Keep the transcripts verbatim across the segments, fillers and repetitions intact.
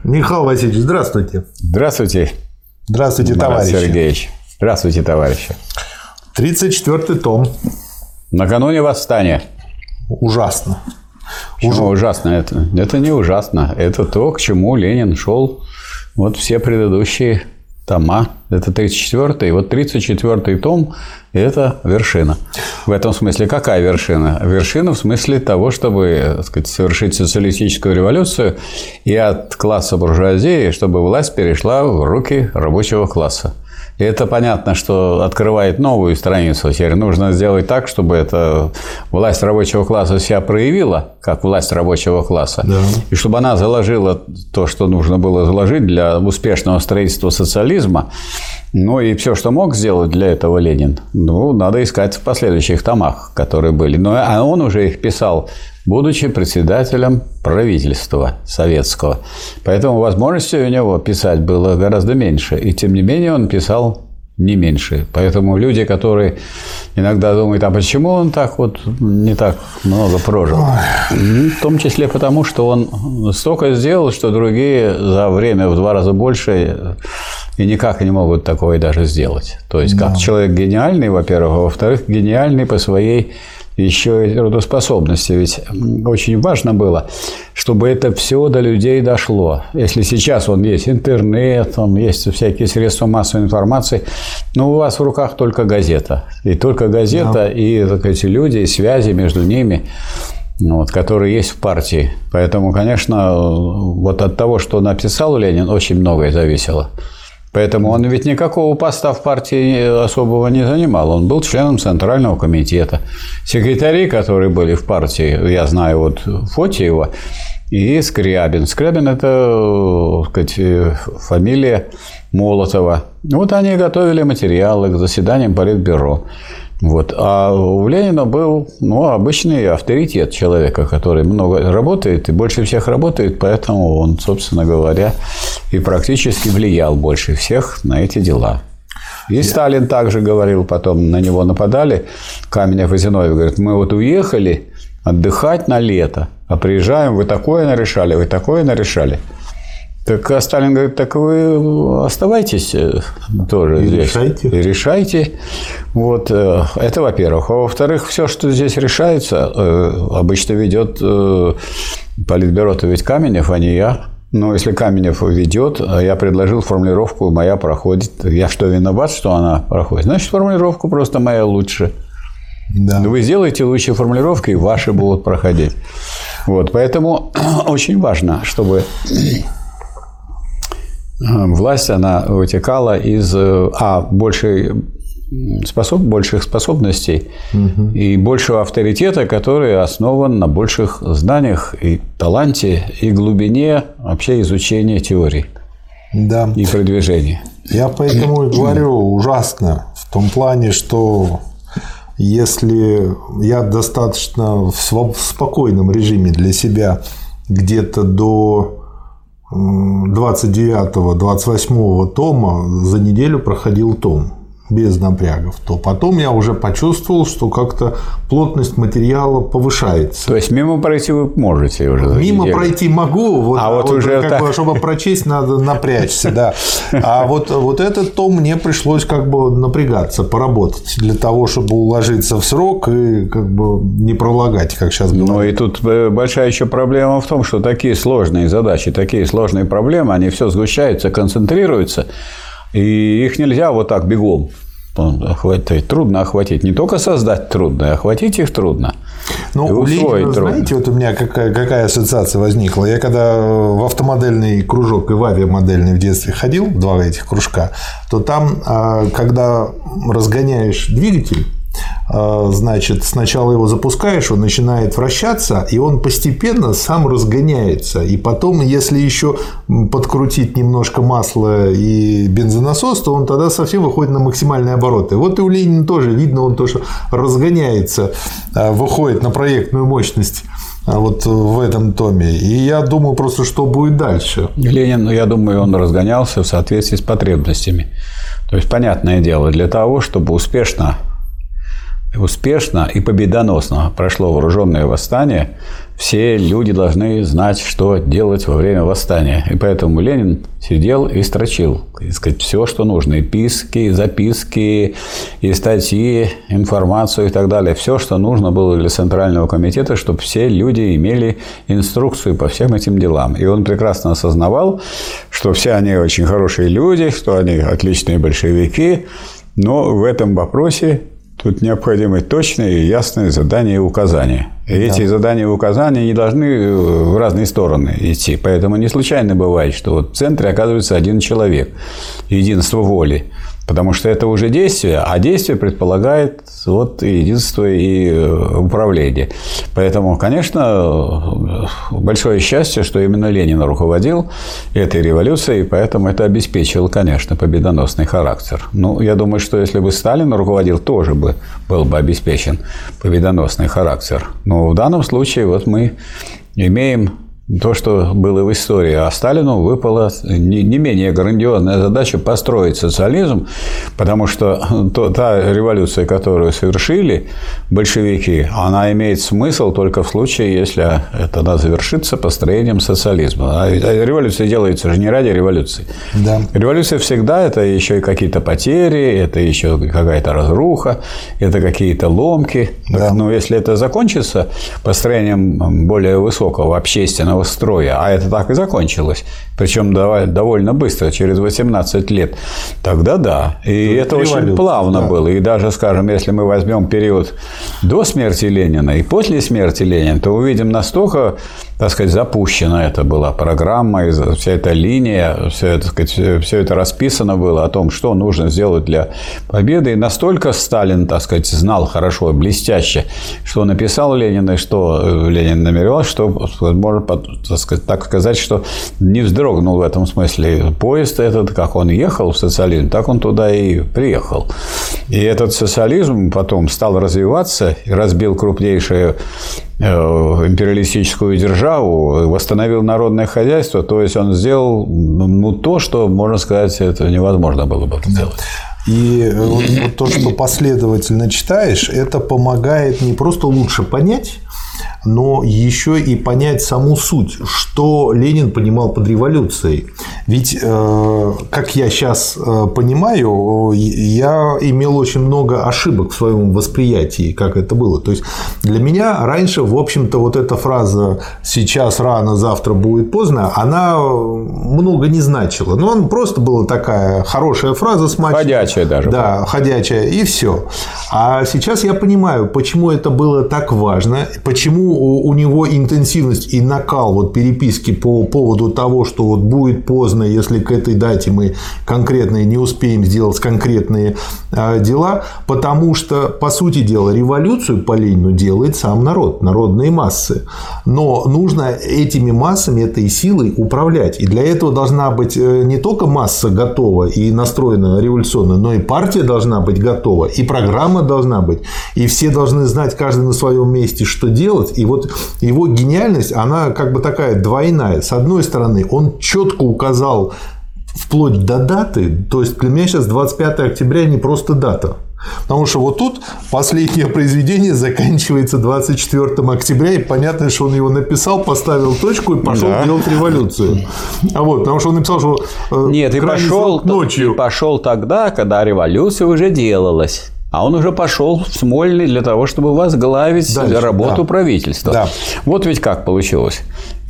Михаил Васильевич, здравствуйте. Здравствуйте. Здравствуйте, Марат товарищи. Сергеевич. Здравствуйте, товарищи. тридцать четвёртый том. Накануне восстания. Ужасно. Почему ужасно? Это, это не ужасно. Это то, к чему Ленин шел вот все предыдущие тома. Это тридцать четвёртый. Вот тридцать четвёртый том – это вершина. В этом смысле какая вершина? Вершина в смысле того, чтобы, так сказать, совершить социалистическую революцию и от класса буржуазии, чтобы власть перешла в руки рабочего класса. И это понятно, что открывает новую страницу. Теперь нужно сделать так, чтобы эта власть рабочего класса себя проявила, как власть рабочего класса, да. И чтобы она заложила то, что нужно было заложить для успешного строительства социализма. Ну и все, что мог сделать для этого Ленин, ну, надо искать в последующих томах, которые были. Но а он уже их писал, будучи председателем правительства советского. Поэтому возможностей у него писать было гораздо меньше. И тем не менее он писал не меньше. Поэтому люди, которые иногда думают, а почему он так вот не так много прожил? Ой. В том числе потому, что он столько сделал, что другие за время в два раза больше и никак не могут такое даже сделать. То есть, как да. человек гениальный, во-первых, а во-вторых, гениальный по своей еще и трудоспособности. Ведь очень важно было, чтобы это все до людей дошло. Если сейчас вон есть интернет, там есть всякие средства массовой информации, но у вас в руках только газета. И только газета, да. и так сказать, люди, и связи между ними, вот, которые есть в партии. Поэтому, конечно, вот от того, что написал Ленин, очень многое зависело. Поэтому он ведь никакого поста в партии особого не занимал. Он был членом Центрального комитета. Секретари, которые были в партии, я знаю, вот Фотиева и Скрябин. Скрябин – это, так сказать, фамилия Молотова. Вот они готовили материалы к заседаниям Политбюро. Вот. А у Ленина был ну, обычный авторитет человека, который много работает и больше всех работает, поэтому он, собственно говоря, и практически влиял больше всех на эти дела. И Сталин также говорил, потом на него нападали, Каменев и Зиновьев говорят, мы вот уехали отдыхать на лето, а приезжаем, вы такое нарешали, вы такое нарешали. Так Сталин говорит, так вы оставайтесь тоже и здесь. Решайте. И решайте. Вот. Это во-первых. А во-вторых, все, что здесь решается, обычно ведет Политбюро-то ведь Каменев, а не я. Но если Каменев ведет, а я предложил формулировку «моя проходит», я что, виноват, что она проходит? Значит, формулировка просто моя лучше. Да. Вы сделаете лучшие формулировки, и ваши будут проходить. Вот. Поэтому очень важно, чтобы власть, она вытекала из а, большей способ, больших способностей угу. и большего авторитета, который основан на больших знаниях и таланте, и глубине вообще изучения теорий да. и продвижения. Я поэтому и говорю ужасно в том плане, что если я достаточно в спокойном режиме для себя где-то до двадцать девятого - двадцать восьмого тома за неделю проходил том без напрягов, то потом я уже почувствовал, что как-то плотность материала повышается. То есть мимо пройти вы можете уже? Мимо неделю. Пройти могу, вот, а, а вот, вот уже как так... бы, чтобы прочесть, надо напрячься, да. А вот, вот этот том мне пришлось как бы напрягаться, поработать для того, чтобы уложиться в срок и как бы не пролагать, как сейчас говорят. Ну и тут большая еще проблема в том, что такие сложные задачи, такие сложные проблемы, они все сгущаются, концентрируются. И их нельзя вот так бегом охватить. Трудно охватить. Не только создать трудно, а охватить их трудно. Ну, у Ленина, знаете, вот у меня какая, какая ассоциация возникла. Я когда в автомодельный кружок и в авиамодельный в детстве ходил, два этих кружка, то там, когда разгоняешь двигатель, значит, сначала его запускаешь, он начинает вращаться, и он постепенно сам разгоняется. И потом, если еще подкрутить немножко масла и бензонасос, то он тогда совсем выходит на максимальные обороты. Вот и у Ленина тоже видно, он тоже разгоняется, выходит на проектную мощность вот в этом томе. И я думаю просто, что будет дальше. Ленин, я думаю, он разгонялся в соответствии с потребностями. То есть, понятное дело, для того, чтобы успешно успешно и победоносно прошло вооруженное восстание, все люди должны знать, что делать во время восстания. И поэтому Ленин сидел и строчил, так сказать, все, что нужно. И писки, и записки, и статьи, информацию и так далее. Все, что нужно было для Центрального комитета, чтобы все люди имели инструкцию по всем этим делам. И он прекрасно осознавал, что все они очень хорошие люди, что они отличные большевики, но в этом вопросе тут необходимы точные и ясные задания и указания. И да. эти задания и указания не должны в разные стороны идти. Поэтому не случайно бывает, что вот в центре оказывается один человек, единство воли. Потому что это уже действие, а действие предполагает вот единство и управление. Поэтому, конечно, большое счастье, что именно Ленин руководил этой революцией, и поэтому это обеспечило, конечно, победоносный характер. Ну, я думаю, что если бы Сталин руководил, тоже бы был бы обеспечен победоносный характер. Но в данном случае вот мы имеем то, что было в истории, а Сталину выпала не менее грандиозная задача построить социализм, потому что та революция, которую совершили большевики, она имеет смысл только в случае, если она завершится построением социализма. А революция делается же не ради революции. Да. Революция всегда это еще и какие-то потери, это еще какая-то разруха, это какие-то ломки. Да. Но если это закончится построением более высокого общественного строя, а это так и закончилось, причем довольно быстро, через восемнадцать лет, тогда да. И это очень плавно да. было. И даже, скажем, если мы возьмем период до смерти Ленина и после смерти Ленина, то увидим настолько, так сказать, запущена это была программа, и вся эта линия, все это, так сказать, все это расписано было о том, что нужно сделать для победы. И настолько Сталин, так сказать, знал хорошо, блестяще, что написал Ленин, и что Ленин намеревался, что, можно так сказать, так сказать, что не вздрогнул в этом смысле поезд этот, как он ехал в социализм, так он туда и приехал. И этот социализм потом стал развиваться и разбил крупнейшую империалистическую державу, восстановил народное хозяйство, то есть он сделал ну, то, что, можно сказать, это невозможно было бы сделать. И вот то, что последовательно читаешь, это помогает не просто лучше понять, но еще и понять саму суть, что Ленин понимал под революцией. Ведь, как я сейчас понимаю, я имел очень много ошибок в своем восприятии, как это было. То есть для меня раньше, в общем-то, вот эта фраза «сейчас рано, завтра будет поздно», она много не значила. Но она просто была такая хорошая фраза с матчем. Ходячая даже. Да, ходячая, и все. А сейчас я понимаю, почему это было так важно, почему у него интенсивность и накал вот переписки по поводу того, что вот будет поздно, если к этой дате мы конкретные не успеем сделать конкретные дела, потому что, по сути дела, революцию по Ленину делает сам народ, народные массы. Но нужно этими массами, этой силой управлять. И для этого должна быть не только масса готова и настроена революционно, но и партия должна быть готова, и программа должна быть, и все должны знать, каждый на своем месте, что делать. И вот его гениальность, она как бы такая двойная. С одной стороны, он четко указал вплоть до даты, то есть для меня сейчас двадцать пятое октября не просто дата. Потому что вот тут последнее произведение заканчивается двадцать четвёртого октября, и понятно, что он его написал, поставил точку и пошел да. делать революцию. А вот, потому что он написал, что нет, и пошел ночью. И пошел тогда, когда революция уже делалась. А он уже пошел в Смольный для того, чтобы возглавить дальше, работу да. правительства. Да. Вот ведь как получилось.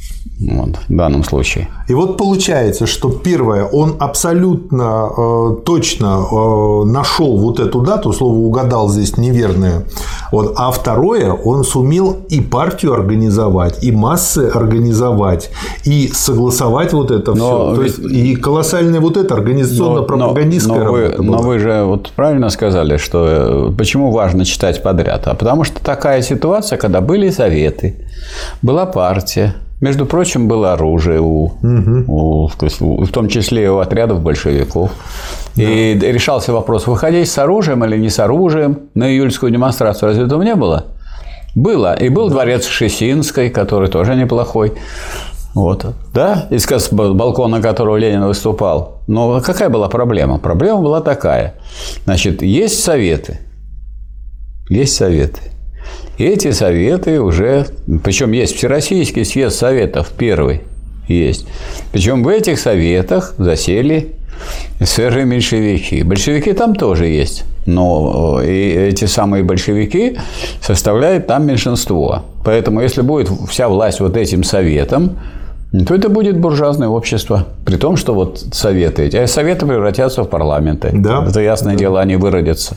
Вот, в данном случае. И вот получается, что первое, он абсолютно э, точно э, нашел вот эту дату, слово угадал здесь неверное. Вот, а второе, он сумел и партию организовать, и массы организовать, и согласовать вот это все. То есть, и колоссальная вот эта организационно-пропагандистская но, но, работа. Но, но вы же вот правильно сказали, что почему важно читать подряд? А потому что такая ситуация, когда были советы, была партия. Между прочим, было оружие, у, угу. у, то есть, в том числе и у отрядов большевиков. Да. И решался вопрос, выходить с оружием или не с оружием на июльскую демонстрацию. Разве этого не было? Было. И был да. дворец Шесинской, который тоже неплохой. Вот. Да? Из балкона которого Ленин выступал. Но какая была проблема? Проблема была такая. Значит, есть советы. Есть советы. И эти советы уже... Причем есть Всероссийский съезд советов, первый есть. Причем в этих советах засели эсеры меньшевики. Большевики там тоже есть. Но и эти самые большевики составляют там меньшинство. Поэтому, если будет вся власть вот этим советом, то это будет буржуазное общество. При том, что вот советы эти, а советы превратятся в парламенты. Да. Это ясное да. дело, они выродятся.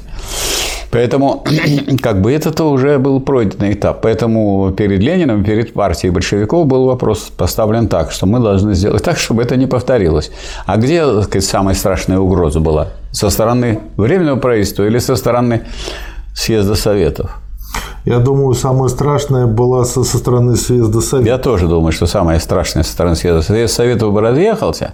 Поэтому, как бы, это-то уже был пройденный этап. Поэтому перед Лениным, перед партией большевиков был вопрос поставлен так, что мы должны сделать так, чтобы это не повторилось. А где, так сказать, самая страшная угроза была? Со стороны Временного правительства или со стороны съезда Советов? Я думаю, самое страшное было со, со стороны съезда Советов. Я тоже думаю, что самое страшное со стороны съезда Советов. Съезд Советов бы разъехался,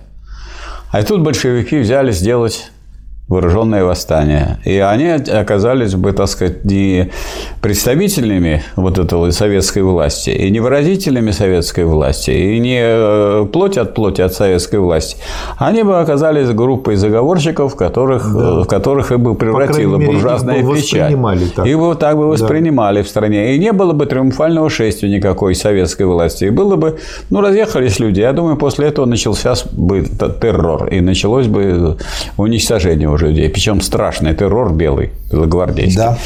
а тут большевики взяли сделать вооруженное восстание. И они оказались бы, так сказать, не представителями вот этого советской власти, и не выразителями советской власти, и не плоть от плоти от советской власти. Они бы оказались группой заговорщиков, которых, да. в которых и бы превратила буржуазная печать. И бы так бы воспринимали да. в стране. И не было бы триумфального шествия никакой советской власти. И было бы, ну, разъехались люди. Я думаю, после этого начался бы террор. И началось бы уничтожение людей. Причем страшный террор белый, белогвардейский. Да.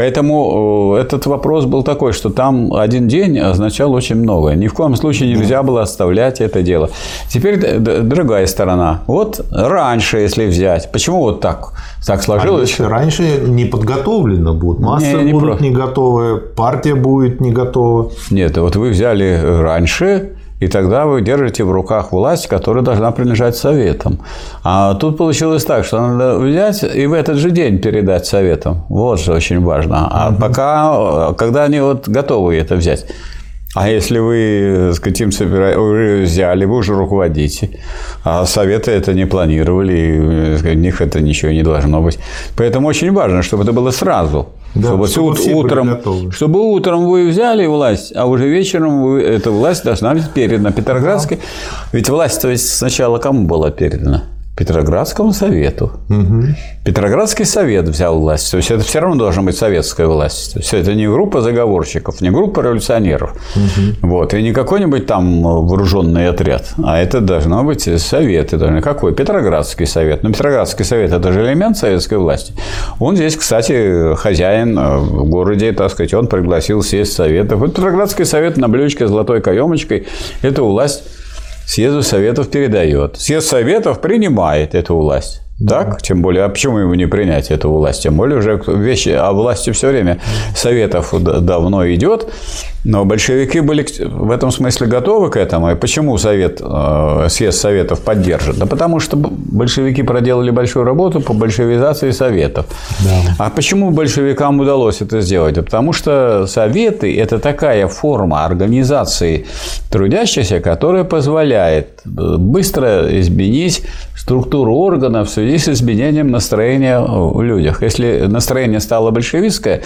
Поэтому этот вопрос был такой, что там один день означал очень многое. Ни в коем случае нельзя да. было оставлять это дело. Теперь другая сторона. Вот раньше, если взять. Почему вот так, так сложилось? А раньше не подготовлено будет. Масса не, не будут про... не готовы, партия будет не готова. Нет, вот вы взяли раньше... И тогда вы держите в руках власть, которая должна принадлежать советам. А тут получилось так, что надо взять и в этот же день передать советам. Вот что очень важно. А угу. пока, когда они вот готовы это взять. А если вы, так сказать, им собира... вы взяли, вы уже руководите, а советы это не планировали, и у них это ничего не должно быть. Поэтому очень важно, чтобы это было сразу. Да, чтобы, чтобы, утром, чтобы утром вы взяли власть, а уже вечером вы, эта власть должна быть передана Петроградской. Да. Ведь власть-то ведь сначала кому была передана? Петроградскому совету. Угу. Петроградский совет взял власть. То есть это все равно должна быть советская власть. Все это не группа заговорщиков, не группа революционеров. Угу. Вот. И не какой-нибудь там вооруженный отряд. А это должно быть совет. Это какой? Петроградский совет. Но Петроградский совет – это же элемент советской власти. Он здесь, кстати, хозяин в городе, так сказать, он пригласил съезд советов. Вот Петроградский совет на блюдечке с золотой каемочкой эту власть съезду Советов передает. Съезд Советов принимает эту власть. Да. Так? Тем более, а почему ему не принять эту власть? Тем более, уже вещи о власти все время Советов давно идет. Но большевики были в этом смысле готовы к этому. И почему Совет, съезд Советов поддержит? Да потому что большевики проделали большую работу по большевизации Советов. Да. А почему большевикам удалось это сделать? Да потому что Советы – это такая форма организации трудящихся, которая позволяет быстро изменить структуру органов в связи с изменением настроения в людях. Если настроение стало большевистское,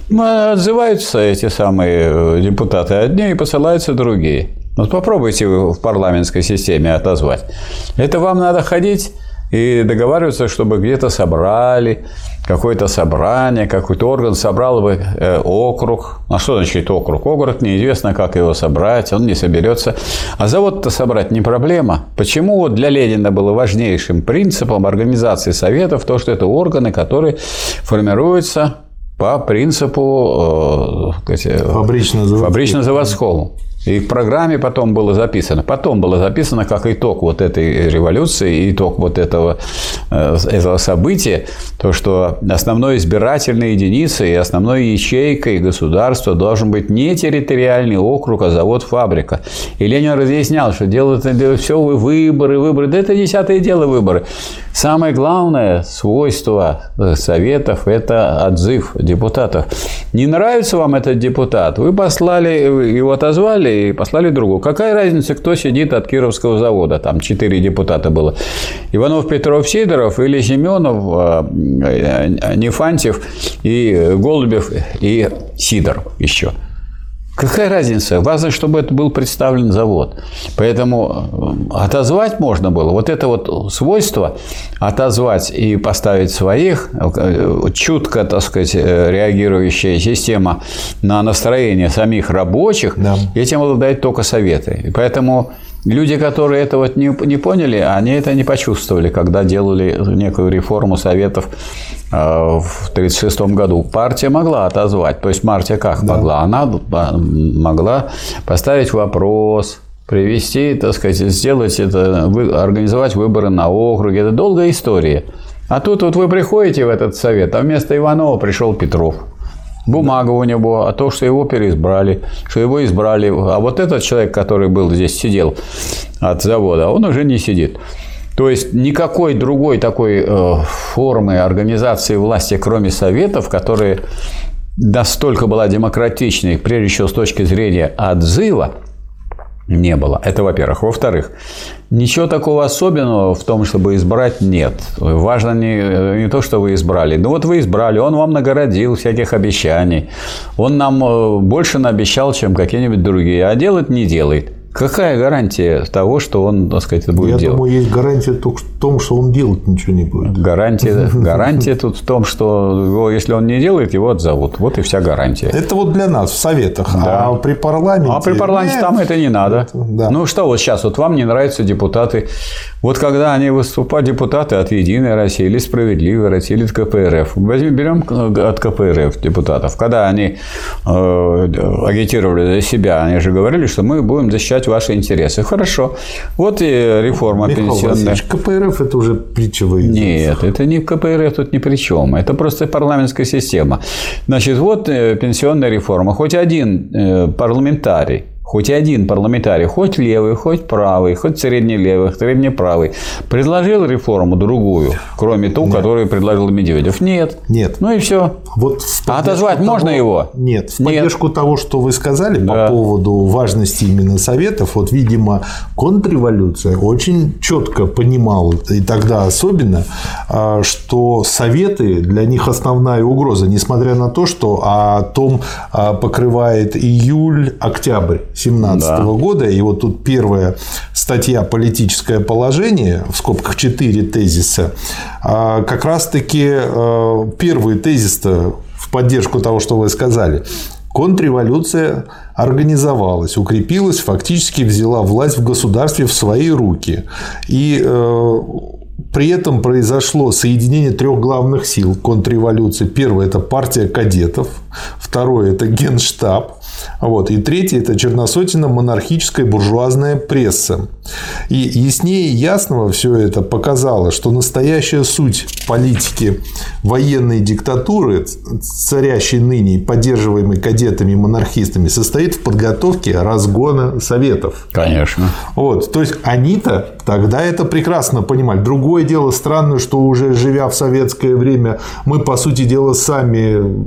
отзываются эти самые депутаты одни и посылаются другие. Вот попробуйте вы в парламентской системе отозвать. Это вам надо ходить и договариваться, чтобы где-то собрали какое-то собрание, какой-то орган собрал бы э, округ. А что значит округ? Округ неизвестно, как его собрать, он не соберется. А завод-то собрать не проблема. Почему вот для Ленина было важнейшим принципом организации советов то, что это органы, которые формируются по принципу э, фабрично-заводскому. Фабрично-заводскому. И в программе потом было записано. Потом было записано как итог вот этой революции, итог вот этого, этого события, то, что основной избирательной единицей и основной ячейкой государства должен быть не территориальный округ, а завод-фабрика. И Ленин разъяснял, что делают все выборы, выборы. Да это десятое дело выборы. Самое главное свойство советов – это отзыв депутатов. Не нравится вам этот депутат? Вы послали, его отозвали и послали другого. Какая разница, кто сидит от Кировского завода? Там четыре депутата было. Иванов, Петров, Сидоров или Семенов, Нефантьев и Голубев и Сидоров еще. Какая разница? Важно, чтобы это был представлен завод. Поэтому отозвать можно было. Вот это вот свойство отозвать и поставить своих, чутко, так сказать, реагирующая система на настроение самих рабочих, да. Этим обладают только Советы. И поэтому люди, которые этого не, не поняли, они это не почувствовали, когда делали некую реформу Советов в тысяча девятьсот тридцать шестом году. Партия могла отозвать. То есть партия как да. могла? Она могла поставить вопрос, привести, так сказать, сделать это, организовать выборы на округе. Это долгая история. А тут вот вы приходите в этот совет, а вместо Иванова пришел Петров. Бумага у него, а то, что его переизбрали, что его избрали. А вот этот человек, который был здесь, сидел от завода, он уже не сидит. То есть никакой другой такой э, формы организации власти, кроме Советов, которая настолько была демократичной, прежде всего с точки зрения отзыва, не было. Это во-первых. Во-вторых, ничего такого особенного в том, чтобы избрать, нет. Важно не, не то, что вы избрали. Ну вот вы избрали, он вам нагородил всяких обещаний. Он нам больше наобещал, чем какие-нибудь другие, а делать не делает. Какая гарантия того, что он, так сказать, это будет Я делать? Я думаю, есть гарантия только в том, что он делать ничего не будет. Гарантия, гарантия тут в том, что его, если он не делает, его отзовут. Вот и вся гарантия. Это вот для нас в Советах. Да. А при парламенте... А при парламенте нет. Там это не надо. Это, да. Ну что, вот сейчас вот вам не нравятся депутаты. Вот когда они выступают, депутаты от «Единой России» или «Справедливой России» или от ка пэ эр эф. Возьмем, берем от ка пэ эр эф депутатов. Когда они э, агитировали за себя, они же говорили, что мы будем защищать ваши интересы. Хорошо. Вот и реформа Михаил пенсионная. Васильевич, ка пэ эр эф – это уже притча во языцах. Нет, это не ка пэ эр эф тут ни при чем. Это просто парламентская система. Значит, вот пенсионная реформа. Хоть один парламентарий, хоть один парламентарий, хоть левый, хоть правый, хоть среднелевый, среднеправый, предложил реформу другую, кроме ту, нет. которую предложил Медведев. Нет. Нет. Ну и все. Вот а отозвать того... можно его? Нет. В поддержку Нет. того, что вы сказали да. по поводу важности именно Советов, вот, видимо, контрреволюция очень четко понимала, и тогда особенно, что Советы для них основная угроза, несмотря на то, что о том покрывает июль-октябрь семнадцатого да. года. И вот тут первая статья «Политическое положение», в скобках четыре тезиса, как раз-таки первый тезис-то в поддержку того, что вы сказали. Контрреволюция организовалась, укрепилась, фактически взяла власть в государстве в свои руки. И при этом произошло соединение трех главных сил контрреволюции. Первое – это партия кадетов. Второе – это Генштаб. Вот. И третье – это черносотенно-монархическая буржуазная пресса. И яснее ясного все это показало, что настоящая суть политики военной диктатуры, царящей ныне и поддерживаемой кадетами и монархистами, состоит в подготовке разгона Советов. Конечно. Вот. То есть, они-то тогда это прекрасно понимали. Другое дело странно, что уже живя в советское время, мы, по сути дела, сами...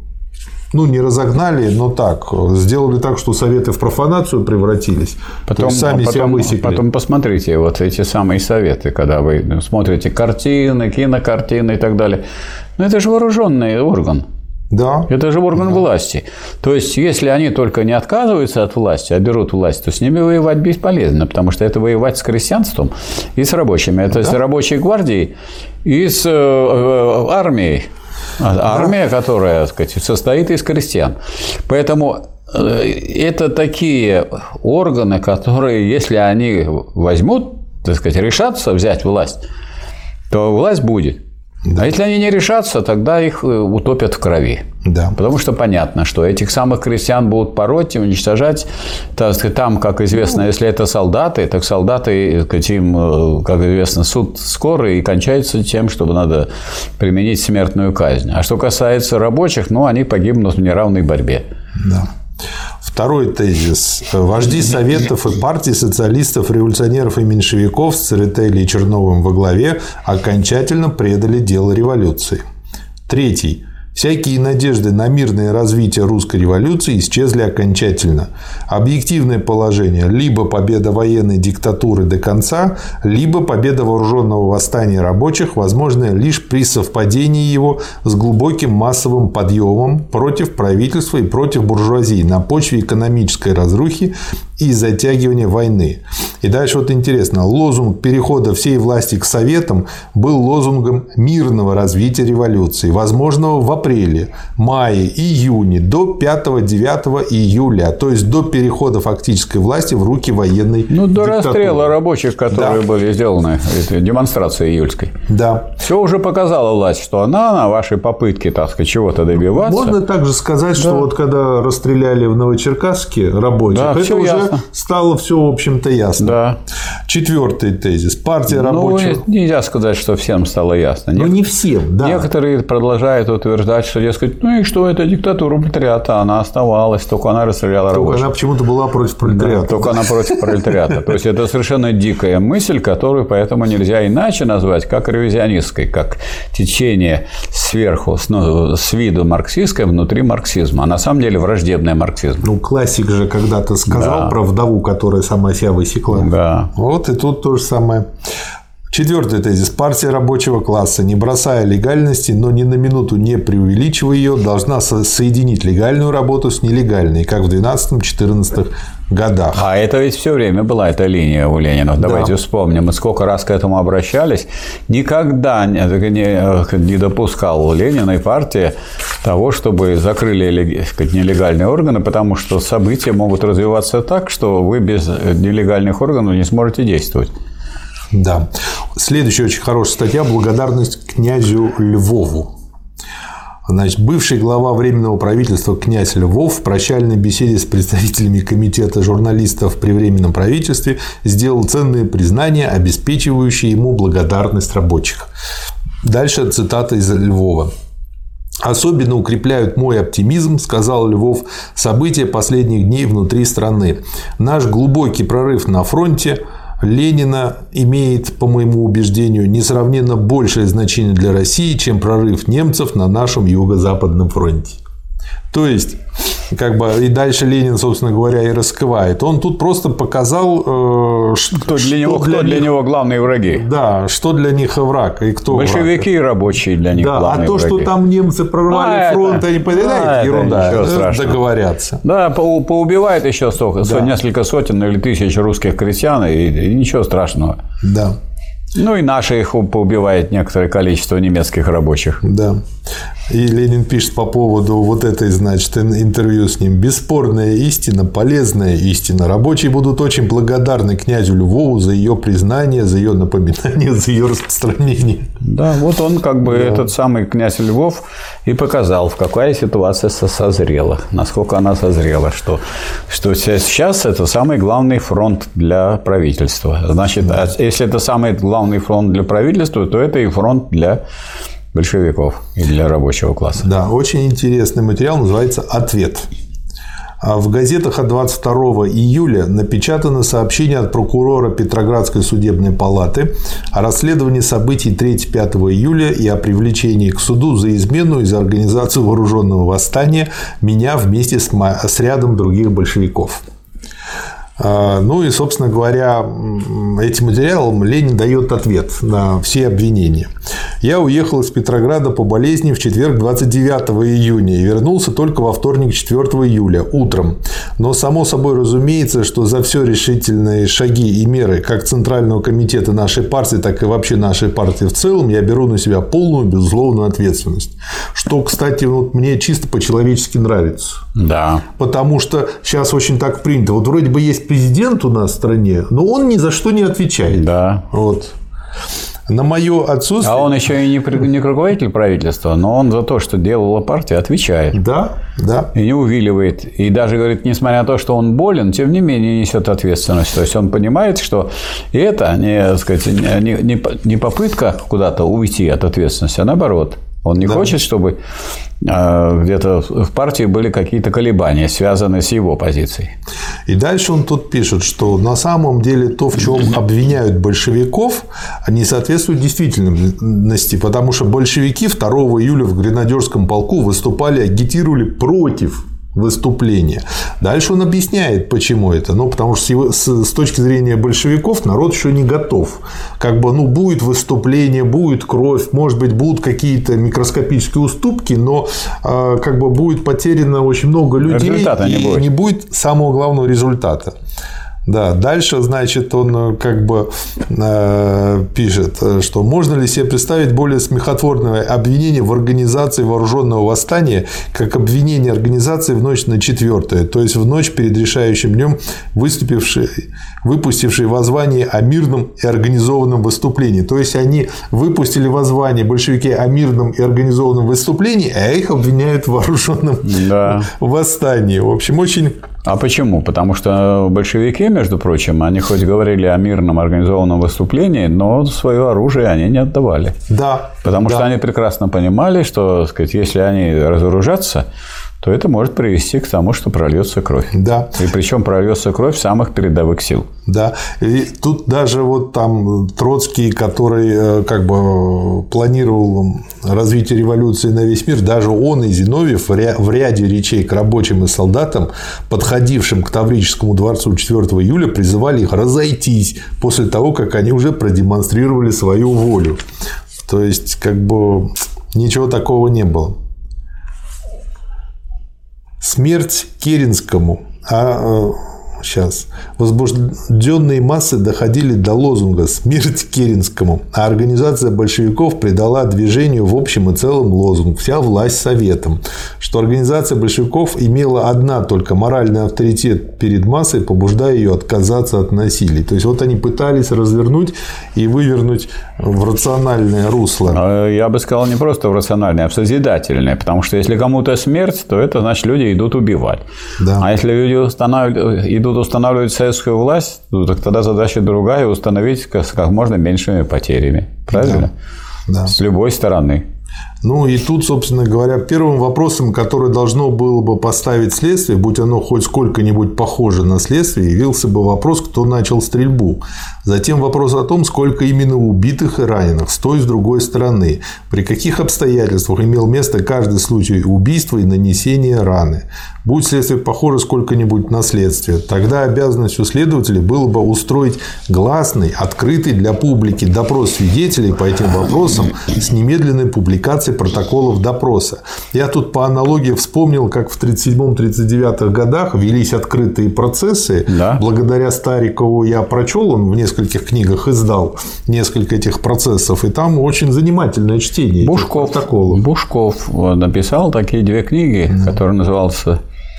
Ну, не разогнали, но так. Сделали так, что Советы в профанацию превратились. Потом, сами потом, себя высекли. Потом посмотрите вот эти самые Советы, когда вы смотрите картины, кинокартины и так далее. Ну, это же вооруженный орган. Да. Это же орган да. власти. То есть, если они только не отказываются от власти, а берут власть, то с ними воевать бесполезно, потому что это воевать с крестьянством и с рабочими. Это да. с рабочей гвардией и с э, армией. Армия, да. которая, так сказать, состоит из крестьян. Поэтому это такие органы, которые, если они возьмут, так сказать, решатся взять власть, то власть будет. Да. А если они не решатся, тогда их утопят в крови. Да. Потому что понятно, что этих самых крестьян будут пороть и уничтожать. Там, как известно, если это солдаты, так солдаты, им, как известно, суд скорый и кончается тем, чтобы надо применить смертную казнь. А что касается рабочих, ну, они погибнут в неравной борьбе. Да. Второй тезис. Вожди Советов и партии социалистов, революционеров и меньшевиков с Церетели и Черновым во главе окончательно предали дело революции. Третий. Всякие надежды на мирное развитие русской революции исчезли окончательно. Объективное положение – либо победа военной диктатуры до конца, либо победа вооруженного восстания рабочих, возможная лишь при совпадении его с глубоким массовым подъемом против правительства и против буржуазии на почве экономической разрухи и затягивания войны. И дальше вот интересно. Лозунг перехода всей власти к советам был лозунгом мирного развития революции, возможного в апреле, мае, июне до пятого-девятого июля, то есть до перехода фактической власти в руки военной Ну, до диктатуры. расстрела рабочих, которые да. были сделаны, это демонстрация июльской. Да. Все уже показала власть, что она на вашей попытке, так сказать, чего-то добиваться. Можно также сказать, да. что вот когда расстреляли в Новочеркасске рабочих, да, это уже ясно. Стало все, в общем-то, ясно. Да. Четвертый тезис. Партия ну, рабочих. Нельзя сказать, что всем стало ясно. Ну, не всем, да. Некоторые продолжают утверждать, что, дескать, ну и что, это диктатура пролетариата, она оставалась, только она расстреляла только рабочих. Только она почему-то была против пролетариата. Да, только она против пролетариата. То есть, это совершенно дикая мысль, которую поэтому нельзя иначе назвать, как ревизионистской, как течение сверху, с виду марксистское внутри марксизма, а на самом деле враждебное марксизму. Ну, классик же когда-то сказал да. про вдову, которая сама себя высекла. Да. Вот и тут то же самое. Четвертый тезис. Партия рабочего класса, не бросая легальности, но ни на минуту не преувеличивая ее, должна соединить легальную работу с нелегальной, как в двенадцатом-четырнадцатом годах. А это ведь все время была эта линия у Ленина. Давайте да. вспомним. Мы сколько раз к этому обращались. Никогда не, не допускал Ленин и партия того, чтобы закрыли, сказать, нелегальные органы, потому что события могут развиваться так, что вы без нелегальных органов не сможете действовать. Да. Следующая очень хорошая статья – благодарность князю Львову. Значит, бывший глава Временного правительства князь Львов в прощальной беседе с представителями комитета журналистов при Временном правительстве сделал ценные признания, обеспечивающие ему благодарность рабочих. Дальше цитата из Львова. «Особенно укрепляют мой оптимизм, – сказал Львов, – события последних дней внутри страны. Наш глубокий прорыв на фронте Ленина имеет, по моему убеждению, несравненно большее значение для России, чем прорыв немцев на нашем юго-западном фронте». То есть, как бы, и дальше Ленин, собственно говоря, и раскрывает. Он тут просто показал, что кто для, него, для, кто для них, него главные враги. Да, что для них враг и кто большевики враг. И рабочие для них да, главные а то, враги. Что там немцы прорвали а фронт, это, они понимают, а ерунда, это договорятся. Да, по, поубивает еще столько, да. несколько сотен или тысяч русских крестьян, и, и ничего страшного. Да. Ну, и наши их поубивает некоторое количество немецких рабочих. Да. И Ленин пишет по поводу вот этой, значит, интервью с ним. «Бесспорная истина, полезная истина. Рабочие будут очень благодарны князю Львову за ее признание, за ее напоминание, за ее распространение». Да, вот он как бы, да. этот самый князь Львов и показал, в какая ситуация созрела, насколько она созрела, что, что сейчас это самый главный фронт для правительства. Значит, да. если это самый главный фронт для правительства, то это и фронт для большевиков и для рабочего класса. Да, очень интересный материал, называется «Ответ». В газетах от двадцать второго июля напечатано сообщение от прокурора Петроградской судебной палаты о расследовании событий третьего-пятого июля и о привлечении к суду за измену и за организацию вооруженного восстания меня вместе с, с рядом других большевиков. Ну и, собственно говоря, этим материалом Ленин дает ответ на все обвинения. «Я уехал из Петрограда по болезни в четверг двадцать девятого июня и вернулся только во вторник четвёртого июля утром. Но само собой разумеется, что за все решительные шаги и меры как Центрального комитета нашей партии, так и вообще нашей партии в целом я беру на себя полную, безусловную ответственность». Что, кстати, вот мне чисто по-человечески нравится. Да. Потому что сейчас очень так принято. Вот вроде бы есть президент у нас в стране, но он ни за что не отвечает. Да. Вот. На мое отсутствие... А он еще и не руководитель правительства, но он за то, что делала партия, отвечает. Да, да. И не увиливает. И даже говорит, несмотря на то, что он болен, тем не менее несет ответственность. То есть он понимает, что это не, так сказать, не, не, не попытка куда-то уйти от ответственности, а наоборот. Он не да. хочет, чтобы э, где-то в партии были какие-то колебания, связанные с его позицией. И дальше он тут пишет, что на самом деле то, в чем обвиняют большевиков, не соответствует действительности, потому что большевики второго июля в Гренадерском полку выступали, агитировали против выступления. Дальше он объясняет, почему это. Ну, потому что с, с точки зрения большевиков народ еще не готов. Как бы, ну, будет выступление, будет кровь, может быть, будут какие-то микроскопические уступки, но э, как бы будет потеряно очень много людей, результата и не будет. не будет самого главного результата. Да, дальше, значит, он как бы э, пишет, что можно ли себе представить более смехотворное обвинение в организации вооруженного восстания, как обвинение организации в ночь на четвёртое, то есть в ночь перед решающим днем выступившей, выпустившей воззвание о мирном и организованном выступлении. То есть они выпустили воззвание, большевики, о мирном и организованном выступлении, а их обвиняют в вооруженном да. восстании. В общем, очень... А почему? Потому что большевики, между прочим, они хоть говорили о мирном организованном выступлении, но свое оружие они не отдавали. Да. Потому да. что они прекрасно понимали, что, так сказать, если они разоружатся, то это может привести к тому, что прольется кровь. Да. И причем прольется кровь самых передовых сил. Да. И тут даже вот там Троцкий, который как бы планировал развитие революции на весь мир, даже он и Зиновьев в ряде речей к рабочим и солдатам, подходившим к Таврическому дворцу четвёртого июля, призывали их разойтись после того, как они уже продемонстрировали свою волю. То есть, как бы ничего такого не было. Смерть Керенскому. А сейчас. Возбужденные массы доходили до лозунга «Смерть Керенскому», а организация большевиков придала движению в общем и целом лозунг «Вся власть советом», что организация большевиков имела одна только моральный авторитет перед массой, побуждая ее отказаться от насилия. То есть, вот они пытались развернуть и вывернуть в рациональное русло. Я бы сказал, не просто в рациональное, а в созидательное, потому что если кому-то смерть, то это значит, люди идут убивать. Да. А если люди устанавливают, идут устанавливать советскую власть, ну, так тогда задача другая – установить как, как можно меньшими потерями. Правильно? Да. Да. С любой стороны. Ну, и тут, собственно говоря, первым вопросом, который должно было бы поставить следствие, будь оно хоть сколько-нибудь похоже на следствие, явился бы вопрос, кто начал стрельбу. Затем вопрос о том, сколько именно убитых и раненых с той и с другой стороны, при каких обстоятельствах имел место каждый случай убийства и нанесения раны. Будь следствие похоже сколько-нибудь на следствие, тогда обязанностью следователя было бы устроить гласный, открытый для публики допрос свидетелей по этим вопросам с немедленной публикацией протоколов допроса. Я тут по аналогии вспомнил, как в тридцать седьмом — тридцать девятых годах велись открытые процессы. Да. Благодаря Старикову я прочел, он в нескольких книгах издал несколько этих процессов, и там очень занимательное чтение Бушков, этих протоколов. Бушков написал такие две книги, mm. которые называются...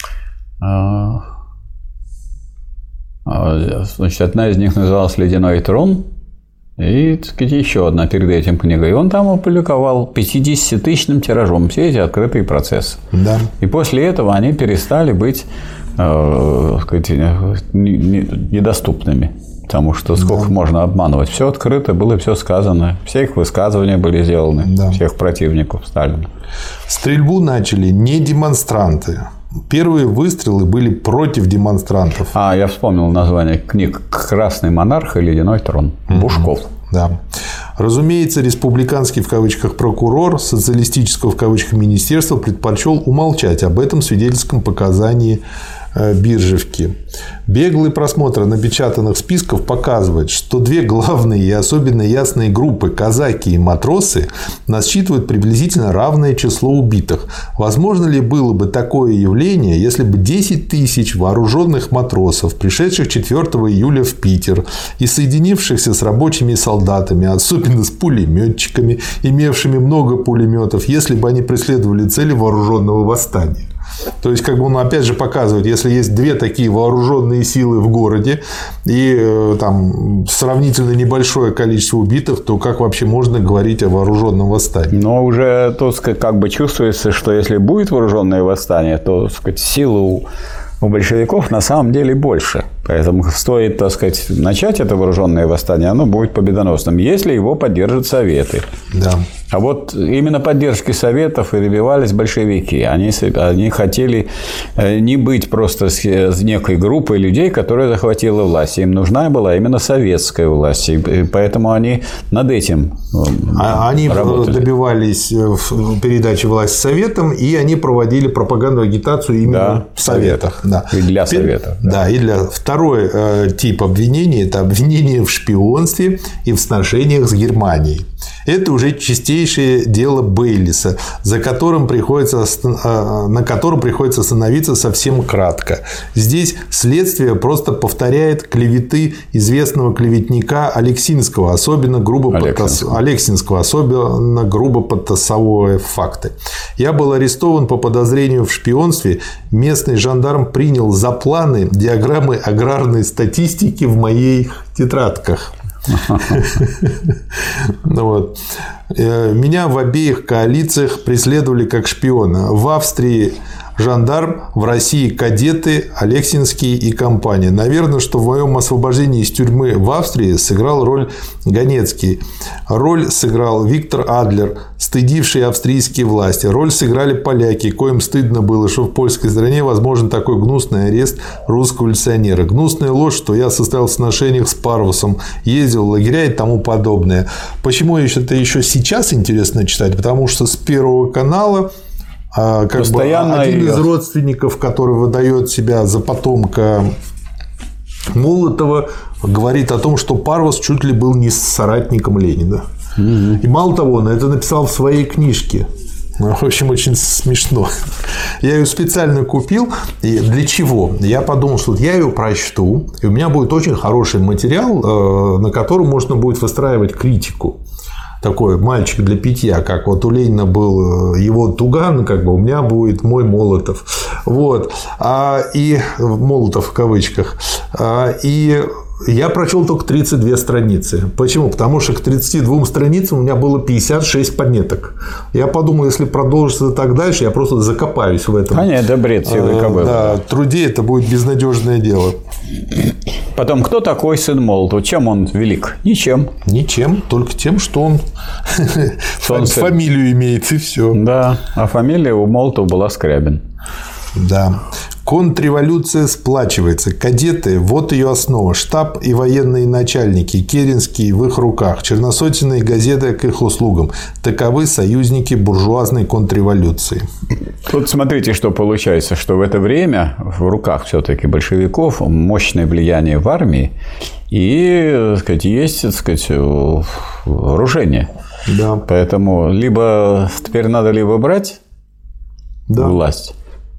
Значит, одна из них называлась «Ледяной трон», и, так сказать, еще одна перед этим книга. И он там опубликовал пятидесятитысячным тиражом все эти открытые процессы. Да. И после этого они перестали быть э, сказать, недоступными. Потому что сколько да. можно обманывать. Все открыто было, все сказано. Все их высказывания были сделаны. Да. Всех противников Сталина. Стрельбу начали не демонстранты. Первые выстрелы были против демонстрантов. А, я вспомнил название книг «Красный монарх» и «Ледяной трон». Mm-hmm. Бушков. Да. Разумеется, республиканский в кавычках прокурор социалистического в кавычках министерства предпочел умолчать об этом свидетельском показании Биржевки. Беглый просмотр напечатанных списков показывает, что две главные и особенно ясные группы, казаки и матросы, насчитывают приблизительно равное число убитых. Возможно ли было бы такое явление, если бы десять тысяч вооруженных матросов, пришедших четвёртого июля в Питер и соединившихся с рабочими и солдатами, особенно с пулеметчиками, имевшими много пулеметов, если бы они преследовали цели вооруженного восстания? То есть, как бы он опять же показывает, если есть две такие вооруженные силы в городе и там сравнительно небольшое количество убитых, то как вообще можно говорить о вооруженном восстании? Но уже тут как бы чувствуется, что если будет вооруженное восстание, то, так сказать, силы у большевиков на самом деле больше. Поэтому стоит, так сказать, начать это вооруженное восстание, оно будет победоносным, если его поддержат Советы. Да. А вот именно поддержки Советов и добивались большевики. Они, они хотели не быть просто с некой группой людей, которая захватила власть. Им нужна была именно советская власть. И поэтому они над этим Они работали. добивались передачи власти Советам, и они проводили пропаганду, агитацию именно да, в Советах. Да. И для Советов. Да. да, и для... Второй э, тип обвинений – это обвинение в шпионстве и в сношениях с Германией. Это уже чистейшее дело Бейлиса, за которым приходится, на котором приходится остановиться совсем кратко. Здесь следствие просто повторяет клеветы известного клеветника Алексинского, особенно грубо, подтас... Алексинского, особенно грубо подтасовывая факты. Я был арестован по подозрению в шпионстве. Местный жандарм принял за планы диаграммы аграрной статистики в моих тетрадках. Вот. Меня в обеих коалициях преследовали как шпиона. В Австрии жандарм, в России кадеты, Алексинский и компания. Наверное, что в моем освобождении из тюрьмы в Австрии сыграл роль Ганецкий. Роль сыграл Виктор Адлер, стыдивший австрийские власти. Роль сыграли поляки, коим стыдно было, что в польской стране возможен такой гнусный арест русского революционера. Гнусная ложь, что я состоял в сношениях с Парвусом, ездил в лагеря и тому подобное. Почему это еще сейчас интересно читать? Потому что с Первого канала как Постоянно бы один из родственников, который выдает себя за потомка Молотова, говорит о том, что Парвус чуть ли был не соратником Ленина. Угу. И мало того, он это написал в своей книжке. В общем, очень смешно. Я ее специально купил. И для чего? Я подумал, что я ее прочту, и у меня будет очень хороший материал, на котором можно будет выстраивать критику. Такой мальчик для питья, как вот у Ленина был его Туган, как бы у меня будет мой Молотов. Вот. А, и Молотов в кавычках. А, и я прочел только тридцать две страницы. Почему? Потому что к тридцати двум страницам у меня было пятьдесят шесть пометок. Я подумал, если продолжится так дальше, я просто закопаюсь в этом. А нет, это бред силы кобылы. Да, труде это будет безнадежное дело. Потом, кто такой сын Молотова? Чем он велик? Ничем. Ничем, только тем, что он, что он фамилию имеет, и все. Да, а фамилия у Молотова была Скрябин. Да. Контрреволюция сплачивается. Кадеты – вот ее основа. Штаб и военные начальники, Керенский в их руках. Черносотенные газеты к их услугам. Таковы союзники буржуазной контрреволюции. Тут смотрите, что получается, что в это время в руках все-таки большевиков мощное влияние в армии и, так сказать, есть, так сказать, вооружение. Да. Поэтому либо теперь надо либо брать да. власть.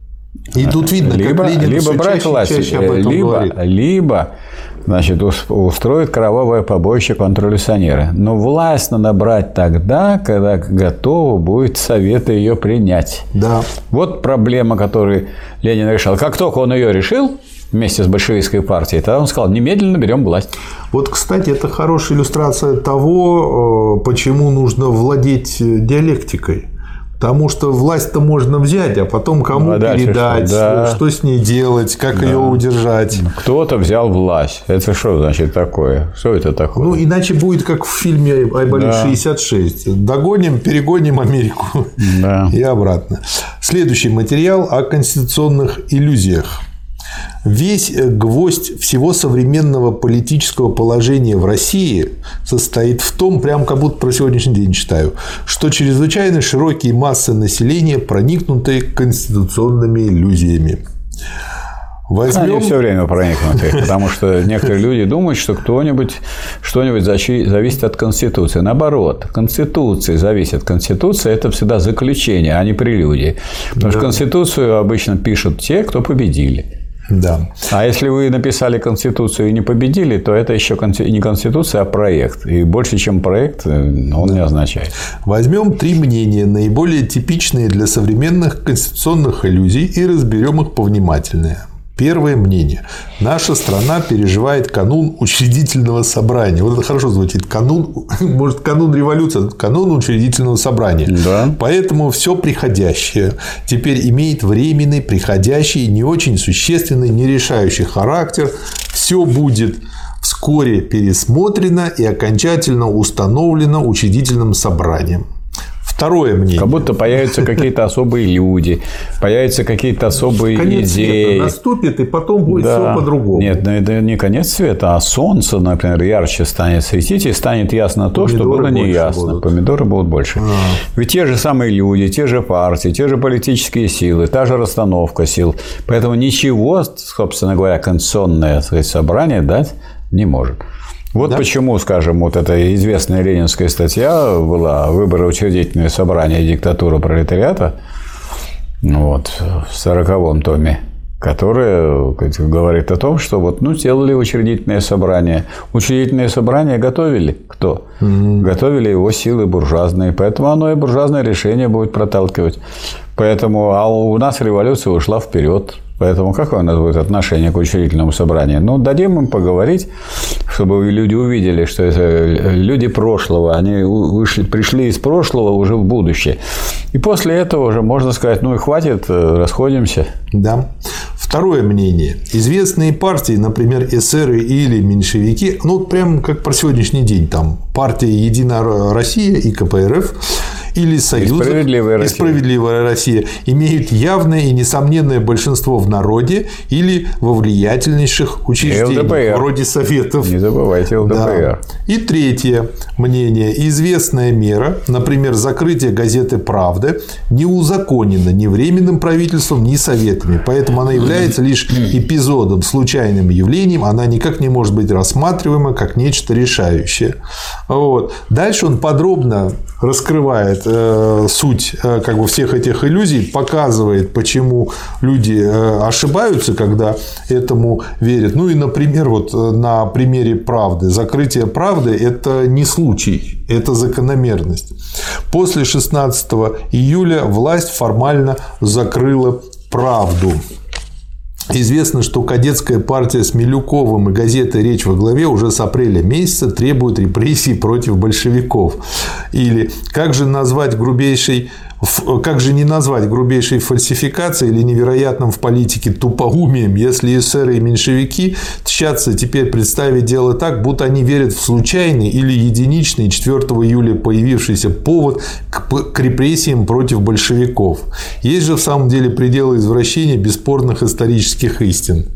И тут видно, либо, как Ленин либо брать чаще, власть, чаще об этом либо, говорит. либо значит, устроить кровавое побоище контрреволюционера. Но власть надо брать тогда, когда готовы будет Советы ее принять. Да. Вот проблема, которую Ленин решал. Как только он ее решил вместе с большевистской партией, тогда он сказал, немедленно берем власть. Вот, кстати, это хорошая иллюстрация того, почему нужно владеть диалектикой. Потому что власть-то можно взять, а потом кому а передать, что, да. что с ней делать, как да. ее удержать. Кто-то взял власть. Это что значит такое? Что это такое? Ну, иначе будет как в фильме «Айболит шестьдесят шесть». Догоним, перегоним Америку да. и обратно. Следующий материал о конституционных иллюзиях. Весь гвоздь всего современного политического положения в России состоит в том, прям как будто про сегодняшний день читаю, что чрезвычайно широкие массы населения проникнуты конституционными иллюзиями. Возьмем... Они все время проникнуты, потому что некоторые люди думают, что кто-нибудь что-нибудь зависит от Конституции. Наоборот, Конституция зависит. Конституция – это всегда заключение, а не прелюдия. Потому да. что Конституцию обычно пишут те, кто победили. Да. А если вы написали Конституцию и не победили, то это еще не Конституция, а проект. И больше, чем проект, он да. не означает. Возьмем три мнения, наиболее типичные для современных конституционных иллюзий, и разберем их повнимательнее. Первое мнение. Наша страна переживает канун учредительного собрания. Вот это хорошо звучит. Канун, может, канун революции, канун учредительного собрания. Да. Поэтому все приходящее теперь имеет временный, приходящий, не очень существенный, не решающий характер. Все будет вскоре пересмотрено и окончательно установлено учредительным собранием. Второе мнение. Как будто появятся какие-то особые люди, появятся какие-то особые конец идеи. Света наступит, и потом будет да. все по-другому. Нет, ну это не конец света, а солнце, например, ярче станет светить, и станет ясно то, Помидоры что было неясно. Будут. Помидоры будут больше. А. Ведь те же самые люди, те же партии, те же политические силы, та же расстановка сил. Поэтому ничего, собственно говоря, конституционное, так сказать, собрание дать не может. Вот да? Почему, скажем, вот эта известная ленинская статья была «Выборы учредительные собрания и диктатура пролетариата», вот, в сороковом томе, которая говорит о том, что вот, ну, сделали учредительное собрание. Учредительное собрание готовили кто? Mm-hmm. Готовили его силы буржуазные, поэтому оно и буржуазное решение будет проталкивать. Поэтому, а у нас революция ушла вперед. Поэтому какое у нас будет отношение к учредительному собранию? Ну, дадим им поговорить, чтобы люди увидели, что это люди прошлого, они вышли, пришли из прошлого уже в будущее. И после этого уже можно сказать, ну и хватит, расходимся. Да. Второе мнение. Известные партии, например, эсеры или меньшевики, ну, прям как про сегодняшний день, там, партия «Единая Россия» и ка пэ эр эф, или Союз и Справедливая, и Справедливая Россия имеют явное и несомненное большинство в народе или во влиятельнейших учреждениях, вроде Советов. Не забывайте эл дэ пэ эр. Да. И третье мнение. Известная мера, например, закрытие газеты «Правда», не узаконена ни временным правительством, ни советами. Поэтому она является лишь эпизодом, случайным явлением. Она никак не может быть рассматриваема как нечто решающее. Вот. Дальше он подробно раскрывает э, суть э, как бы всех этих иллюзий, показывает, почему люди э, ошибаются, когда этому верят. Ну и, например, вот на примере «Правды». Закрытие «Правды» – это не случай, это закономерность. После шестнадцатого июля власть формально закрыла «Правду». Известно, что кадетская партия с Милюковым и газета «Речь во главе» уже с апреля месяца требует репрессий против большевиков. Или как же назвать грубейшей, как же не назвать грубейшей фальсификацией или невероятным в политике тупоумием, если эсеры и меньшевики тщатся теперь представить дело так, будто они верят в случайный или единичный четвёртого июля появившийся повод к, к репрессиям против большевиков. Есть же в самом деле пределы извращения бесспорных исторических истин.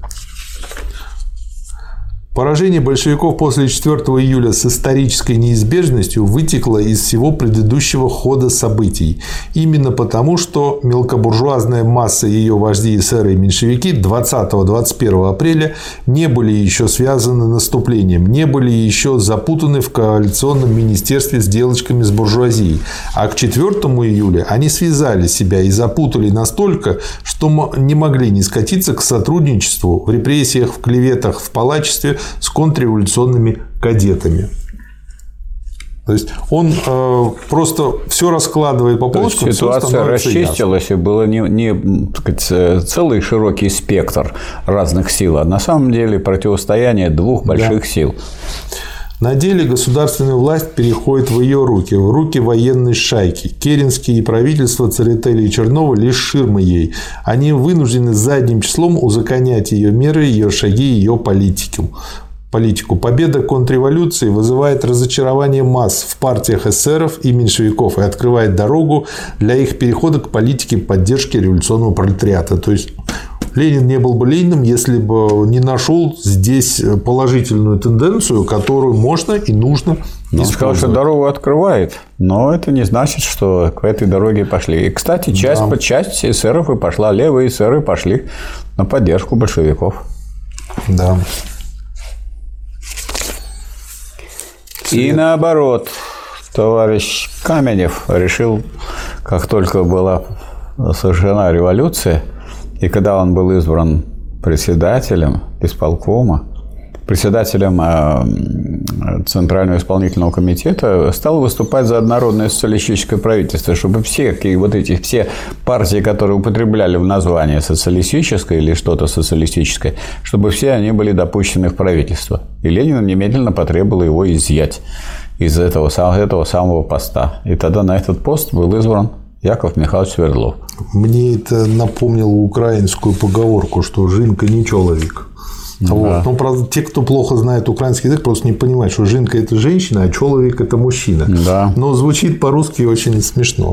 Поражение большевиков после четвёртого июля с исторической неизбежностью вытекло из всего предыдущего хода событий. Именно потому, что мелкобуржуазная масса и ее вожди эсеры и меньшевики двадцатого — двадцать первого апреля не были еще связаны наступлением, не были еще запутаны в коалиционном министерстве сделочками с буржуазией. А к четвёртому июля они связали себя и запутали настолько, что не могли не скатиться к сотрудничеству в репрессиях, в клеветах, в палачестве с контрреволюционными кадетами. То есть он э, просто все раскладывает по полочкам. Ситуация расчистилась, ясно. И был не, не так сказать, целый широкий спектр разных сил, а на самом деле противостояние двух больших да. сил. На деле государственная власть переходит в ее руки, в руки военной шайки. Керенские и правительство Церетели и Чернова лишь ширмы ей. Они вынуждены задним числом узаконять ее меры, ее шаги, ее политику. политику. Победа контрреволюции вызывает разочарование масс в партиях эсеров и меньшевиков и открывает дорогу для их перехода к политике поддержки революционного пролетариата. То есть Ленин не был бы Лениным, если бы не нашел здесь положительную тенденцию, которую можно и нужно использовать. Он сказал, что дорогу открывает, но это не значит, что к этой дороге пошли. И, кстати, часть, да. часть эсеров и пошла, левые эсеры пошли на поддержку большевиков. Да. И наоборот, товарищ Каменев решил, как только была совершена революция, и когда он был избран председателем исполкома, председателем Центрального исполнительного комитета, стал выступать за однородное социалистическое правительство, чтобы все вот эти все партии, которые употребляли в название социалистическое или что-то социалистическое, чтобы все они были допущены в правительство. И Ленин немедленно потребовал его изъять из этого, этого самого поста. И тогда на этот пост был избран Яков Михайлович Свердлов. Мне это напомнило украинскую поговорку, что «жинка не человек». Да. Вот. Ну, правда, те, кто плохо знает украинский язык, просто не понимают, что жинка – это женщина, а человек – это мужчина. Да. Но звучит по-русски очень смешно.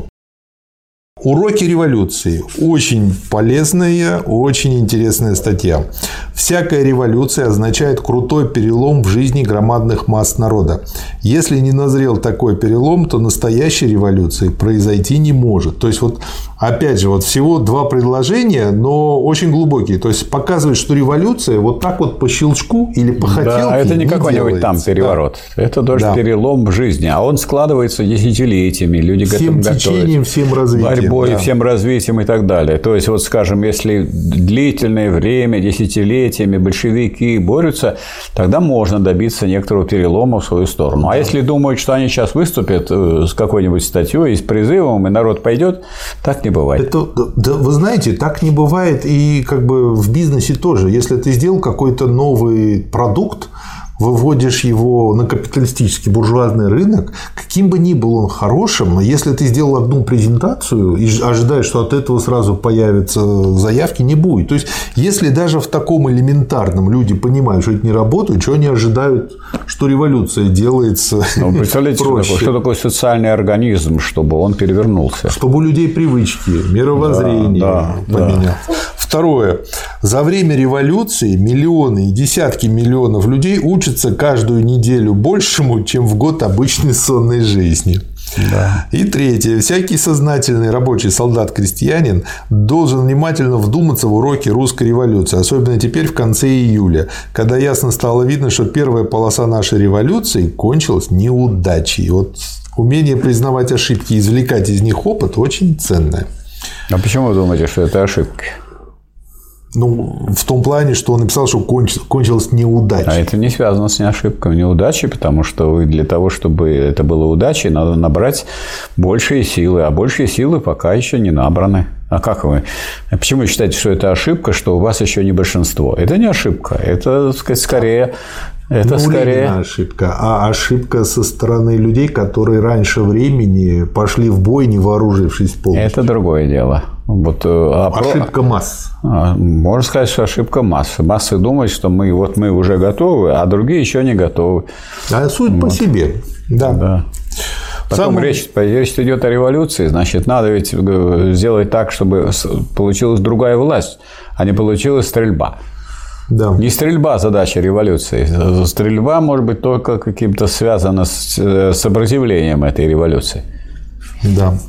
Уроки революции. Очень полезная, очень интересная статья. Всякая революция означает крутой перелом в жизни громадных масс народа. Если не назрел такой перелом, то настоящей революции произойти не может. То есть, вот опять же, вот всего два предложения, но очень глубокие. То есть, показывает, что революция вот так вот по щелчку или по хотелке да, это не, не какой-нибудь там переворот. Да. Это тоже да. перелом в жизни. А он складывается десятилетиями. Люди всем готовы течением, всем развитием. Борьбой, да. всем развитием и так далее. То есть, вот, скажем, если длительное время, десятилетиями большевики борются, тогда можно добиться некоторого перелома в свою сторону. Да. А если думают, что они сейчас выступят с какой-нибудь статьей, с призывом, и народ пойдет, так не бывает. Это, да, вы знаете, так не бывает и как бы в бизнесе тоже. Если ты сделал какой-то новый продукт, выводишь его на капиталистический буржуазный рынок, каким бы ни был он хорошим, но если ты сделал одну презентацию и ожидаешь, что от этого сразу появятся заявки, не будет. То есть, если даже в таком элементарном люди понимают, что это не работает, что они ожидают, что революция делается ну, представляете, проще. Что такое социальный организм, чтобы он перевернулся? Чтобы у людей привычки, мировоззрение да, поменялось. Да. Второе. За время революции миллионы и десятки миллионов людей учатся каждую неделю большему, чем в год обычной сонной жизни. Да. И третье. Всякий сознательный рабочий солдат-крестьянин должен внимательно вдуматься в уроки русской революции, особенно теперь в конце июля, когда ясно стало видно, что первая полоса нашей революции кончилась неудачей. Вот умение признавать ошибки и извлекать из них опыт очень ценное. А почему вы думаете, что это ошибки? Ну, в том плане, что он написал, что конч... кончилась неудачей. А это не связано с ошибкой, неудачей, потому что для того, чтобы это было удачей, надо набрать большие силы, а большие силы пока еще не набраны. А как вы? Почему вы считаете, что это ошибка, что у вас еще не большинство? Это не ошибка, это скорее... Это ну, скорее ошибка, а ошибка со стороны людей, которые раньше времени пошли в бой, не вооружившись полностью. Это другое дело. Вот, а ошибка про... масс. Можно сказать, что ошибка массы. Массы думают, что мы, вот мы уже готовы, а другие еще не готовы. А суть вот. По себе. Да. да. Потом Самым... речь, речь идет о революции, значит, надо ведь сделать так, чтобы получилась другая власть, а не получилась стрельба. Да. Не стрельба задача революции. Стрельба может быть только каким-то связана с сопротивлением этой революции. Да.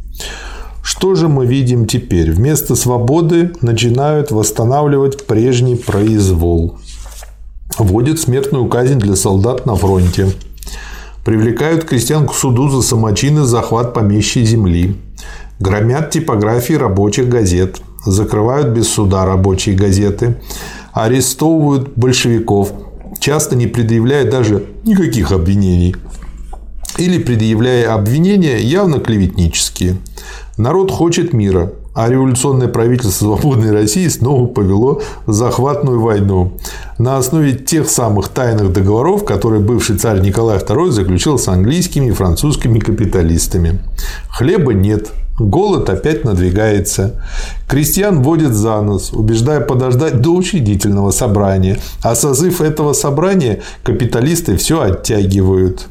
Что же мы видим теперь? Вместо свободы начинают восстанавливать прежний произвол. Вводят смертную казнь для солдат на фронте. Привлекают крестьян к суду за самочин и захват помещей земли. Громят типографии рабочих газет. Закрывают без суда рабочие газеты. Арестовывают большевиков, часто не предъявляя даже никаких обвинений. Или предъявляя обвинения явно клеветнические. Народ хочет мира, а революционное правительство свободной России снова повело захватную войну на основе тех самых тайных договоров, которые бывший царь Николай второй заключил с английскими и французскими капиталистами. Хлеба нет. Голод опять надвигается. Крестьян водят за нос, убеждая подождать до учредительного собрания. А созыв этого собрания капиталисты все оттягивают.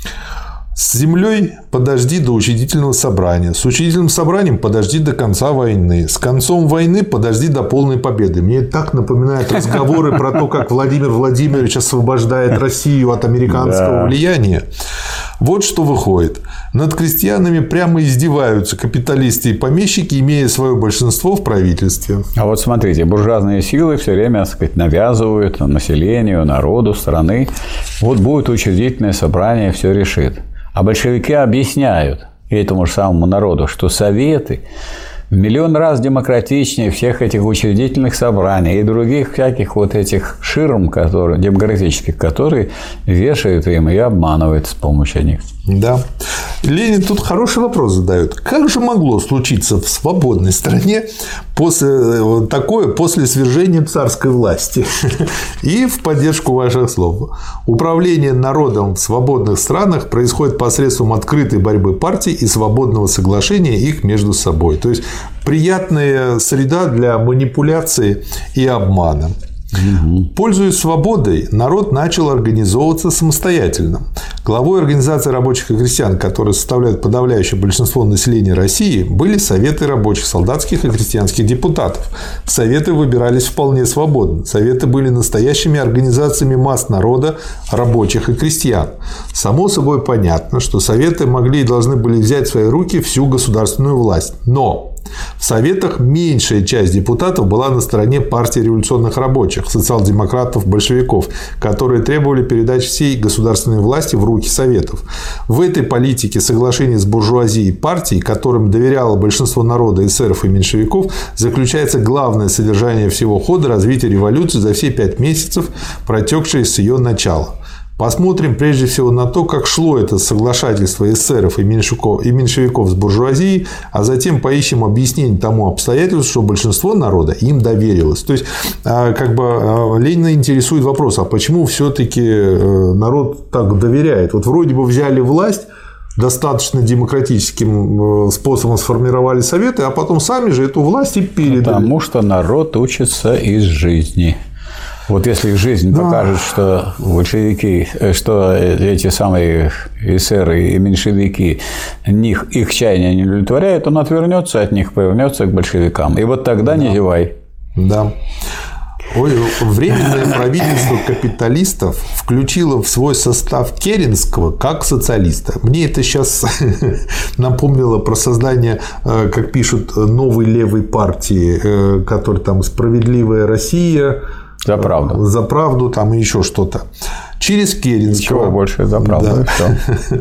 С землей подожди до учредительного собрания. С учредительным собранием подожди до конца войны. С концом войны подожди до полной победы. Мне это так напоминает разговоры про то, как Владимир Владимирович освобождает Россию от американского влияния. Вот что выходит. Над крестьянами прямо издеваются капиталисты и помещики, имея свое большинство в правительстве. А вот смотрите, буржуазные силы все время, так сказать, навязывают населению, народу страны. Вот будет учредительное собрание, все решит. А большевики объясняют этому же самому народу, что советы миллион раз демократичнее всех этих учредительных собраний и других всяких вот этих ширм, которые, демократических, которые вешают им и обманывают с помощью них. Да. Ленин тут хороший вопрос задает. Как же могло случиться в свободной стране после, такое после свержения царской власти? И в поддержку ваших слов. Управление народом в свободных странах происходит посредством открытой борьбы партий и свободного соглашения их между собой. То есть приятная среда для манипуляции и обмана. Угу. Пользуясь свободой, народ начал организовываться самостоятельно. Главой организации рабочих и крестьян, которые составляют подавляющее большинство населения России, были советы рабочих, солдатских и крестьянских депутатов. Советы выбирались вполне свободно. Советы были настоящими организациями масс народа, рабочих и крестьян. Само собой понятно, что советы могли и должны были взять в свои руки всю государственную власть. Но в Советах меньшая часть депутатов была на стороне партии революционных рабочих, социал-демократов, большевиков, которые требовали передачи всей государственной власти в руки Советов. В этой политике соглашение с буржуазией партий, которым доверяло большинство народа, эсеров и меньшевиков, заключается главное содержание всего хода развития революции за все пять месяцев, протекшие с ее начала. Посмотрим прежде всего на то, как шло это соглашательство эсеров и меньшевиков с буржуазией, а затем поищем объяснение тому обстоятельству, что большинство народа им доверилось. То есть, как бы Ленина интересует вопрос, а почему все-таки народ так доверяет? Вот вроде бы взяли власть, достаточно демократическим способом сформировали советы, а потом сами же эту власть и передали. Потому что народ учится из жизни. Вот если жизнь да. покажет, что большевики, что эти самые эсеры и меньшевики их, их чаяния не удовлетворяют, он отвернется от них, повернется к большевикам. И вот тогда да. не зевай. Да. Ой, временное правительство капиталистов включило в свой состав Керенского как социалиста. Мне это сейчас напомнило про создание, как пишут, новой левой партии, которая там «Справедливая Россия», За правду. За правду, там и еще что-то. Через Керенского. Ничего больше за правду. Да.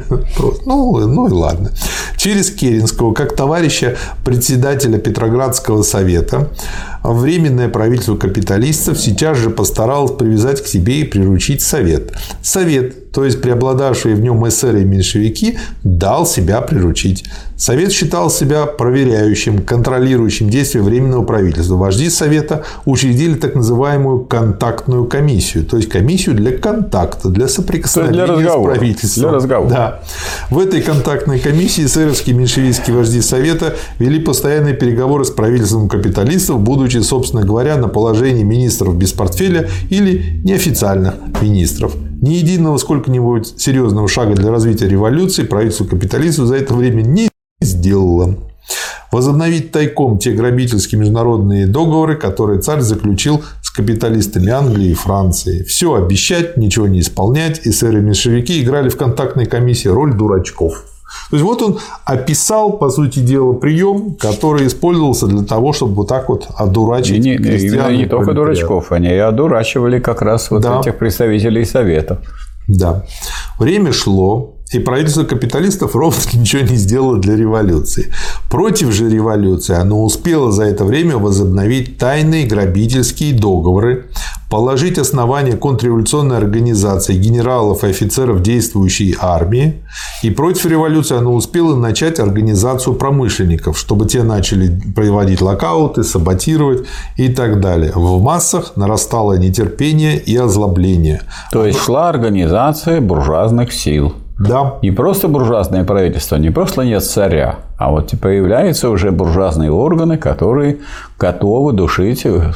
Ну, ну и ладно. Через Керенского, как товарища председателя Петроградского совета, временное правительство капиталистов сейчас же постаралось привязать к себе и приручить совет. Совет, то есть преобладавшие в нем эсеры и меньшевики, дал себя приручить. Совет считал себя проверяющим, контролирующим действия временного правительства. Вожди совета учредили так называемую контактную комиссию, то есть комиссию для контакта, для соприкосновения для с правительством. Для разговора. Да. В этой контактной комиссии эсеровские и меньшевистские вожди совета вели постоянные переговоры с правительством капиталистов, будучи, собственно говоря, на положении министров без портфеля или неофициальных министров. Ни единого сколько-нибудь серьезного шага для развития революции правительство капиталистов за это время не сделало. Возобновить тайком те грабительские международные договоры, которые царь заключил с капиталистами Англии и Франции. Все обещать, ничего не исполнять. Эсеры и меньшевики играли в контактной комиссии роль дурачков. То есть, вот он описал, по сути дела, прием, который использовался для того, чтобы вот так вот одурачить и не, крестьян. И не только дурачков, они и одурачивали как раз вот да. этих представителей советов. Да. Время шло. И правительство капиталистов ровно ничего не сделало для революции. Против же революции оно успело за это время возобновить тайные грабительские договоры, положить основания контрреволюционной организации генералов и офицеров действующей армии. И против революции оно успело начать организацию промышленников, чтобы те начали проводить локауты, саботировать и так далее. В массах нарастало нетерпение и озлобление. То есть шла организация буржуазных сил. Да. Не просто буржуазное правительство, не просто нет царя, а вот появляются уже буржуазные органы, которые готовы душить да.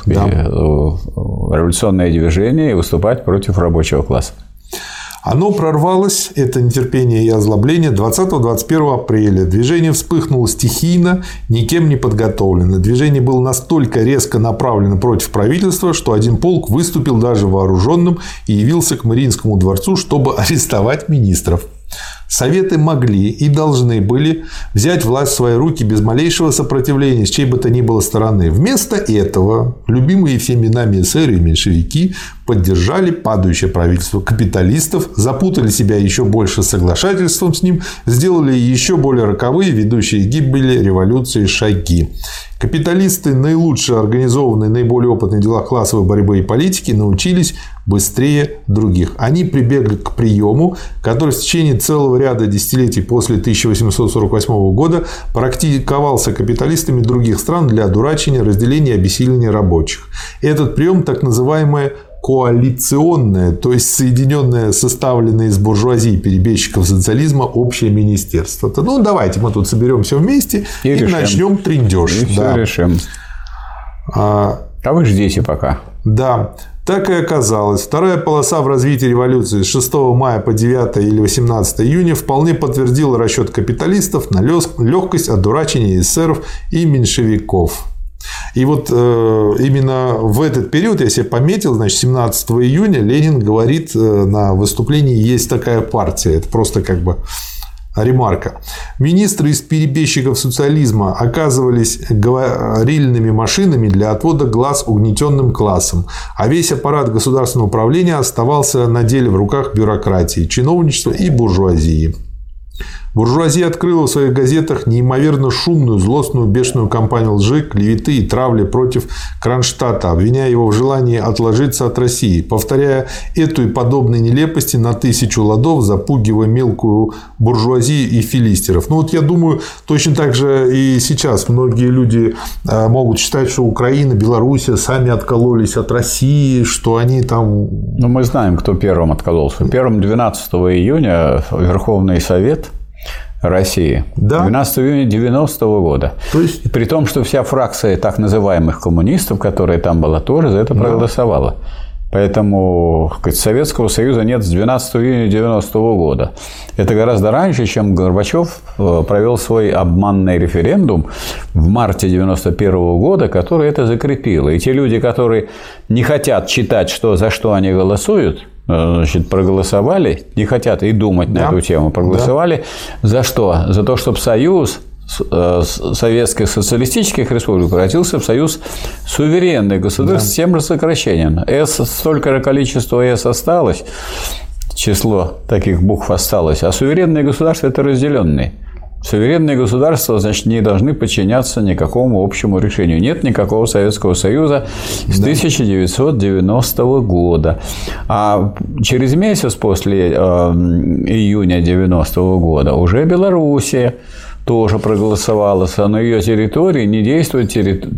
революционное движение и выступать против рабочего класса. Оно прорвалось, это нетерпение и озлобление, двадцатого-двадцать первого апреля. Движение вспыхнуло стихийно, никем не подготовлено. Движение было настолько резко направлено против правительства, что один полк выступил даже вооруженным и явился к Мариинскому дворцу, чтобы арестовать министров. Советы могли и должны были взять власть в свои руки без малейшего сопротивления с чьей бы то ни было стороны. Вместо этого любимые всеми нами эсеры и меньшевики поддержали падающее правительство капиталистов, запутали себя еще больше соглашательством с ним, сделали еще более роковые, ведущие к гибели революции шаги. Капиталисты, наилучше организованные, наиболее опытные в делах классовой борьбы и политики, научились быстрее других. Они прибегли к приему, который в течение целого ряда десятилетий после тысяча восемьсот сорок восьмого года практиковался капиталистами других стран для одурачения, разделения и обессиления рабочих. Этот прием так называемое коалиционное, то есть соединенное, составленное из буржуазии и перебежчиков социализма общее министерство. Ну, давайте мы тут соберем все вместе и, и начнем трындеж. И да. все решим. А... а вы ждите пока. Да. Так и оказалось. Вторая полоса в развитии революции с шестого мая по девятое или восемнадцатое июня вполне подтвердила расчет капиталистов на легкость одурачения эсеров и меньшевиков. И вот э, именно в этот период я себе пометил, значит, семнадцатого июня Ленин говорит э, на выступлении «Есть такая партия». Это просто как бы ремарка. Министры из перебежчиков социализма оказывались говорильными машинами для отвода глаз угнетенным классом, а весь аппарат государственного управления оставался на деле в руках бюрократии, чиновничества и буржуазии. Буржуазия открыла в своих газетах неимоверно шумную, злостную, бешеную кампанию лжи, клеветы и травли против Кронштадта, обвиняя его в желании отложиться от России, повторяя эту и подобные нелепости на тысячу ладов, запугивая мелкую буржуазию и филистеров. Ну вот я думаю, точно так же и сейчас многие люди могут считать, что Украина, Белоруссия сами откололись от России, что они там... Ну, мы знаем, кто первым откололся. Первым двенадцатого июня Верховный Совет России. Да. двенадцатого июня девяностого года. То есть... И при том, что вся фракция так называемых коммунистов, которая там была, тоже за это да. проголосовала. Поэтому, сказать, Советского Союза нет с двенадцатого июня девяностого года. Это гораздо раньше, чем Горбачев провел свой обманный референдум в марте девяносто первого года, который это закрепил. И те люди, которые не хотят читать, что, за что они голосуют, значит, проголосовали, не хотят и думать да. на эту тему, проголосовали да. за что? За то, чтобы Союз Советских Социалистических Республик превратился в союз суверенных государств да. с тем же сокращением. С, столько же количества С осталось, число таких букв осталось, а суверенные государства – это разделенные. Суверенные государства, значит, не должны подчиняться никакому общему решению. Нет никакого Советского Союза с тысяча девятьсот девяностого года. А через месяц после э, июня девяностого года уже Белоруссия тоже проголосовала, на ее территории не действует,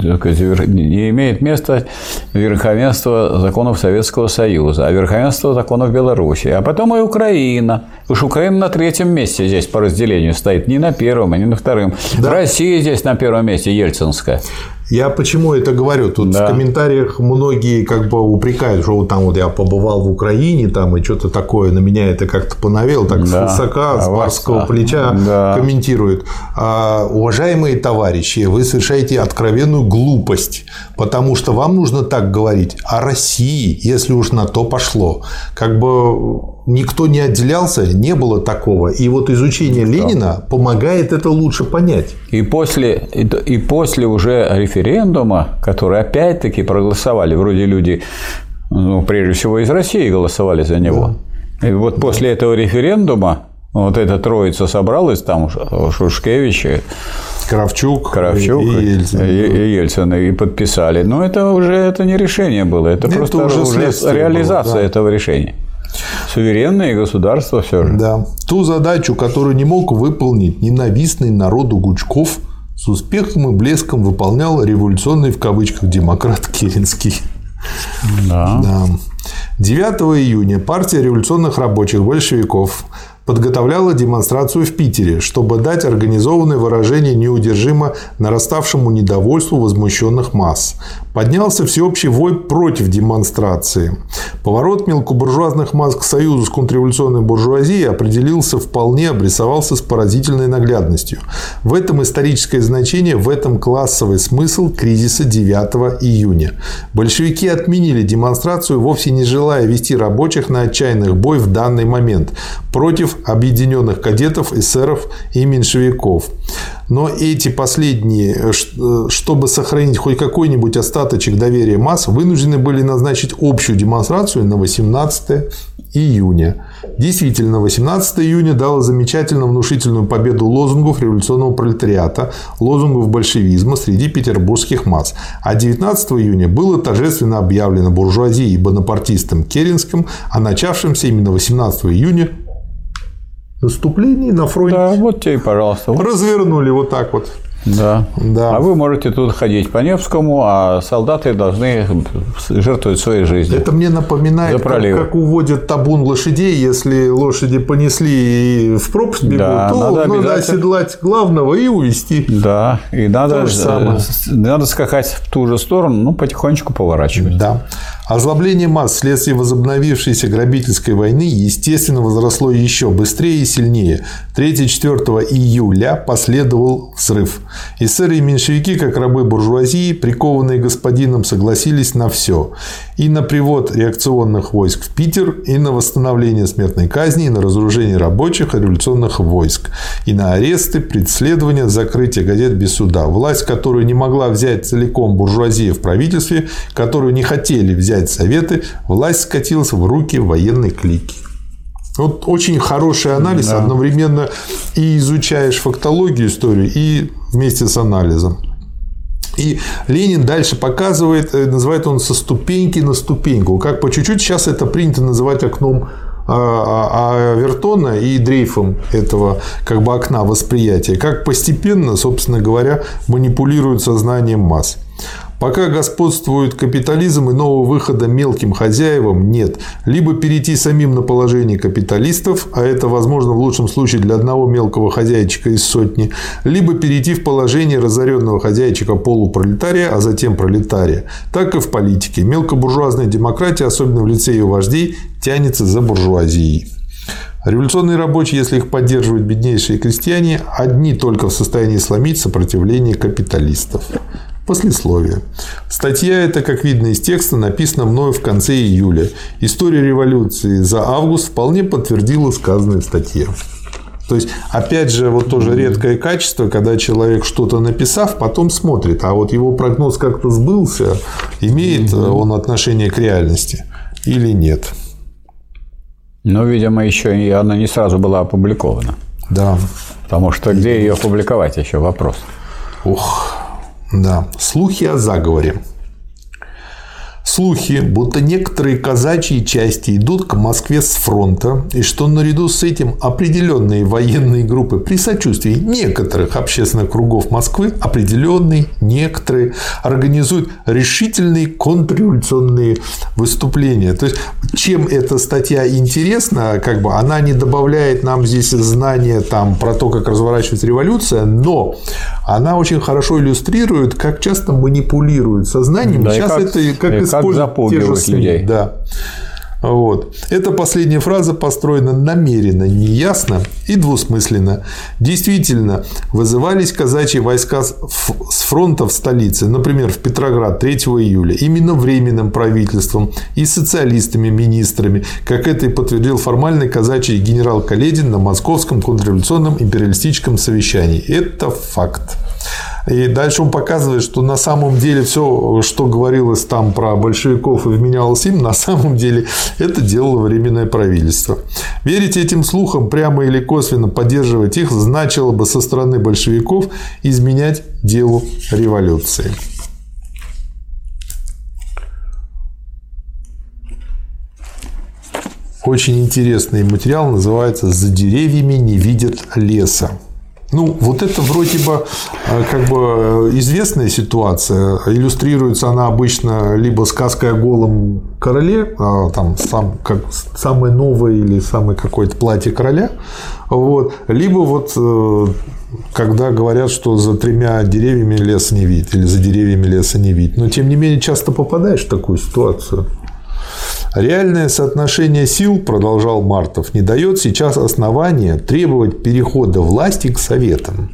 не имеет места верховенство законов Советского Союза, а верховенство законов Беларуси. А потом и Украина. Уж Украина на третьем месте здесь по разделению стоит, не на первом, а не на втором. Да. Россия здесь на первом месте, ельцинская. Я почему это говорю? Тут да. в комментариях многие как бы упрекают, что вот там вот я побывал в Украине, там и что-то такое, на меня это как-то понавело, так да. с высока, с барского плеча да. комментируют. А, уважаемые товарищи, вы совершаете откровенную глупость, потому что вам нужно так говорить о России, если уж на то пошло. Как бы никто не отделялся, не было такого. И вот изучение Никто. Ленина помогает это лучше понять. И после, и после уже референдума, который опять-таки проголосовали, вроде люди, ну, прежде всего из России голосовали за него. Да. И вот да. после этого референдума вот эта троица собралась, там Шушкевич, Кравчук, Кравчук и, Ельцин. И, и Ельцин, и подписали. Но это уже это не решение было, это, это просто уже, уже реализация было, да. этого решения. Суверенные государства все же. Да. Ту задачу, которую не мог выполнить ненавистный народу Гучков, с успехом и блеском выполнял революционный в кавычках демократ Керенский. Да. Да. девятого июня партия революционных рабочих большевиков подготовляла демонстрацию в Питере, чтобы дать организованное выражение неудержимо нараставшему недовольству возмущенных масс. Поднялся всеобщий вой против демонстрации. Поворот мелкобуржуазных масс к союзу с контрреволюционной буржуазией определился вполне, обрисовался с поразительной наглядностью. В этом историческое значение, в этом классовый смысл кризиса девятого июня. Большевики отменили демонстрацию, вовсе не желая вести рабочих на отчаянный бой в данный момент против призыв объединенных кадетов, эсеров и меньшевиков. Но эти последние, чтобы сохранить хоть какой-нибудь остаточек доверия масс, вынуждены были назначить общую демонстрацию на восемнадцатое июня. Действительно, восемнадцатое июня дало замечательно внушительную победу лозунгов революционного пролетариата, лозунгов большевизма среди петербургских масс. А девятнадцатого июня было торжественно объявлено буржуазией и бонапартистом Керенским о начавшемся именно восемнадцатого июня наступлении на фронте. Да, вот тебе и пожалуйста. Развернули вот так вот. Да. Да. А вы можете тут ходить по Невскому, а солдаты должны жертвовать своей жизнью. Это мне напоминает, как, как уводят табун лошадей. Если лошади понесли и в пропасть бегут, да, то надо, надо оседлать главного и увести. Да, и надо, надо скакать в ту же сторону, ну, потихонечку поворачивать. Да. Озлобление масс вследствие возобновившейся грабительской войны, естественно, возросло еще быстрее и сильнее. третьего-четвёртого июля последовал взрыв. Эсеры и меньшевики, как рабы буржуазии, прикованные господином, согласились на все. И на привод реакционных войск в Питер, и на восстановление смертной казни, и на разоружение рабочих и революционных войск, и на аресты, преследования, закрытие газет без суда. Власть, которую не могла взять целиком буржуазия в правительстве, которую не хотели взять советы, власть скатилась в руки военной клики. Вот очень хороший анализ, да. Одновременно и изучаешь фактологию истории, и вместе с анализом. И Ленин дальше показывает, называет он со ступеньки на ступеньку. Как по чуть-чуть сейчас это принято называть окном Авертона и дрейфом этого как бы окна восприятия. Как постепенно, собственно говоря, манипулируют сознанием масс. Пока господствует капитализм, и нового выхода мелким хозяевам нет. Либо перейти самим на положение капиталистов, а это возможно в лучшем случае для одного мелкого хозяйчика из сотни, либо перейти в положение разоренного хозяйчика полупролетария, а затем пролетария. Так и в политике. Мелкобуржуазная демократия, особенно в лице ее вождей, тянется за буржуазией. Революционные рабочие, если их поддерживают беднейшие крестьяне, одни только в состоянии сломить сопротивление капиталистов. Послесловие. Статья эта, как видно из текста, написана мною в конце июля. История революции за август вполне подтвердила сказанное в статье. То есть, опять же, вот тоже редкое качество, когда человек, что-то написав, потом смотрит, а вот его прогноз как-то сбылся, имеет он отношение к реальности или нет. Ну, видимо, еще и она не сразу была опубликована. Да. Потому что где ее опубликовать, еще вопрос. Ух. Да. Слухи о заговоре. Слухи, будто некоторые казачьи части идут к Москве с фронта, и что наряду с этим определенные военные группы при сочувствии некоторых общественных кругов Москвы, определенные, некоторые, организуют решительные контрреволюционные выступления. То есть, чем эта статья интересна, как бы она не добавляет нам здесь знания там, про то, как разворачивается революция, но она очень хорошо иллюстрирует, как часто манипулируют сознанием. Да, сейчас как, это как используют те же СМИ. Людей. Да. Вот. Эта последняя фраза построена намеренно, неясно и двусмысленно. Действительно, вызывались казачьи войска с фронта в столице, например, в Петроград третьего июля, именно временным правительством и социалистами-министрами, как это и подтвердил формальный казачий генерал Каледин на Московском контрреволюционном империалистическом совещании. Это факт. И дальше он показывает, что на самом деле все, что говорилось там про большевиков и вменялось им, на самом деле это делало временное правительство. Верить этим слухам, прямо или косвенно поддерживать их, значило бы со стороны большевиков изменять делу революции. Очень интересный материал, называется «За деревьями не видят леса». Ну, вот это вроде бы как бы известная ситуация. Иллюстрируется она обычно либо сказкой о голом короле, там сам, как самое новое или самое какое-то платье короля, вот, либо вот когда говорят, что за тремя деревьями леса не видит, или за деревьями леса не видит. Но тем не менее часто попадаешь в такую ситуацию. Реальное соотношение сил, продолжал Мартов, не дает сейчас основания требовать перехода власти к советам.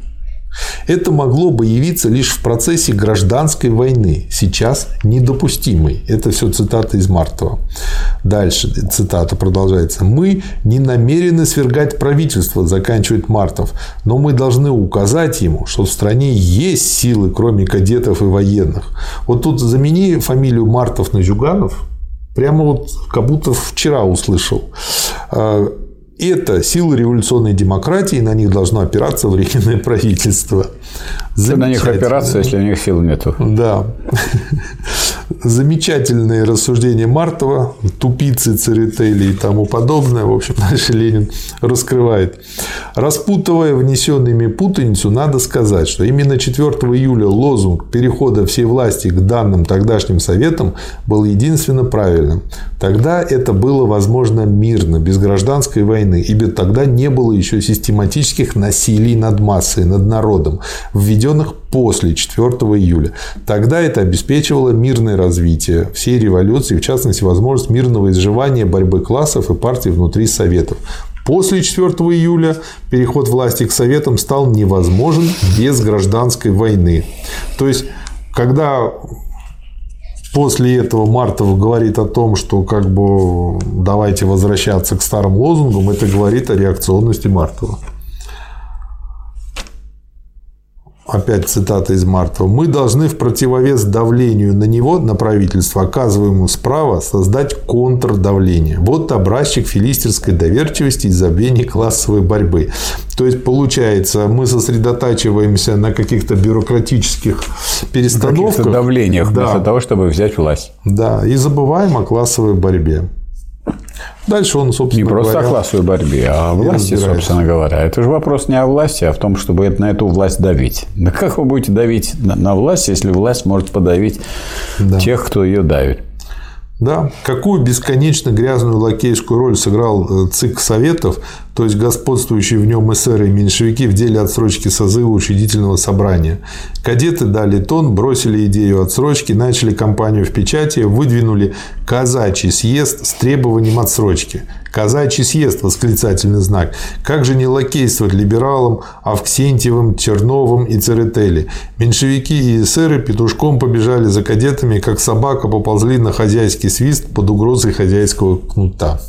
Это могло бы явиться лишь в процессе гражданской войны, сейчас недопустимой. Это все цитата из Мартова. Дальше цитата продолжается. «Мы не намерены свергать правительство», заканчивает Мартов, «но мы должны указать ему, что в стране есть силы, кроме кадетов и военных». Вот тут замени фамилию Мартов на Зюганов. Прямо вот как будто вчера услышал. Это силы революционной демократии, на них должно опираться временное правительство. На них опираться, если у них сил нету. Да. Замечательные рассуждения Мартова, тупицы, Церетели и тому подобное. В общем, дальше Ленин раскрывает. Распутывая внесенными путаницу, надо сказать, что именно четвёртого июля лозунг перехода всей власти к данным тогдашним советам был единственно правильным. Тогда это было возможно мирно, без гражданской войны, ибо тогда не было еще систематических насилий над массой, над народом, введенных после четвёртого июля. Тогда это обеспечивало мирное развитие всей революции, в частности, возможность мирного изживания борьбы классов и партий внутри советов. После четвёртого июля переход власти к советам стал невозможен без гражданской войны. То есть, когда после этого Мартов говорит о том, что как бы давайте возвращаться к старым лозунгам, это говорит о реакционности Мартова. Опять цитата из Мартова. «Мы должны в противовес давлению на него, на правительство, оказываемому справа, создать контрдавление. Вот образчик филистерской доверчивости и забвения классовой борьбы». То есть, получается, мы сосредотачиваемся на каких-то бюрократических перестановках. Каких-то давлениях, да, вместо того, чтобы взять власть. Да, и забываем о классовой борьбе. Дальше он, собственно не просто говоря, о классовой борьбе, а о власти, собственно говоря. Это же вопрос не о власти, а в том, чтобы на эту власть давить. Да как вы будете давить на власть, если власть может подавить да. тех, кто ее давит? Да. Какую бесконечно грязную лакейскую роль сыграл ЦИК Советов, то есть господствующие в нем эсеры и меньшевики в деле отсрочки созыва учредительного собрания. Кадеты дали тон, бросили идею отсрочки, начали кампанию в печати, выдвинули казачий съезд с требованием отсрочки. Казачий съезд, восклицательный знак. Как же не лакействовать либералам, Авксентьевым, Черновым и Церетели? Меньшевики и эсеры петушком побежали за кадетами, как собака поползли на хозяйский свист под угрозой хозяйского кнута.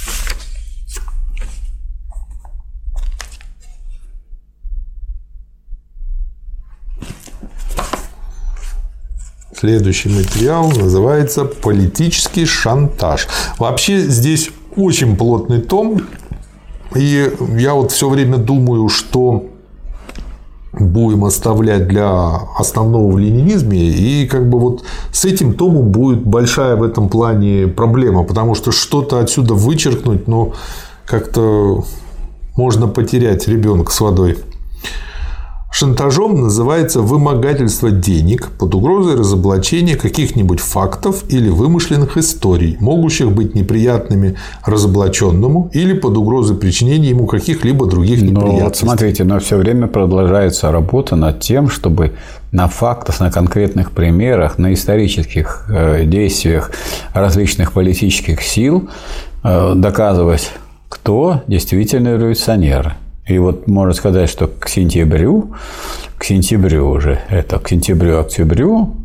Следующий материал называется «Политический шантаж». Вообще здесь очень плотный том. И я вот все время думаю, что будем оставлять для основного в ленинизме. И как бы вот с этим томом будет большая в этом плане проблема. Потому что что-то отсюда вычеркнуть, ну, как-то можно потерять ребенка с водой. Шантажом называется вымогательство денег под угрозой разоблачения каких-нибудь фактов или вымышленных историй, могущих быть неприятными разоблаченному или под угрозой причинения ему каких-либо других неприятностей. Но вот смотрите, но все время продолжается работа над тем, чтобы на фактах, на конкретных примерах, на исторических действиях различных политических сил доказывать, кто действительно революционеры. И вот можно сказать, что к сентябрю, к сентябрю уже, это к сентябрю-октябрю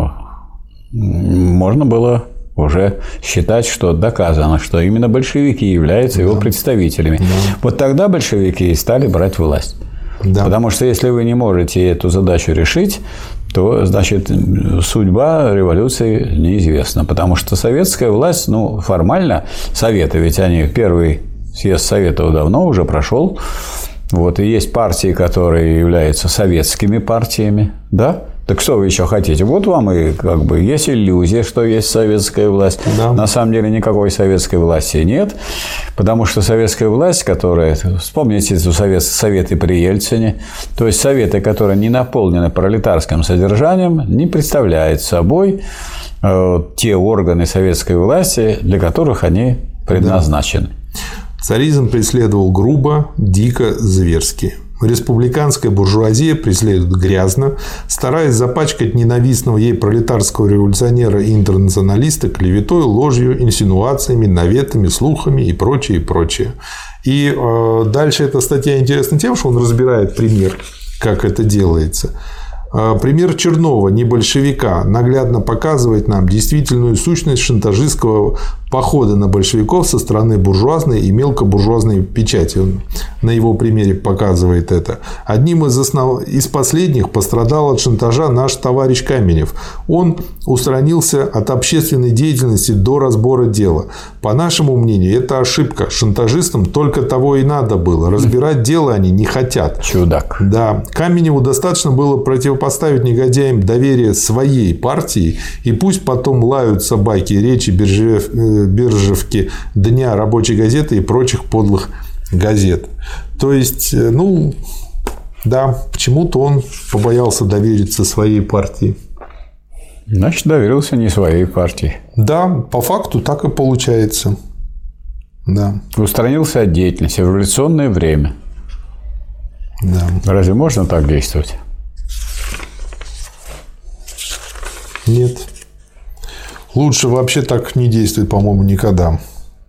можно было уже считать, что доказано, что именно большевики являются да. его представителями. Да. Вот тогда большевики и стали брать власть. Да. Потому что если вы не можете эту задачу решить, то, значит, судьба революции неизвестна. Потому что советская власть, ну, формально, Советы, ведь они первый съезд Советов давно уже прошел. Вот, и есть партии, которые являются советскими партиями. Да? Так что вы еще хотите? Вот вам и как бы есть иллюзия, что есть советская власть. Да. На самом деле никакой советской власти нет. Потому что советская власть, которая... Вспомните эту совет, советы при Ельцине. То есть советы, которые не наполнены пролетарским содержанием, не представляют собой э, те органы советской власти, для которых они предназначены. Да. Царизм преследовал грубо, дико, зверски. Республиканская буржуазия преследует грязно, стараясь запачкать ненавистного ей пролетарского революционера и интернационалиста клеветой, ложью, инсинуациями, наветами, слухами и прочее, и прочее. И э, дальше эта статья интересна тем, что он разбирает пример как это делается. Пример Чернова, не большевика, наглядно показывает нам действительную сущность шантажистского похода на большевиков со стороны буржуазной и мелкобуржуазной печати. Он на его примере показывает это. Одним из, основ... из последних пострадал от шантажа наш товарищ Каменев. Он устранился от общественной деятельности до разбора дела. По нашему мнению, это ошибка. Шантажистам только того и надо было. Разбирать дело они не хотят. Чудак. Да. Каменеву достаточно было противопоставить негодяям доверие своей партии, и пусть потом лают собаки речи Биржев... Биржевки, Дня, Рабочей газеты и прочих подлых газет. То есть, ну, да, почему-то он побоялся довериться своей партии. Значит, доверился не своей партии. Да, по факту так и получается. Да. Устранился от деятельности в революционное время. Да. Разве можно так действовать? Нет. Лучше вообще так не действовать, по-моему, никогда.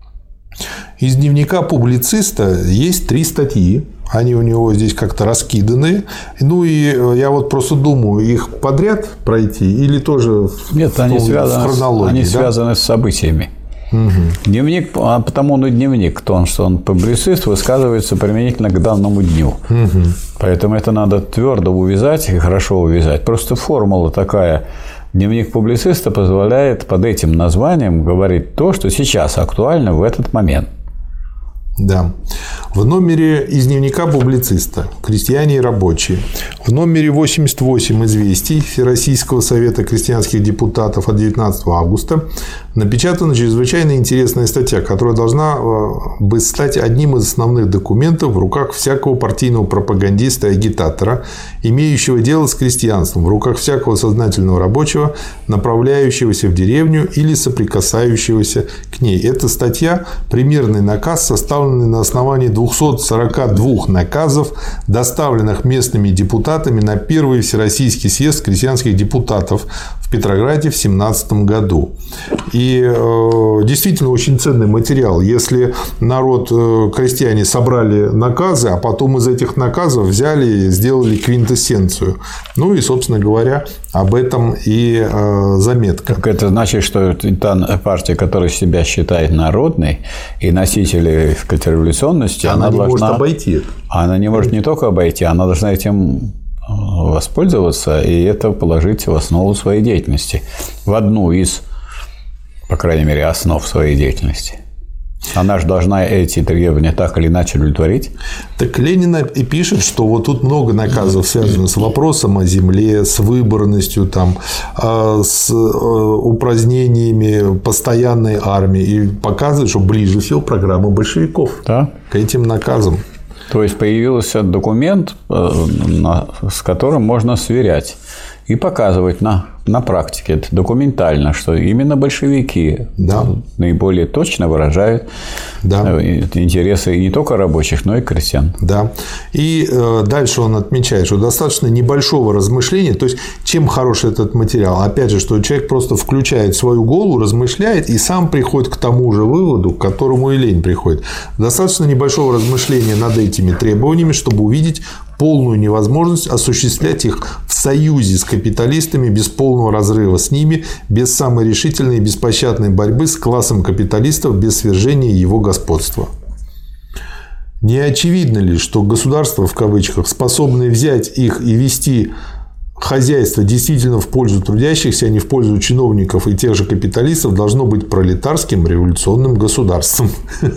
Из дневника публициста есть три статьи. Они у него здесь как-то раскиданы. Ну, и я вот просто думаю, их подряд пройти или тоже Нет, в, они в связаны, хронологии? Они да? связаны с событиями. Угу. Дневник, а потому он и дневник, то, что он публицист, высказывается применительно к данному дню. Угу. Поэтому это надо твердо увязать и хорошо увязать. Просто формула такая. Дневник публициста позволяет под этим названием говорить то, что сейчас актуально в этот момент. Да. В номере из дневника публициста «Крестьяне и рабочие». В номере восемьдесят восемь известий Всероссийского совета крестьянских депутатов от девятнадцатого августа напечатана чрезвычайно интересная статья, которая должна бы стать одним из основных документов в руках всякого партийного пропагандиста и агитатора, имеющего дело с крестьянством, в руках всякого сознательного рабочего, направляющегося в деревню или соприкасающегося к ней. Эта статья – примерный наказ, составленный на основании двухсот сорока двух наказов, доставленных местными депутатами на первый Всероссийский съезд крестьянских депутатов в Петрограде в семнадцатом году. И э, действительно очень ценный материал. Если народ, э, крестьяне собрали наказы, а потом из этих наказов взяли и сделали квинтэссенцию. Ну и, собственно говоря, об этом и э, заметка. Так это значит, что та партия, которая себя считает народной и носителей контрреволюционности, она, она не должна... может обойти. Она не может не только обойти, она должна этим воспользоваться и это положить в основу своей деятельности. В одну из, по крайней мере, основ своей деятельности. Она же должна эти требования так или иначе удовлетворить. Так Ленин и пишет, что вот тут много наказов связано с вопросом о земле, с выборностью, там, с упразднениями постоянной армии. И показывает, что ближе всего программа большевиков, да, к этим наказам. То есть появился документ, с которым можно сверять и показывать на, на практике, это документально, что именно большевики, да, наиболее точно выражают, да, интересы не только рабочих, но и крестьян. Да. И э, дальше он отмечает, что достаточно небольшого размышления. То есть, чем хорош этот материал? Опять же, что человек просто включает свою голову, размышляет и сам приходит к тому же выводу, к которому и лень приходит. Достаточно небольшого размышления над этими требованиями, чтобы увидеть полную невозможность осуществлять их в союзе с капиталистами без полного разрыва с ними, без самой решительной и беспощадной борьбы с классом капиталистов, без свержения его господства. Не очевидно ли, что государство, в кавычках, способное взять их и вести хозяйство действительно в пользу трудящихся, а не в пользу чиновников и тех же капиталистов, должно быть пролетарским революционным государством?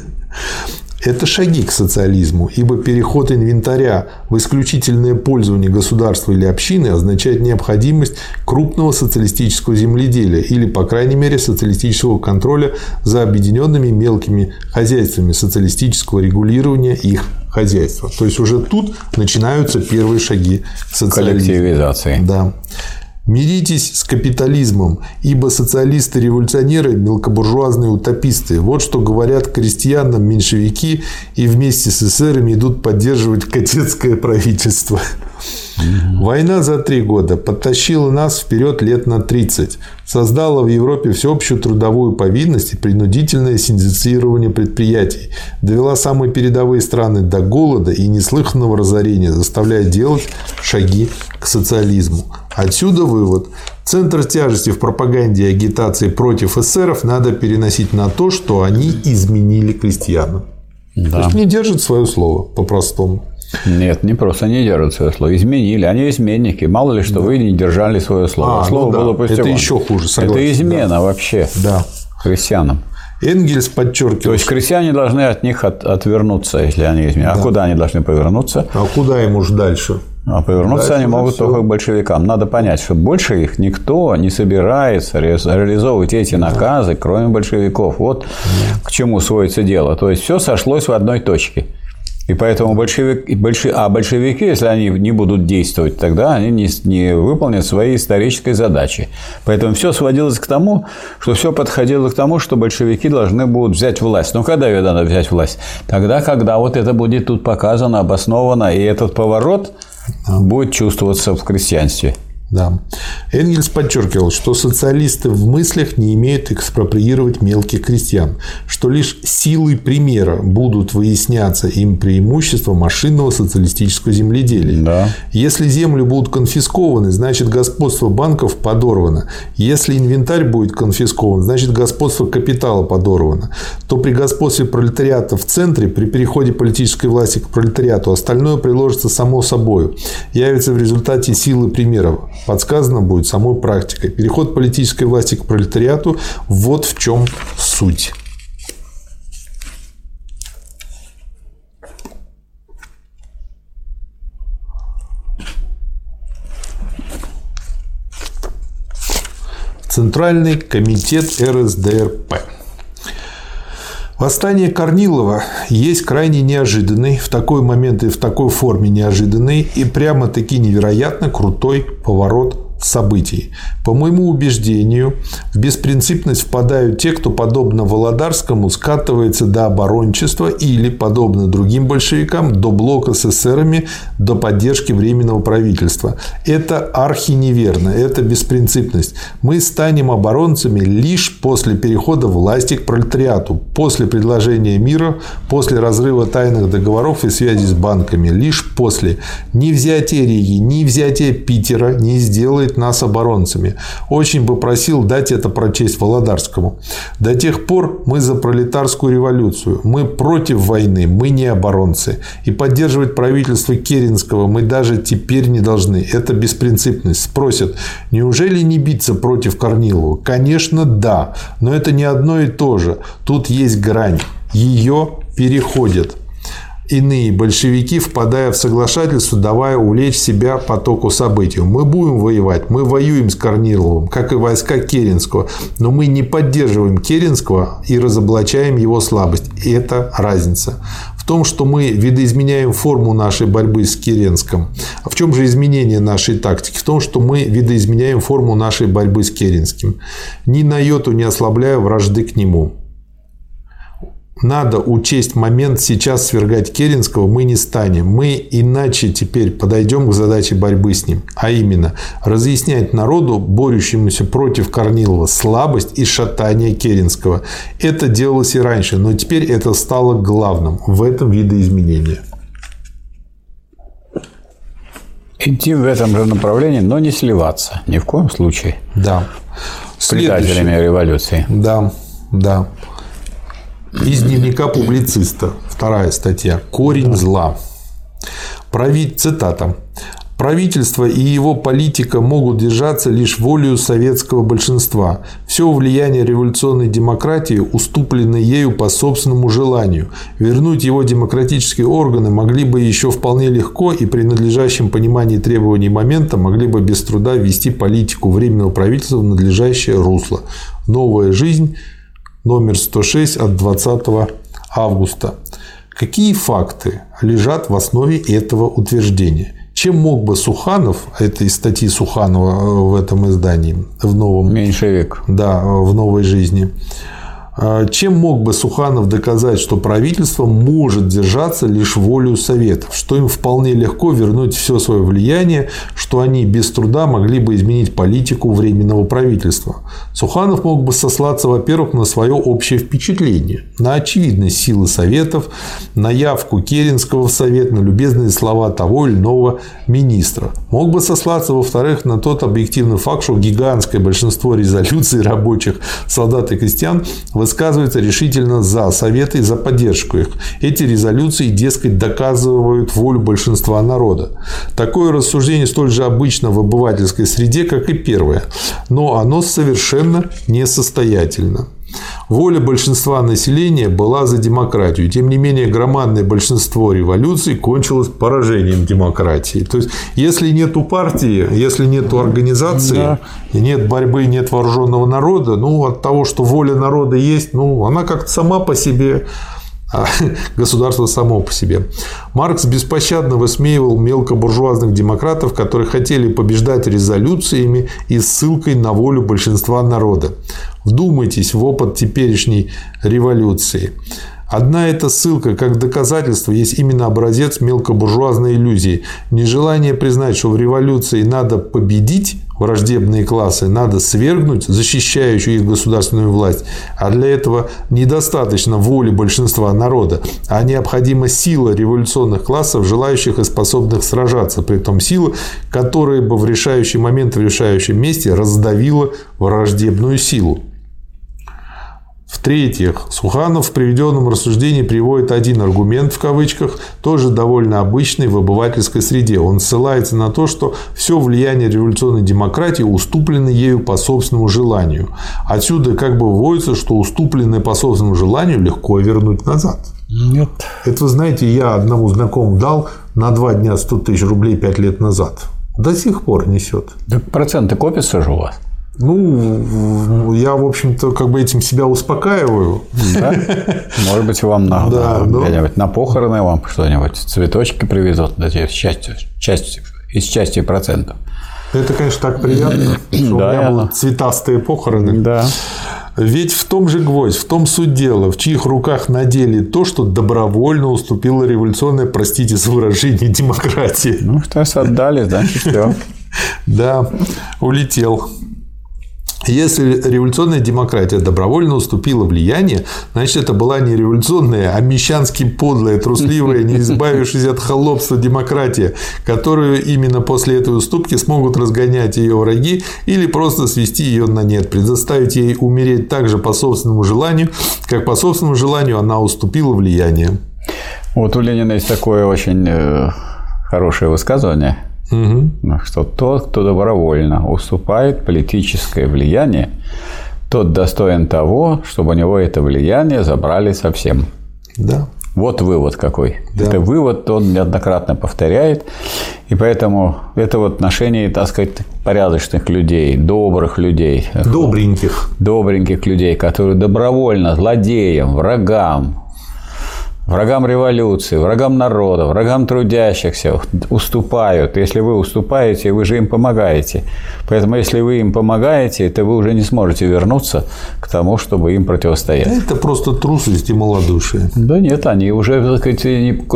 Это шаги к социализму, ибо переход инвентаря в исключительное пользование государства или общины означает необходимость крупного социалистического земледелия или, по крайней мере, социалистического контроля за объединенными мелкими хозяйствами, социалистического регулирования их хозяйства. То есть уже тут начинаются первые шаги к социализму. Коллективизации. Да. Миритесь с капитализмом, ибо социалисты-революционеры – мелкобуржуазные утописты. Вот что говорят крестьянам меньшевики и вместе с эсерами идут поддерживать кадетское правительство. Угу. Война за три года подтащила нас вперед лет на тридцать. Создала в Европе всеобщую трудовую повинность и принудительное синдицирование предприятий. Довела самые передовые страны до голода и неслыханного разорения, заставляя делать шаги к социализму. Отсюда вывод. Центр тяжести в пропаганде и агитации против эсеров надо переносить на то, что они изменили крестьянам. Да. То есть не держат свое слово по-простому. Нет, не просто не держат свое слово. Изменили. Они изменники. Мало ли, что да. вы не держали свое слово. А, слово ну да. было пустяком. Это еще хуже. Согласен. Это измена да. вообще да. христианам. Энгельс подчеркивал. То есть крестьяне должны от них от, отвернуться, если они изменят. Да. А куда они должны повернуться? А куда им уж дальше? А повернуться дальше они могут все. Только к большевикам. Надо понять, что больше их никто не собирается реализовывать эти наказы, да. кроме большевиков. Вот да. к чему сводится дело. То есть все сошлось в одной точке. И поэтому большевики, большевики, а большевики, если они не будут действовать, тогда они не, не выполнят свои исторические задачи. Поэтому все сводилось к тому, что все подходило к тому, что большевики должны будут взять власть. Но когда ее надо взять власть? Тогда, когда вот это будет тут показано, обосновано, и этот поворот да. будет чувствоваться в крестьянстве. Да. Энгельс подчеркивал, что социалисты в мыслях не имеют экспроприировать мелких крестьян, что лишь силой примера будут выясняться им преимущества машинного социалистического земледелия. Да. Если земли будут конфискованы, значит господство банков подорвано. Если инвентарь будет конфискован, значит господство капитала подорвано. То при господстве пролетариата в центре, при переходе политической власти к пролетариату, остальное приложится само собой. Явится в результате силы примеров. Подсказано будет самой практикой. Переход политической власти к пролетариату – вот в чем суть. Центральный комитет эр эс дэ эр пэ. Восстание Корнилова есть крайне неожиданный, в такой момент и в такой форме неожиданный и прямо-таки невероятно крутой поворот событий. По моему убеждению, в беспринципность впадают те, кто, подобно Володарскому, скатывается до оборончества или, подобно другим большевикам, до блока с эсерами, до поддержки Временного правительства. Это архиневерно, это беспринципность. Мы станем оборонцами лишь после перехода власти к пролетариату, после предложения мира, после разрыва тайных договоров и связи с банками, лишь после. Ни взятие Риги, ни взятие Питера не сделает нас оборонцами. Очень бы просил дать это прочесть Володарскому. До тех пор мы за пролетарскую революцию. Мы против войны. Мы не оборонцы. И поддерживать правительство Керенского мы даже теперь не должны. Это беспринципность. Спросят, неужели не биться против Корнилова? Конечно, да. Но это не одно и то же. Тут есть грань. Ее переходят иные большевики, впадая в соглашательство, давая увлечь себя потоку событий. Мы будем воевать, мы воюем с Корниловым, как и войска Керенского, но мы не поддерживаем Керенского и разоблачаем его слабость. Это разница. В том, что мы видоизменяем форму нашей борьбы с Керенским. А в чем же изменение нашей тактики? В том, что мы видоизменяем форму нашей борьбы с Керенским, ни на йоту не ослабляя вражды к нему. Надо учесть момент, сейчас свергать Керенского мы не станем. Мы иначе теперь подойдем к задаче борьбы с ним. А именно, разъяснять народу, борющемуся против Корнилова, слабость и шатание Керенского. Это делалось и раньше, но теперь это стало главным в этом видоизменении. Идти в этом же направлении, но не сливаться. Ни в коем случае. Да. С предателями революции. Да, да. Из дневника публициста. Вторая статья. Корень зла. Прави... Цитата. Правительство и его политика могут держаться лишь волею советского большинства. Все влияние революционной демократии уступлено ею по собственному желанию. Вернуть его демократические органы могли бы еще вполне легко и при надлежащем понимании требований момента могли бы без труда ввести политику Временного правительства в надлежащее русло. Новая жизнь. Номер сто шесть от двадцатого августа. Какие факты лежат в основе этого утверждения? Чем мог бы Суханов, это из статьи Суханова в этом издании, в новом... Меньшевик. Да, в «Новой жизни». Чем мог бы Суханов доказать, что правительство может держаться лишь волею Советов, что им вполне легко вернуть все свое влияние, что они без труда могли бы изменить политику Временного правительства? Суханов мог бы сослаться, во-первых, на свое общее впечатление, на очевидность силы Советов, на явку Керенского в Совет, на любезные слова того или иного министра. Мог бы сослаться, во-вторых, на тот объективный факт, что гигантское большинство резолюций рабочих, солдат и крестьян высказывается решительно за Советы и за поддержку их. Эти резолюции, дескать, доказывают волю большинства народа. Такое рассуждение столь же обычно в обывательской среде, как и первое, но оно совершенно несостоятельно. Воля большинства населения была за демократию. Тем не менее, громадное большинство революций кончилось поражением демократии. То есть, если нет партии, если нет организации, да. нет борьбы, нет вооруженного народа, ну, от того, что воля народа есть, ну, она как-то сама по себе, а государство само по себе. Маркс беспощадно высмеивал мелкобуржуазных демократов, которые хотели побеждать резолюциями и ссылкой на волю большинства народа. Вдумайтесь в опыт теперешней революции. Одна эта ссылка как доказательство есть именно образец мелкобуржуазной иллюзии. Нежелание признать, что в революции надо победить враждебные классы, надо свергнуть защищающую их государственную власть, а для этого недостаточно воли большинства народа, а необходима сила революционных классов, желающих и способных сражаться, при том сила, которая бы в решающий момент, в решающем месте раздавила враждебную силу. В-третьих, Суханов в приведенном рассуждении приводит один аргумент, в кавычках, тоже довольно обычный в обывательской среде. Он ссылается на то, что все влияние революционной демократии уступлено ею по собственному желанию. Отсюда как бы выводится, что уступленное по собственному желанию легко вернуть назад. Нет. Это, вы знаете, я одному знакомому дал на два дня сто тысяч рублей пять лет назад. До сих пор несет. Так проценты копятся же у вас? Ну, я, в общем-то, как бы этим себя успокаиваю. Да? Может быть, вам на, да, на, да. на похороны вам что-нибудь, цветочки привезут с частью, частью, из части процентов. Это, конечно, так приятно, что да, у меня будут цветастые похороны. Да. Ведь в том же гвоздь, в том суть дела, в чьих руках надели то, что добровольно уступила революционная, простите за выражение, демократия. Ну, что раз отдали, значит, все. Да, улетел. Если революционная демократия добровольно уступила влияние, значит, это была не революционная, а мещански подлая, трусливая, не избавившаяся от холопства демократия, которую именно после этой уступки смогут разгонять ее враги или просто свести ее на нет, предоставить ей умереть так же по собственному желанию, как по собственному желанию она уступила влияние. Вот у Ленина есть такое очень хорошее высказывание. Угу. Что тот, кто добровольно уступает политическое влияние, тот достоин того, чтобы у него это влияние забрали совсем. Да. Вот вывод какой. Да. Это вывод он неоднократно повторяет. И поэтому это в отношении, так сказать, порядочных людей, добрых людей. Добреньких. Добреньких людей, которые добровольно злодеям, врагам, врагам революции, врагам народа, врагам трудящихся уступают. Если вы уступаете, вы же им помогаете. Поэтому, если вы им помогаете, то вы уже не сможете вернуться к тому, чтобы им противостоять. Да это просто трусость и малодушие. Да нет, они уже, так сказать,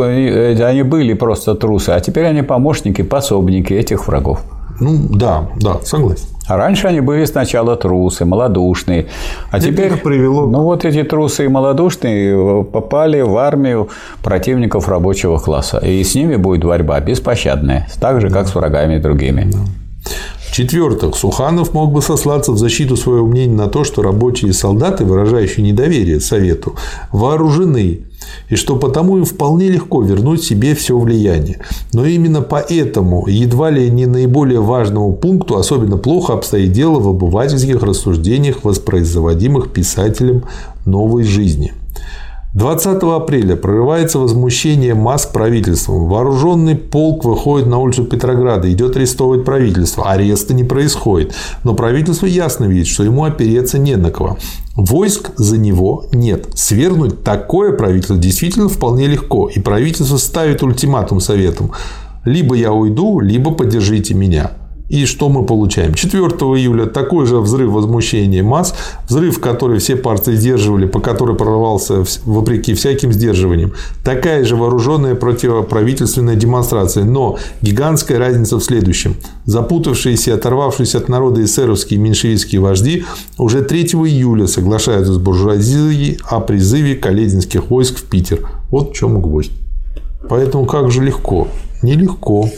они были просто трусы, а теперь они помощники, пособники этих врагов. Ну, да, да, согласен. А раньше они были сначала трусы, малодушные. А это теперь, привело... ну вот эти трусы и малодушные попали в армию противников рабочего класса. И с ними будет борьба беспощадная, так же, как с врагами другими. Да. В-четвертых, Суханов мог бы сослаться в защиту своего мнения на то, что рабочие и солдаты, выражающие недоверие Совету, вооружены, и что потому им вполне легко вернуть себе все влияние. Но именно поэтому едва ли не наиболее важному пункту особенно плохо обстоит дело в обывательских рассуждениях, воспроизводимых писателем «Новой жизни». двадцатого апреля прорывается возмущение масс правительством. Вооруженный полк выходит на улицу Петрограда, идет арестовывать правительство. Ареста не происходит. Но правительство ясно видит, что ему опереться не на кого. Войск за него нет. Свергнуть такое правительство действительно вполне легко. И правительство ставит ультиматум Советам. Либо я уйду, либо поддержите меня. И что мы получаем? четвёртого июля такой же взрыв возмущения масс, взрыв, который все партии сдерживали, по которой прорвался вопреки всяким сдерживаниям. Такая же вооруженная противоправительственная демонстрация. Но гигантская разница в следующем. Запутавшиеся и оторвавшиеся от народа эсеровские и меньшевистские вожди уже третьего июля соглашаются с буржуазией о призыве калединских войск в Питер. Вот в чем гвоздь. Поэтому как же легко? Нелегко.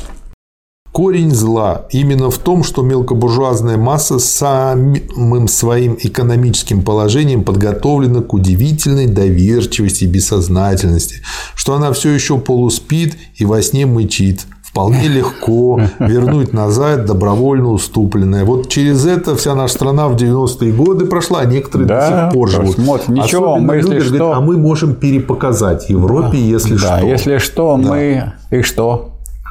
Корень зла именно в том, что мелкобуржуазная масса самым своим экономическим положением подготовлена к удивительной доверчивости и бессознательности, что она все еще полуспит и во сне мычит. Вполне легко вернуть назад добровольно уступленное. Вот через это вся наша страна в девяностые годы прошла, а некоторые да, до сих пор живут. Вот, ничего, мы, люди если говорят, что... а мы можем перепоказать Европе, если да, что. Если что, да. мы... И что?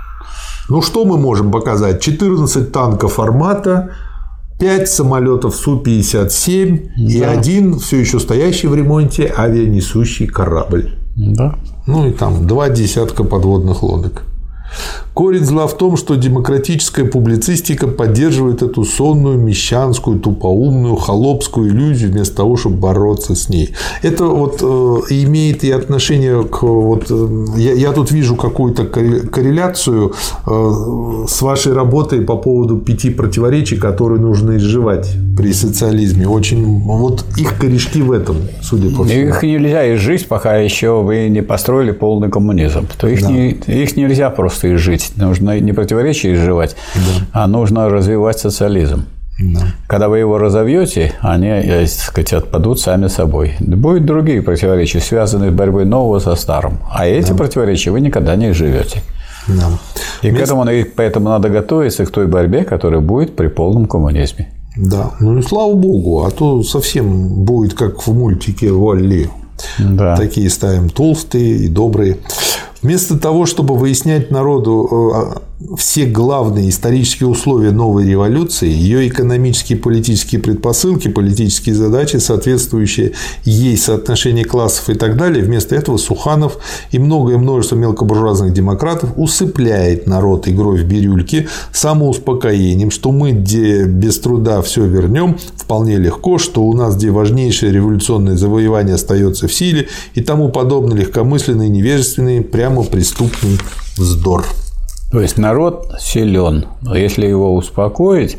Ну, что мы можем показать? четырнадцать танков «Армата», пять самолетов Су пятьдесят семь да. и один все еще стоящий в ремонте авианесущий корабль. Да. Ну, и там два десятка подводных лодок. Корень зла в том, что демократическая публицистика поддерживает эту сонную, мещанскую, тупоумную, холопскую иллюзию вместо того, чтобы бороться с ней. Это вот э, имеет и отношение к... Вот, э, я, я тут вижу какую-то корреляцию э, с вашей работой по поводу пяти противоречий, которые нужно изживать при социализме. Очень, вот их корешки в этом, судя по всему. Их нельзя изжить, пока еще вы не построили полный коммунизм. То их, да. не, их нельзя просто изжить. Нужно не противоречия изживать, да. а нужно развивать социализм. Да. Когда вы его разовьете, они, так сказать, отпадут сами собой. Будут другие противоречия, связанные с борьбой нового со старым. А эти да. противоречия вы никогда не изживете. Да. И Вместо... к этому, поэтому надо готовиться к той борьбе, которая будет при полном коммунизме. Да, ну и слава богу, а то совсем будет как в мультике Валли. Да. Такие ставим толстые и добрые. Вместо того, чтобы выяснять народу все главные исторические условия новой революции, ее экономические и политические предпосылки, политические задачи, соответствующие ей соотношение классов и так далее, вместо этого Суханов и многое множество мелкобуржуазных демократов усыпляет народ игрой в бирюльки, самоуспокоением, что мы, где без труда все вернем, вполне легко, что у нас, где важнейшее революционное завоевание остается в силе и тому подобное легкомысленный, невежественный, прямо преступный вздор. То есть народ силен. Если его успокоить,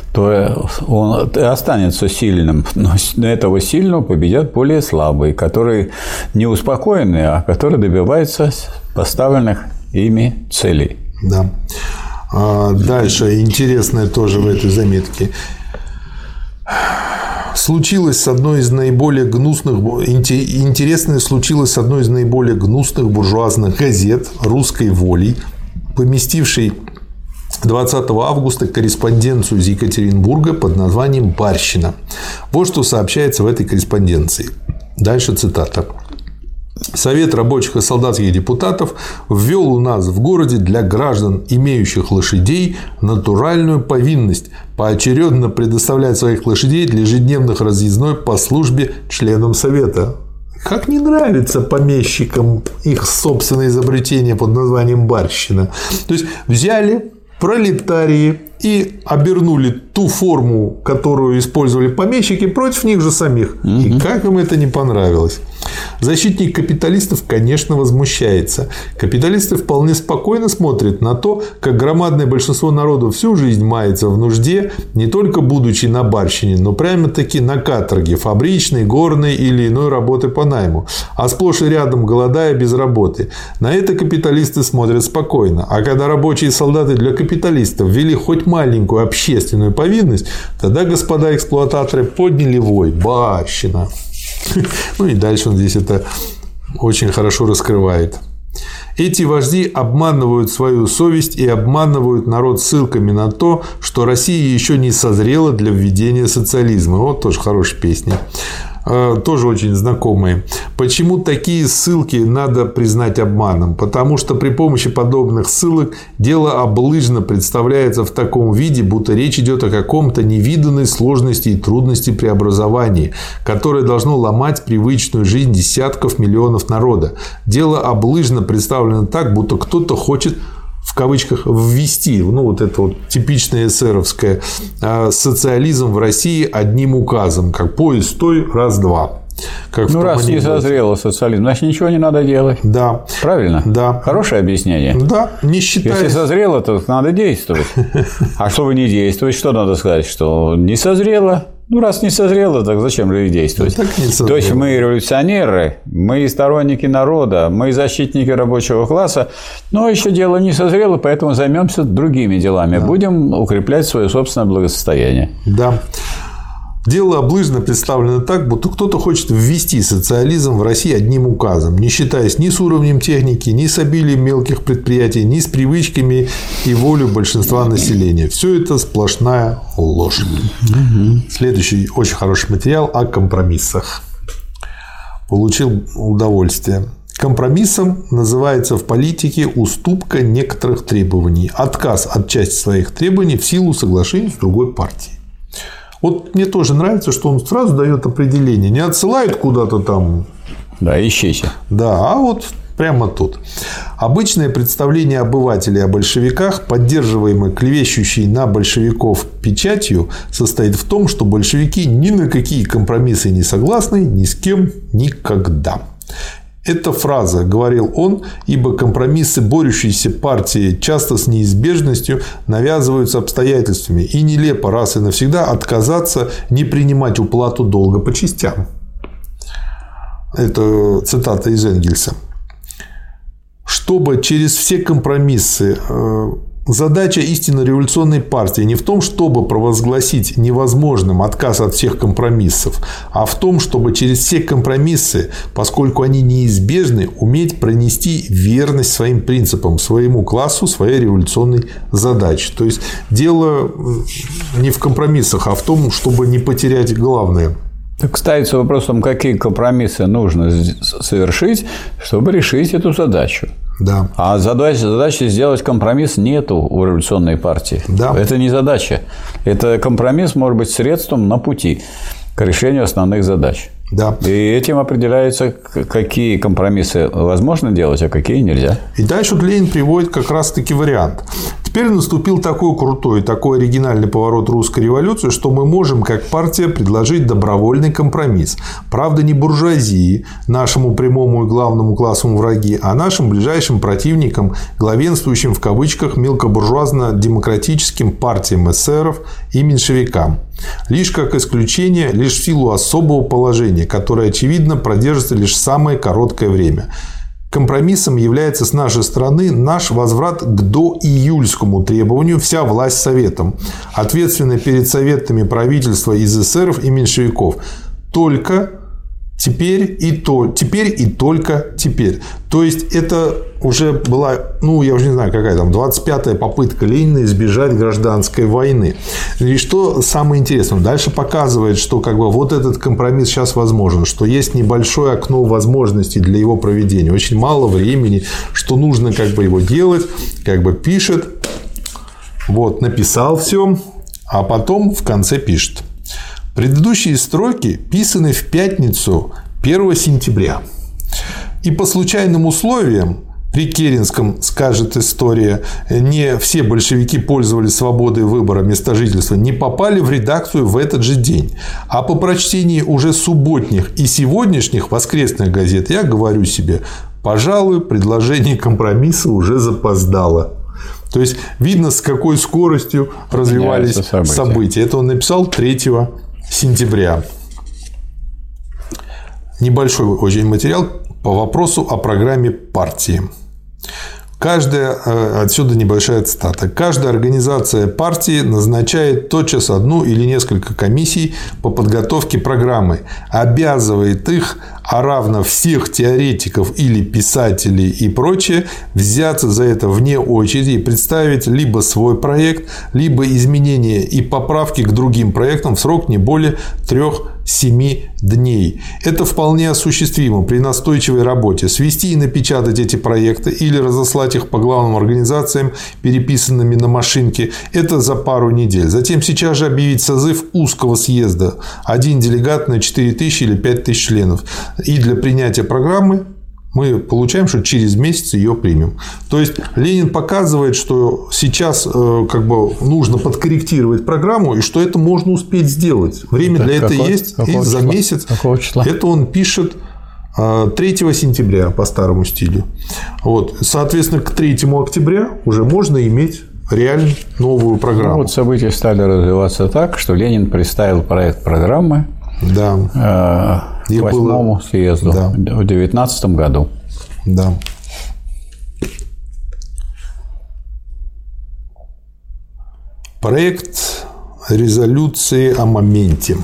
то он останется сильным. Но этого сильного победят более слабые, которые не успокоенные, а которые добиваются поставленных ими целей. Да. Дальше интересное тоже в этой заметке. Случилось с одной из наиболее гнусных, интересное случилось с одной из наиболее гнусных буржуазных газет «Русской волей», поместившей двадцатого августа корреспонденцию из Екатеринбурга под названием «Барщина». Вот что сообщается в этой корреспонденции. Дальше цитата. Совет рабочих и солдатских депутатов ввел у нас в городе для граждан, имеющих лошадей, натуральную повинность поочередно предоставлять своих лошадей для ежедневных разъездной по службе членам Совета. Как не нравится помещикам их собственное изобретение под названием «барщина». То есть взяли пролетарии и обернули ту форму, которую использовали помещики, против них же самих. Угу. И как им это не понравилось. Защитник капиталистов, конечно, возмущается. Капиталисты вполне спокойно смотрят на то, как громадное большинство народу всю жизнь мается в нужде, не только будучи на барщине, но прямо-таки на каторге, фабричной, горной или иной работы по найму, а сплошь и рядом голодая без работы. На это капиталисты смотрят спокойно. А когда рабочие и солдаты для капиталистов ввели хоть маленькую общественную повинность, тогда господа эксплуататоры подняли вой. Барщина. Ну и дальше он здесь это очень хорошо раскрывает. Эти вожди обманывают свою совесть и обманывают народ ссылками на то, что Россия еще не созрела для введения социализма. Вот тоже хорошая песня. Тоже очень знакомые. Почему такие ссылки надо признать обманом? Потому что при помощи подобных ссылок дело облыжно представляется в таком виде, будто речь идет о каком-то невиданной сложности и трудности преобразований, которое должно ломать привычную жизнь десятков миллионов народа. Дело облыжно представлено так, будто кто-то хочет в кавычках ввести, ну, вот это вот типичное эсеровское, социализм в России одним указом, как поезд стой, раз-два. Как ну, раз не созрело социализм, значит, ничего не надо делать. Да. Правильно? Да. Хорошее объяснение. Да, не считая... Если созрело, то надо действовать. А чтобы не действовать, что надо сказать? Что не созрело. Ну, раз не созрело, так зачем же и действовать? Так не то есть, мы революционеры, мы сторонники народа, мы защитники рабочего класса, но еще дело не созрело, поэтому займемся другими делами. Да. Будем укреплять свое собственное благосостояние. Да. Дело облыжно представлено так, будто кто-то хочет ввести социализм в России одним указом, не считаясь ни с уровнем техники, ни с обилием мелких предприятий, ни с привычками и волей большинства населения. Все это сплошная ложь. Угу. Следующий очень хороший материал о компромиссах. Получил удовольствие. Компромиссом называется в политике уступка некоторых требований, отказ от части своих требований в силу соглашения с другой партией. Вот мне тоже нравится, что он сразу дает определение. Не отсылает куда-то там. Да, ищите. Да, а вот прямо тут. Обычное представление обывателей о большевиках, поддерживаемое клевещущей на большевиков печатью, состоит в том, что большевики ни на какие компромиссы не согласны ни с кем никогда. Эта фраза, говорил он, ибо компромиссы борющейся партии часто с неизбежностью навязываются обстоятельствами, и нелепо раз и навсегда отказаться не принимать уплату долга по частям. Это цитата из Энгельса. Чтобы через все компромиссы... Задача истинно революционной партии не в том, чтобы провозгласить невозможным отказ от всех компромиссов, а в том, чтобы через все компромиссы, поскольку они неизбежны, уметь пронести верность своим принципам, своему классу, своей революционной задаче. То есть дело не в компромиссах, а в том, чтобы не потерять главное. Так ставится вопросом, какие компромиссы нужно совершить, чтобы решить эту задачу. Да. А задача, задачи сделать компромисс нету у революционной партии. Да. Это не задача. Это компромисс может быть средством на пути к решению основных задач. Да. И этим определяется, какие компромиссы возможно делать, а какие нельзя. И дальше Ленин приводит как раз-таки вариант. Теперь наступил такой крутой, такой оригинальный поворот русской революции, что мы можем, как партия, предложить добровольный компромисс. Правда, не буржуазии, нашему прямому и главному классовому враги, а нашим ближайшим противникам, главенствующим в кавычках мелкобуржуазно-демократическим партиям эсеров и меньшевикам. Лишь как исключение, лишь в силу особого положения, которое, очевидно, продержится лишь самое короткое время. Компромиссом является с нашей стороны наш возврат к доиюльскому требованию «вся власть советом», ответственная перед советами правительства из эсеров и меньшевиков. Только теперь и то, теперь и только теперь. То есть это уже была, ну, я уже не знаю, какая там, двадцать пятая попытка Ленина избежать гражданской войны. И что самое интересное, дальше показывает, что как бы вот этот компромисс сейчас возможен, что есть небольшое окно возможностей для его проведения, очень мало времени, что нужно как бы его делать, как бы пишет, вот, написал все, а потом в конце пишет. Предыдущие строки писаны в пятницу первого сентября. И по случайным условиям, при Керенском, скажет история, не все большевики пользовались свободой выбора места жительства, не попали в редакцию в этот же день. А по прочтении уже субботних и сегодняшних воскресных газет я говорю себе, пожалуй, предложение компромисса уже запоздало. То есть, видно, с какой скоростью развивались события. события. Это он написал третьего сентября. Небольшой очень материал по вопросу о программе партии. Каждая, отсюда небольшая цитата. Каждая организация партии назначает тотчас одну или несколько комиссий по подготовке программы, обязывает их, а равно всех теоретиков или писателей и прочее, взяться за это вне очереди и представить либо свой проект, либо изменения и поправки к другим проектам в срок не более трех-семи дней. Это вполне осуществимо при настойчивой работе. Свести и напечатать эти проекты или разослать их по главным организациям, переписанными на машинке, это за пару недель. Затем сейчас же объявить созыв узкого съезда. Один делегат на четыре тысячи или пять тысяч членов. И для принятия программы Мы получаем, что через месяц ее примем. То есть Ленин показывает, что сейчас как бы нужно подкорректировать программу, и что это можно успеть сделать. Время для этого есть, и за месяц это он пишет третьего сентября по старому стилю. Вот. Соответственно, к третьему октября уже можно иметь реально новую программу. Ну, вот события стали развиваться так, что Ленин представил проект программы да. к восьмому съезду да. в девятнадцатом году. Да. Проект резолюции о моменте.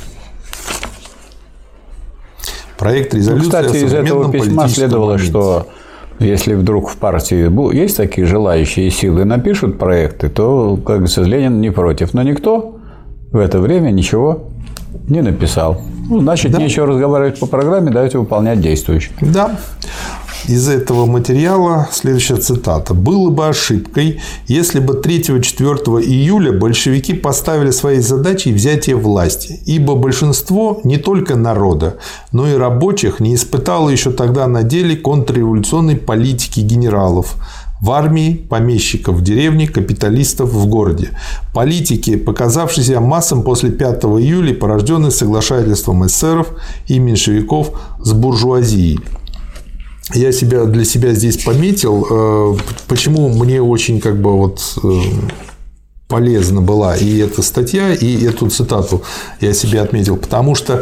Проект резолюции ну, кстати, о из этого письма следовало, моменте. Что если вдруг в партии есть такие желающие силы, напишут проекты, то, как говорится, Ленин не против. Но никто в это время ничего не написал. Ну, значит, да. нечего разговаривать по программе, давайте выполнять действующую. Да. Из этого материала следующая цитата. «Было бы ошибкой, если бы третьего-четвёртого июля большевики поставили своей задачей взятие власти, ибо большинство не только народа, но и рабочих не испытало еще тогда на деле контрреволюционной политики генералов, в армии, помещиков в деревне, капиталистов в городе. Политики, показавшиеся массам после пятого июля, порожденные соглашательством эсеров и меньшевиков с буржуазией». Я себя для себя здесь пометил, почему мне очень как бы вот полезна была и эта статья, и эту цитату я себе отметил, потому что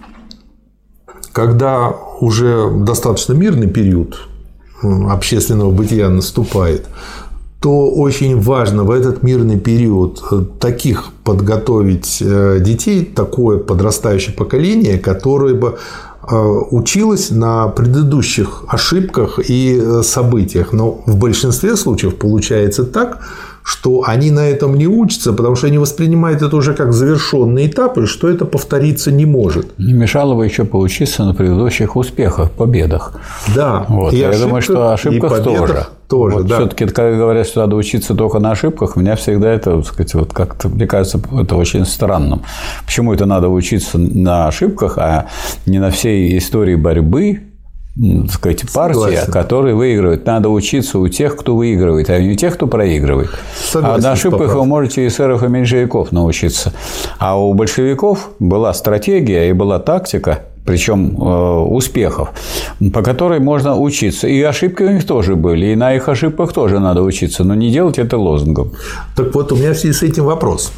когда уже достаточно мирный период общественного бытия наступает, то очень важно в этот мирный период таких подготовить детей, такое подрастающее поколение, которое бы училась на предыдущих ошибках и событиях. Но в большинстве случаев получается так, что они на этом не учатся, потому что они воспринимают это уже как завершенный этап, и что это повториться не может. Не мешало бы еще поучиться на предыдущих успехах, победах. Да. Вот. Я думаю, что ошибках тоже. тоже вот да. Все-таки, когда говорят, что надо учиться только на ошибках, меня всегда это, так сказать, вот как-то, мне кажется, это очень странным. Почему это надо учиться на ошибках, а не на всей истории борьбы, так сказать, партия, которые выигрывают. Надо учиться у тех, кто выигрывает, а не у тех, кто проигрывает. Согласен, а на ошибках поправ. Вы можете эсеров и меньшевиков научиться. А у большевиков была стратегия и была тактика, причем э, успехов, по которой можно учиться. И ошибки у них тоже были, и на их ошибках тоже надо учиться, но не делать это лозунгом. Так вот, у меня в связи с этим вопрос.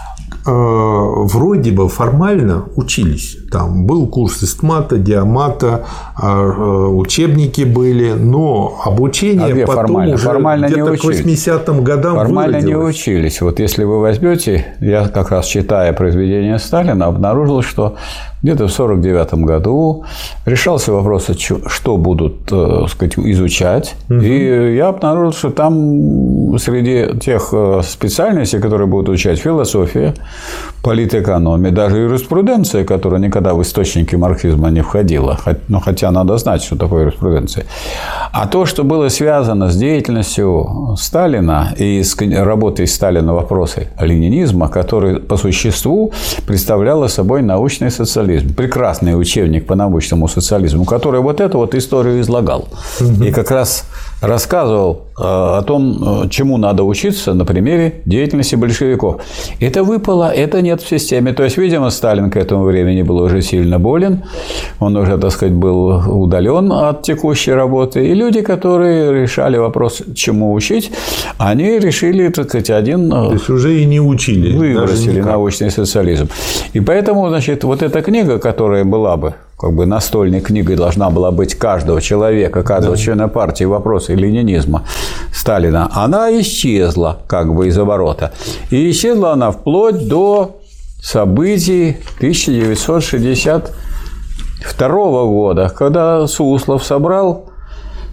Вроде бы формально учились. Там был курс эстмата, диамата, учебники были, но обучение а потом формально? уже формально где-то к восьмидесятым годам формально выродилось. Не учились. Вот если вы возьмете, я как раз читая произведения Сталина, обнаружил, что где-то в сорок девятом году решался вопрос, что будут, так сказать, изучать. Угу. И я обнаружил, что там среди тех специальностей, которые будут изучать, философия, политэкономия, даже юриспруденция, которая никогда в источники марксизма не входила, ну, хотя надо знать, что такое юриспруденция. А то, что было связано с деятельностью Сталина и с работой Сталина вопросы ленинизма, который по существу представляла собой научный социализм. Прекрасный учебник по научному социализму, который вот эту вот историю излагал. Угу. И как раз рассказывал о том, чему надо учиться на примере деятельности большевиков. Это выпало, это нет в системе. То есть, видимо, Сталин к этому времени был уже сильно болен, он уже, так сказать, был удален от текущей работы. И люди, которые решали вопрос, чему учить, они решили, так сказать, один... То есть, уже и не учили. Выбросили научный социализм. И поэтому, значит, вот эта книга, которая была бы как бы настольной книгой должна была быть каждого человека, каждого да. члена партии «Вопросы ленинизма» Сталина, она исчезла как бы из оборота. И исчезла она вплоть до событий тысяча девятьсот шестьдесят второго года, когда Суслов собрал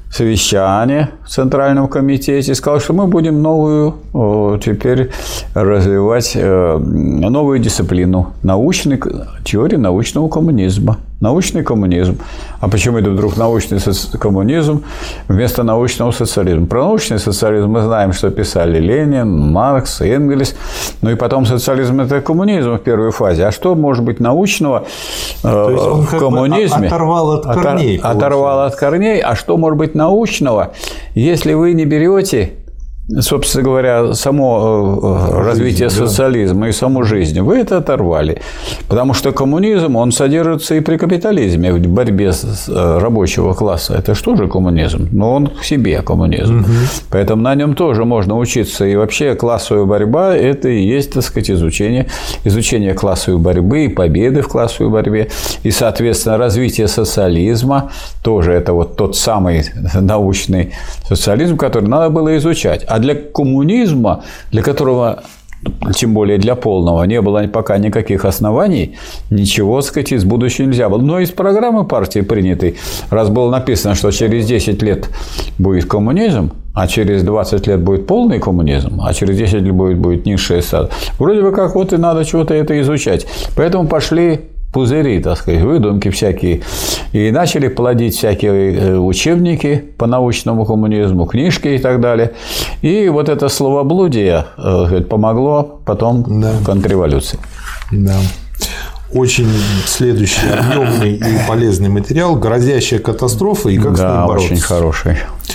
совещание в Центральном комитете и сказал, что мы будем новую теперь развивать новую дисциплину научной теории научного коммунизма. Научный коммунизм. А почему это вдруг научный коммунизм вместо научного социализма? Про научный социализм мы знаем, что писали Ленин, Маркс, Энгельс. Ну и потом социализм – это коммунизм в первой фазе. А что может быть научного То есть он в коммунизме? Оторвал от корней. Оторвал от корней. А что может быть научного, если вы не берете, собственно говоря, само развитие жизнь, социализма да. и саму жизнь, вы это оторвали. Потому что коммунизм, он содержится и при капитализме, в борьбе с рабочего класса. Это что же коммунизм? Но он в себе коммунизм. Угу. Поэтому на нем тоже можно учиться. И вообще классовая борьба – это и есть, так сказать, изучение, изучение классовой борьбы и победы в классовой борьбе. И, соответственно, развитие социализма тоже это вот тот самый научный социализм, который надо было изучать. А для коммунизма, для которого, тем более для полного, не было пока никаких оснований, ничего, так сказать, из будущего нельзя было. Но из программы партии принятой, раз было написано, что через десять лет будет коммунизм, а через двадцать лет будет полный коммунизм, а через десять лет будет, будет низшее стадо, вроде бы как вот и надо чего-то это изучать. Поэтому пошли пузыри, так сказать, выдумки всякие. И начали плодить всякие учебники по научному коммунизму, книжки и так далее. И вот это словоблудие помогло потом да. контрреволюции. Да. Очень следующий объемный и полезный материал «Грозящая катастрофа и как да, с ней бороться». Очень хороший.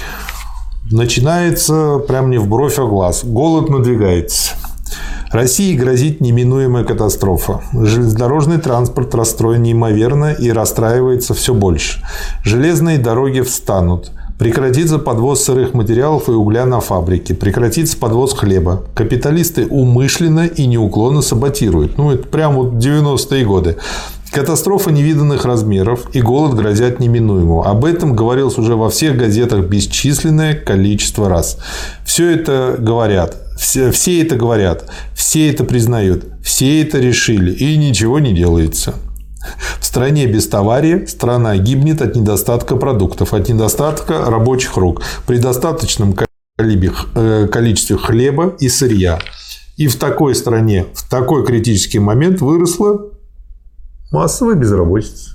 Начинается прям не в бровь, а в глаз. Голод надвигается. России грозит неминуемая катастрофа. Железнодорожный транспорт расстроен неимоверно и расстраивается все больше. Железные дороги встанут. Прекратится подвоз сырых материалов и угля на фабрики. Прекратится подвоз хлеба. Капиталисты умышленно и неуклонно саботируют. Ну, это прям вот девяностые годы. Катастрофа невиданных размеров и голод грозят неминуемо. Об этом говорилось уже во всех газетах бесчисленное количество раз. Все это говорят. Все, все это говорят. Все это признают. Все это решили. И ничего не делается. В стране бестоварья страна гибнет от недостатка продуктов, от недостатка рабочих рук, при достаточном количестве хлеба и сырья. И в такой стране, в такой критический момент выросла массовая безработица.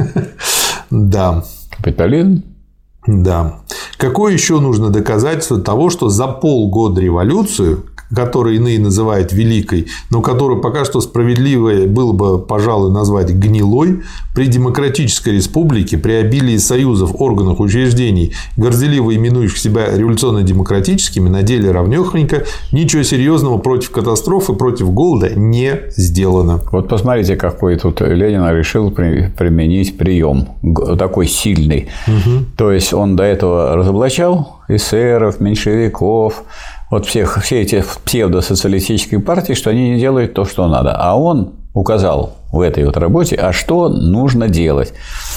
Да. Капитализм? Да. Какое еще нужно доказательство того, что за полгода революцию, которую иные называют великой, но которую пока что справедливо было бы, пожалуй, назвать гнилой, при демократической республике, при обилии союзов, органов, учреждений, горделиво именующих себя революционно-демократическими, на деле равнёхонько, ничего серьезного против катастрофы, против голода не сделано. Вот посмотрите, какой тут Ленин решил применить прием такой сильный. Угу. То есть он до этого разоблачал эсеров, меньшевиков, вот всех, все эти псевдосоциалистические партии, что они не делают то, что надо. А он указал в этой вот работе, а что нужно делать.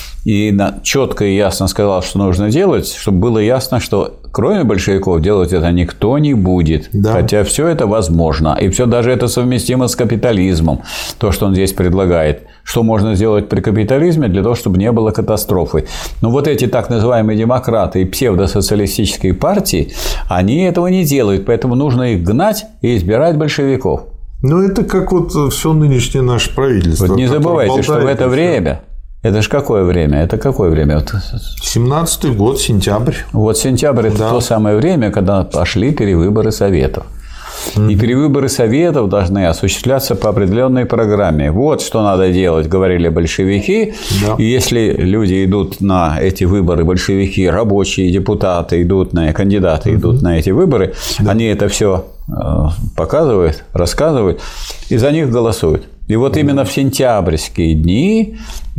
И четко и ясно сказал, что нужно делать, чтобы было ясно, что кроме большевиков делать это никто не будет. Да. Хотя все это возможно. И все даже это совместимо с капитализмом. То, что он здесь предлагает. Что можно сделать при капитализме для того, чтобы не было катастрофы. Но вот эти так называемые демократы и псевдосоциалистические партии, они этого не делают. Поэтому нужно их гнать и избирать большевиков. Ну, это как вот все нынешнее наше правительство. Вот не забывайте, что в это время... Это же какое время? Это какое время? семнадцатый год, сентябрь. Вот сентябрь – это да. то самое время, когда пошли перевыборы Советов. Mm-hmm. И перевыборы Советов должны осуществляться по определенной программе. Вот что надо делать, говорили большевики. Да. И если люди идут на эти выборы, большевики, рабочие, депутаты идут на кандидаты mm-hmm. идут на эти выборы, да. они это все показывают, рассказывают, и за них голосуют. И вот именно в сентябрьские дни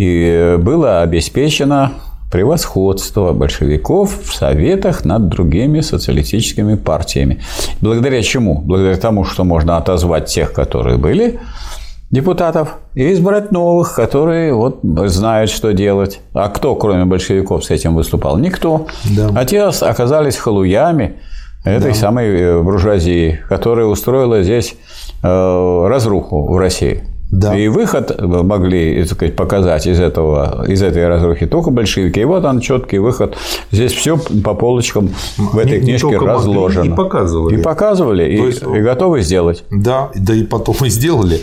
и было обеспечено превосходство большевиков в советах над другими социалистическими партиями. Благодаря чему? Благодаря тому, что можно отозвать тех, которые были депутатов, и избрать новых, которые вот знают, что делать. А кто, кроме большевиков, с этим выступал? Никто. Да. А те оказались халуями этой да. самой буржуазии, которая устроила здесь разруху в России. Да. И выход могли, так сказать, показать из, этого, из этой разрухи только большевики. И вот он четкий выход. Здесь все по полочкам в этой не, книжке не разложено. И показывали. И показывали, и, есть, и готовы сделать. Да, да и потом и сделали.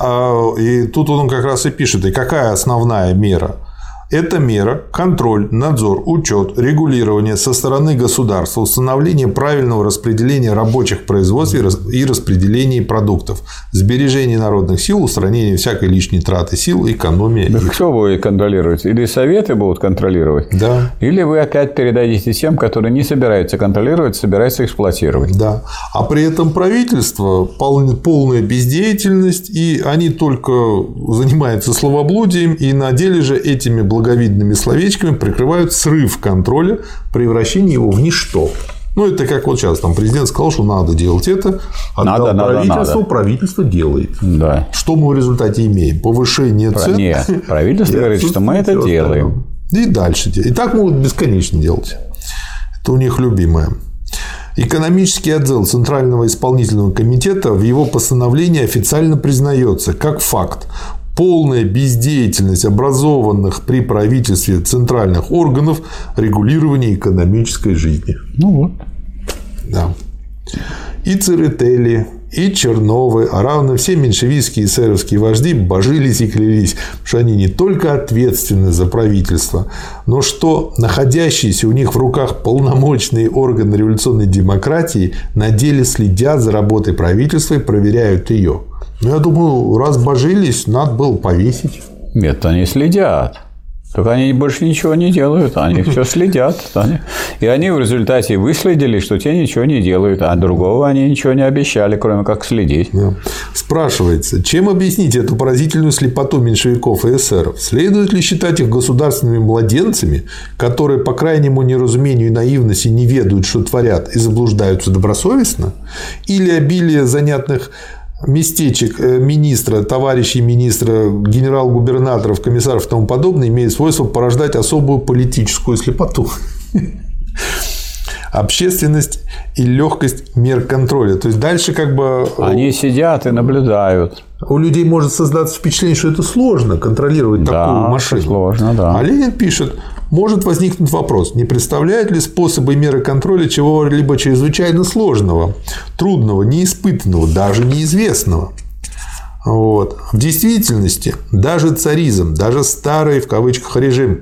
И тут он как раз и пишет, и какая основная мера? Это мера – контроль, надзор, учет, регулирование со стороны государства, установление правильного распределения рабочих производств и распределения продуктов, сбережение народных сил, устранение всякой лишней траты сил, экономия. Да кто будет контролировать? Или советы будут контролировать? Да. Или вы опять передадите тем, которые не собираются контролировать, собираются эксплуатировать? Да. А при этом правительство – полная бездеятельность, и они только занимаются словоблудием, и на деле же этими благовидными словечками прикрывают срыв контроля, превращение его в ничто. Ну, это как вот сейчас там президент сказал, что надо делать это, отдал надо, правительству, надо. правительство делает. Да. Что мы в результате имеем? Повышение цен. Нет, правительство говорит, что мы это делаем. И дальше. И так могут бесконечно делать. Это у них любимое. Экономический отдел Центрального исполнительного комитета в его постановлении официально признается как факт полная бездеятельность образованных при правительстве центральных органов регулирования экономической жизни. Ну вот. Да. И Церетели, и Черновы, а равно все меньшевистские и эсеровские вожди божились и клялись, что они не только ответственны за правительство, но что находящиеся у них в руках полномочные органы революционной демократии на деле следят за работой правительства и проверяют ее. Ну, я думаю, раз божились, надо было повесить. Нет, они следят. Только они больше ничего не делают, они все следят. И они в результате выследили, что те ничего не делают, а другого они ничего не обещали, кроме как следить. Да. Спрашивается, чем объяснить эту поразительную слепоту меньшевиков и эсеров? Следует ли считать их государственными младенцами, которые по крайнему неразумению и наивности не ведают, что творят, и заблуждаются добросовестно? Или обилие занятных местечек министра, товарищей министра, генерал-губернаторов, комиссаров и тому подобное имеет свойство порождать особую политическую слепоту. Общественность и легкость мер контроля. То есть дальше как бы... Они сидят и наблюдают. У людей может создаться впечатление, что это сложно контролировать да, такую машину. Сложно, да. А Ленин пишет, может возникнуть вопрос, не представляют ли способы меры контроля чего-либо чрезвычайно сложного, трудного, неиспытанного, даже неизвестного. Вот. В действительности даже царизм, даже старый в кавычках режим,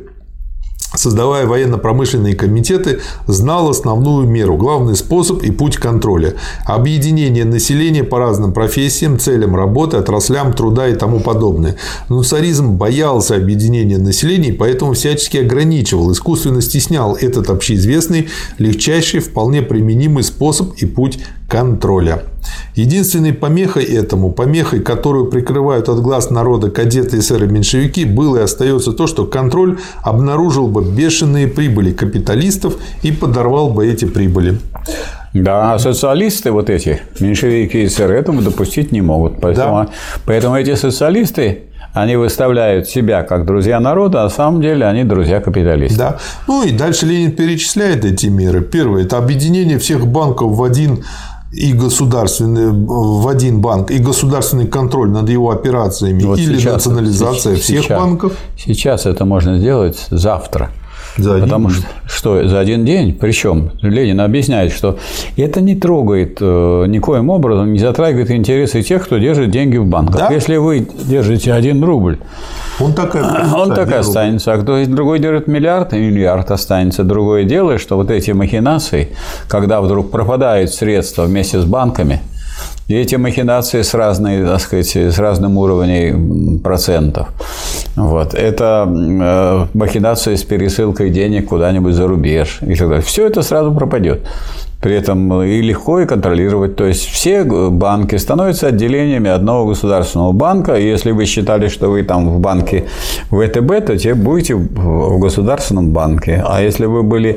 создавая военно-промышленные комитеты, знал основную меру, главный способ и путь контроля. Объединение населения по разным профессиям, целям работы, отраслям труда и тому подобное. Но царизм боялся объединения населения, поэтому всячески ограничивал, искусственно стеснял этот общеизвестный, легчайший, вполне применимый способ и путь контроля. Единственной помехой этому, помехой, которую прикрывают от глаз народа кадеты, эсеры, меньшевики, было и остается то, что контроль обнаружил бы бешеные прибыли капиталистов и подорвал бы эти прибыли. Да, а социалисты вот эти, меньшевики и эсеры, этому допустить не могут. Поэтому, да. поэтому эти социалисты, они выставляют себя как друзья народа, а на самом деле они друзья капиталистов. Да. Ну и дальше Ленин перечисляет эти меры. Первое – это объединение всех банков в один и государственный в один банк, и государственный контроль над его операциями, вот или сейчас, национализация сейчас, всех банков. Сейчас это можно сделать завтра. За Потому что, что за один день, причем Ленин объясняет, что это не трогает э, никоим образом, не затрагивает интересы тех, кто держит деньги в банках. Да? Если вы держите один рубль, он так и останется, он так и останется. А кто другой держит миллиард, и миллиард останется. Другое дело, что вот эти махинации, когда вдруг пропадают средства вместе с банками, и эти махинации с, разной, так сказать, с разным уровнем процентов. Вот. Это э, махинация с пересылкой денег куда-нибудь за рубеж и так далее. Все это сразу пропадет. При этом и легко и контролировать. То есть все банки становятся отделениями одного государственного банка. И если вы считали, что вы там в банке ВТБ, то те будете в государственном банке. А если вы были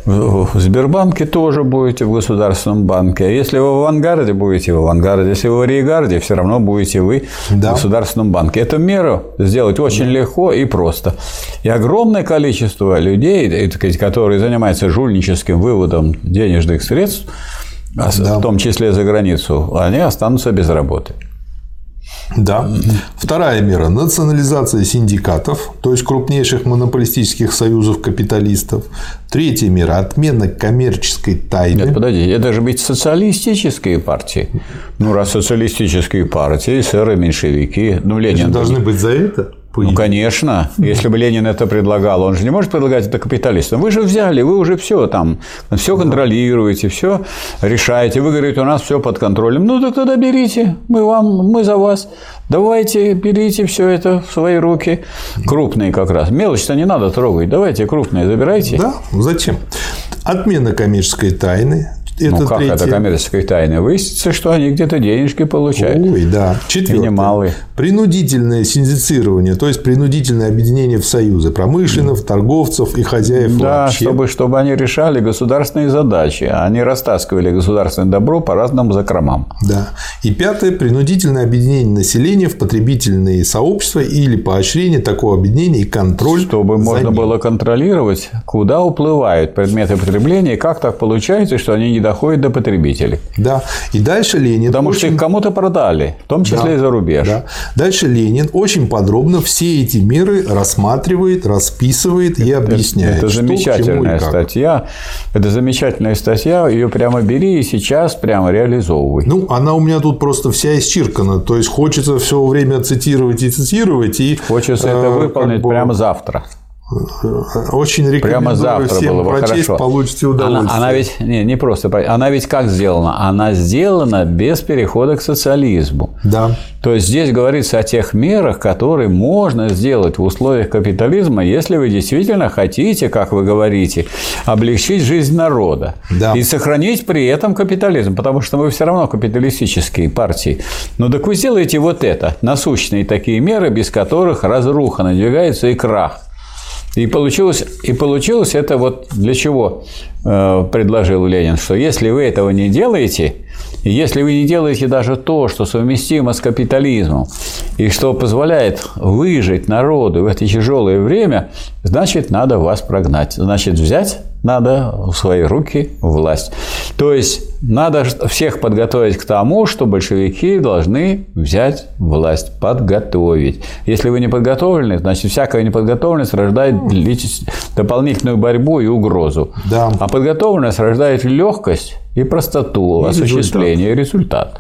в Сбербанке, тоже будете в государственном банке. А если вы в Авангарде, будете в Авангарде. Если вы в Риегарде, все равно будете вы да. в государственном банке. Эту меру сделать очень да. легко и просто. И огромное количество людей, которые занимаются жульническим выводом денежных средств, да. в том числе за границу, они останутся без работы. Да. Вторая мера – национализация синдикатов, то есть крупнейших монополистических союзов капиталистов. Третья мера – отмена коммерческой тайны. Нет, подожди, это же ведь социалистические партии. Ну, раз социалистические партии, эсеры, меньшевики, ну, Ленин... Должны быть за это? Ну, конечно. Если бы Ленин это предлагал, он же не может предлагать это капиталистам. Вы же взяли, вы уже все там, все контролируете, все решаете. Вы говорите, у нас все под контролем. Ну, так тогда берите, мы вам, мы за вас. Давайте, берите все это в свои руки. Крупные как раз. Мелочь-то не надо трогать. Давайте крупные забирайте. Да, зачем? Отмена коммерческой тайны. Это ну, как третье. Это коммерческая тайна? Выяснится, что они где-то денежки получают. Ой, да. Четвертое. И немалые. Принудительное синдицирование, то есть принудительное объединение в союзы промышленников, торговцев и хозяев да, вообще. чтобы, чтобы они решали государственные задачи, а не растаскивали государственное добро по разным закромам. Да. И пятое. Принудительное объединение населения в потребительные сообщества или поощрение такого объединения и контроль чтобы за можно ним. было контролировать, куда уплывают предметы потребления, и как так получается, что они не доходят до потребителей. Да. И дальше Ленин... Потому очень... что их кому-то продали, в том числе да. и за рубеж. Да. Дальше Ленин очень подробно все эти меры рассматривает, расписывает и объясняет. Это что, замечательная статья. Это замечательная статья. Ее прямо бери и сейчас прямо реализовывай. Ну, она у меня тут просто вся исчеркана. То есть хочется все время цитировать и цитировать. И, хочется это выполнить бы... прямо завтра. Очень рекомендую прямо завтра всем было бы прочесть, хорошо. Получите удовольствие. Она, она ведь не, не просто, она ведь как сделана? Она сделана без перехода к социализму. Да. То есть здесь говорится о тех мерах, которые можно сделать в условиях капитализма, если вы действительно хотите, как вы говорите, облегчить жизнь народа да. и сохранить при этом капитализм, потому что вы все равно капиталистические партии. Ну так вы сделаете вот это, насущные такие меры, без которых разруха надвигается и крах. И получилось, и получилось это вот для чего э, предложил Ленин, что если вы этого не делаете, если вы не делаете даже то, что совместимо с капитализмом и что позволяет выжить народу в это тяжелое время, значит, надо вас прогнать. Значит, взять надо в свои руки власть. То есть, надо всех подготовить к тому, что большевики должны взять власть, подготовить. Если вы не подготовлены, значит, всякая неподготовленность рождает дополнительную борьбу и угрозу. Да. А подготовленность рождает легкость и простоту и осуществления, результат. и результат.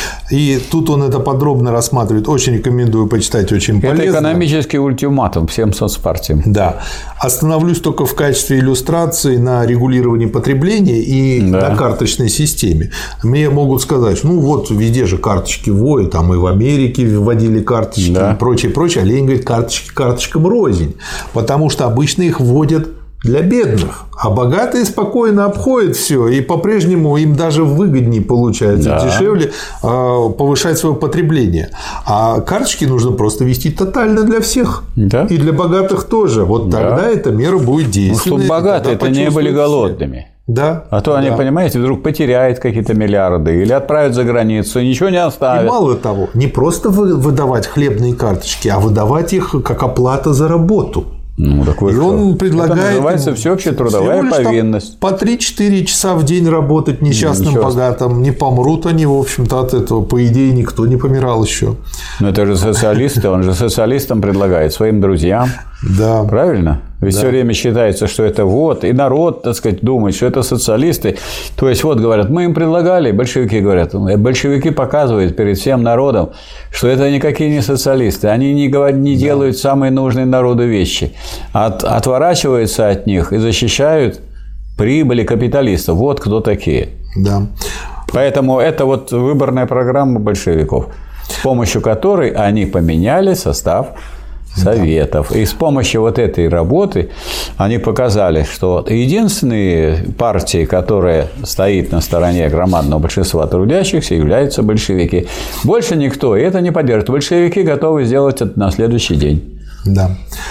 И тут он это подробно рассматривает. Очень рекомендую почитать, очень полезно. Это экономический ультиматум всем соцпартиям. Да. Остановлюсь только в качестве иллюстрации на регулировании потребления и да. на карточной системе. Мне могут сказать, ну вот везде же карточки вводят, там и в Америке вводили карточки да. и прочее, прочее. А Ленин говорит, карточки карточкам рознь, потому что обычно их вводят для бедных, а богатые спокойно обходят все, и по-прежнему им даже выгоднее получается, да. дешевле повышать свое потребление. А карточки нужно просто вести тотально для всех, да. и для богатых тоже. Вот да. тогда эта мера будет действенной. Ну, чтобы богатые это не были голодными. Да. А то да. они, понимаете, вдруг потеряют какие-то миллиарды или отправят за границу, и ничего не оставят. И мало того, не просто выдавать хлебные карточки, а выдавать их как оплата за работу. Ну, так и что? Он предлагает... Это называется всеобщая трудовая повинность. По три-четыре часа в день работать несчастным богатым. Не помрут они, в общем-то, от этого. По идее, никто не помирал еще. Но это же социалисты. Он же социалистам предлагает, своим друзьям. Да. Правильно? Ведь да. все время считается, что это вот, и народ, так сказать, думает, что это социалисты. То есть, вот говорят, мы им предлагали, большевики говорят, большевики показывают перед всем народом, что это никакие не социалисты. Они не, говорят, не да. делают самые нужные народу вещи, от, отворачиваются от них и защищают прибыли капиталистов. Вот кто такие. Да. Поэтому это вот выборная программа большевиков, с помощью которой они поменяли состав Советов. Да. И с помощью вот этой работы они показали, что единственные партии, которые стоит на стороне громадного большинства трудящихся, являются большевики. Больше никто. И это не поддержит. Большевики готовы сделать это на следующий день. Да.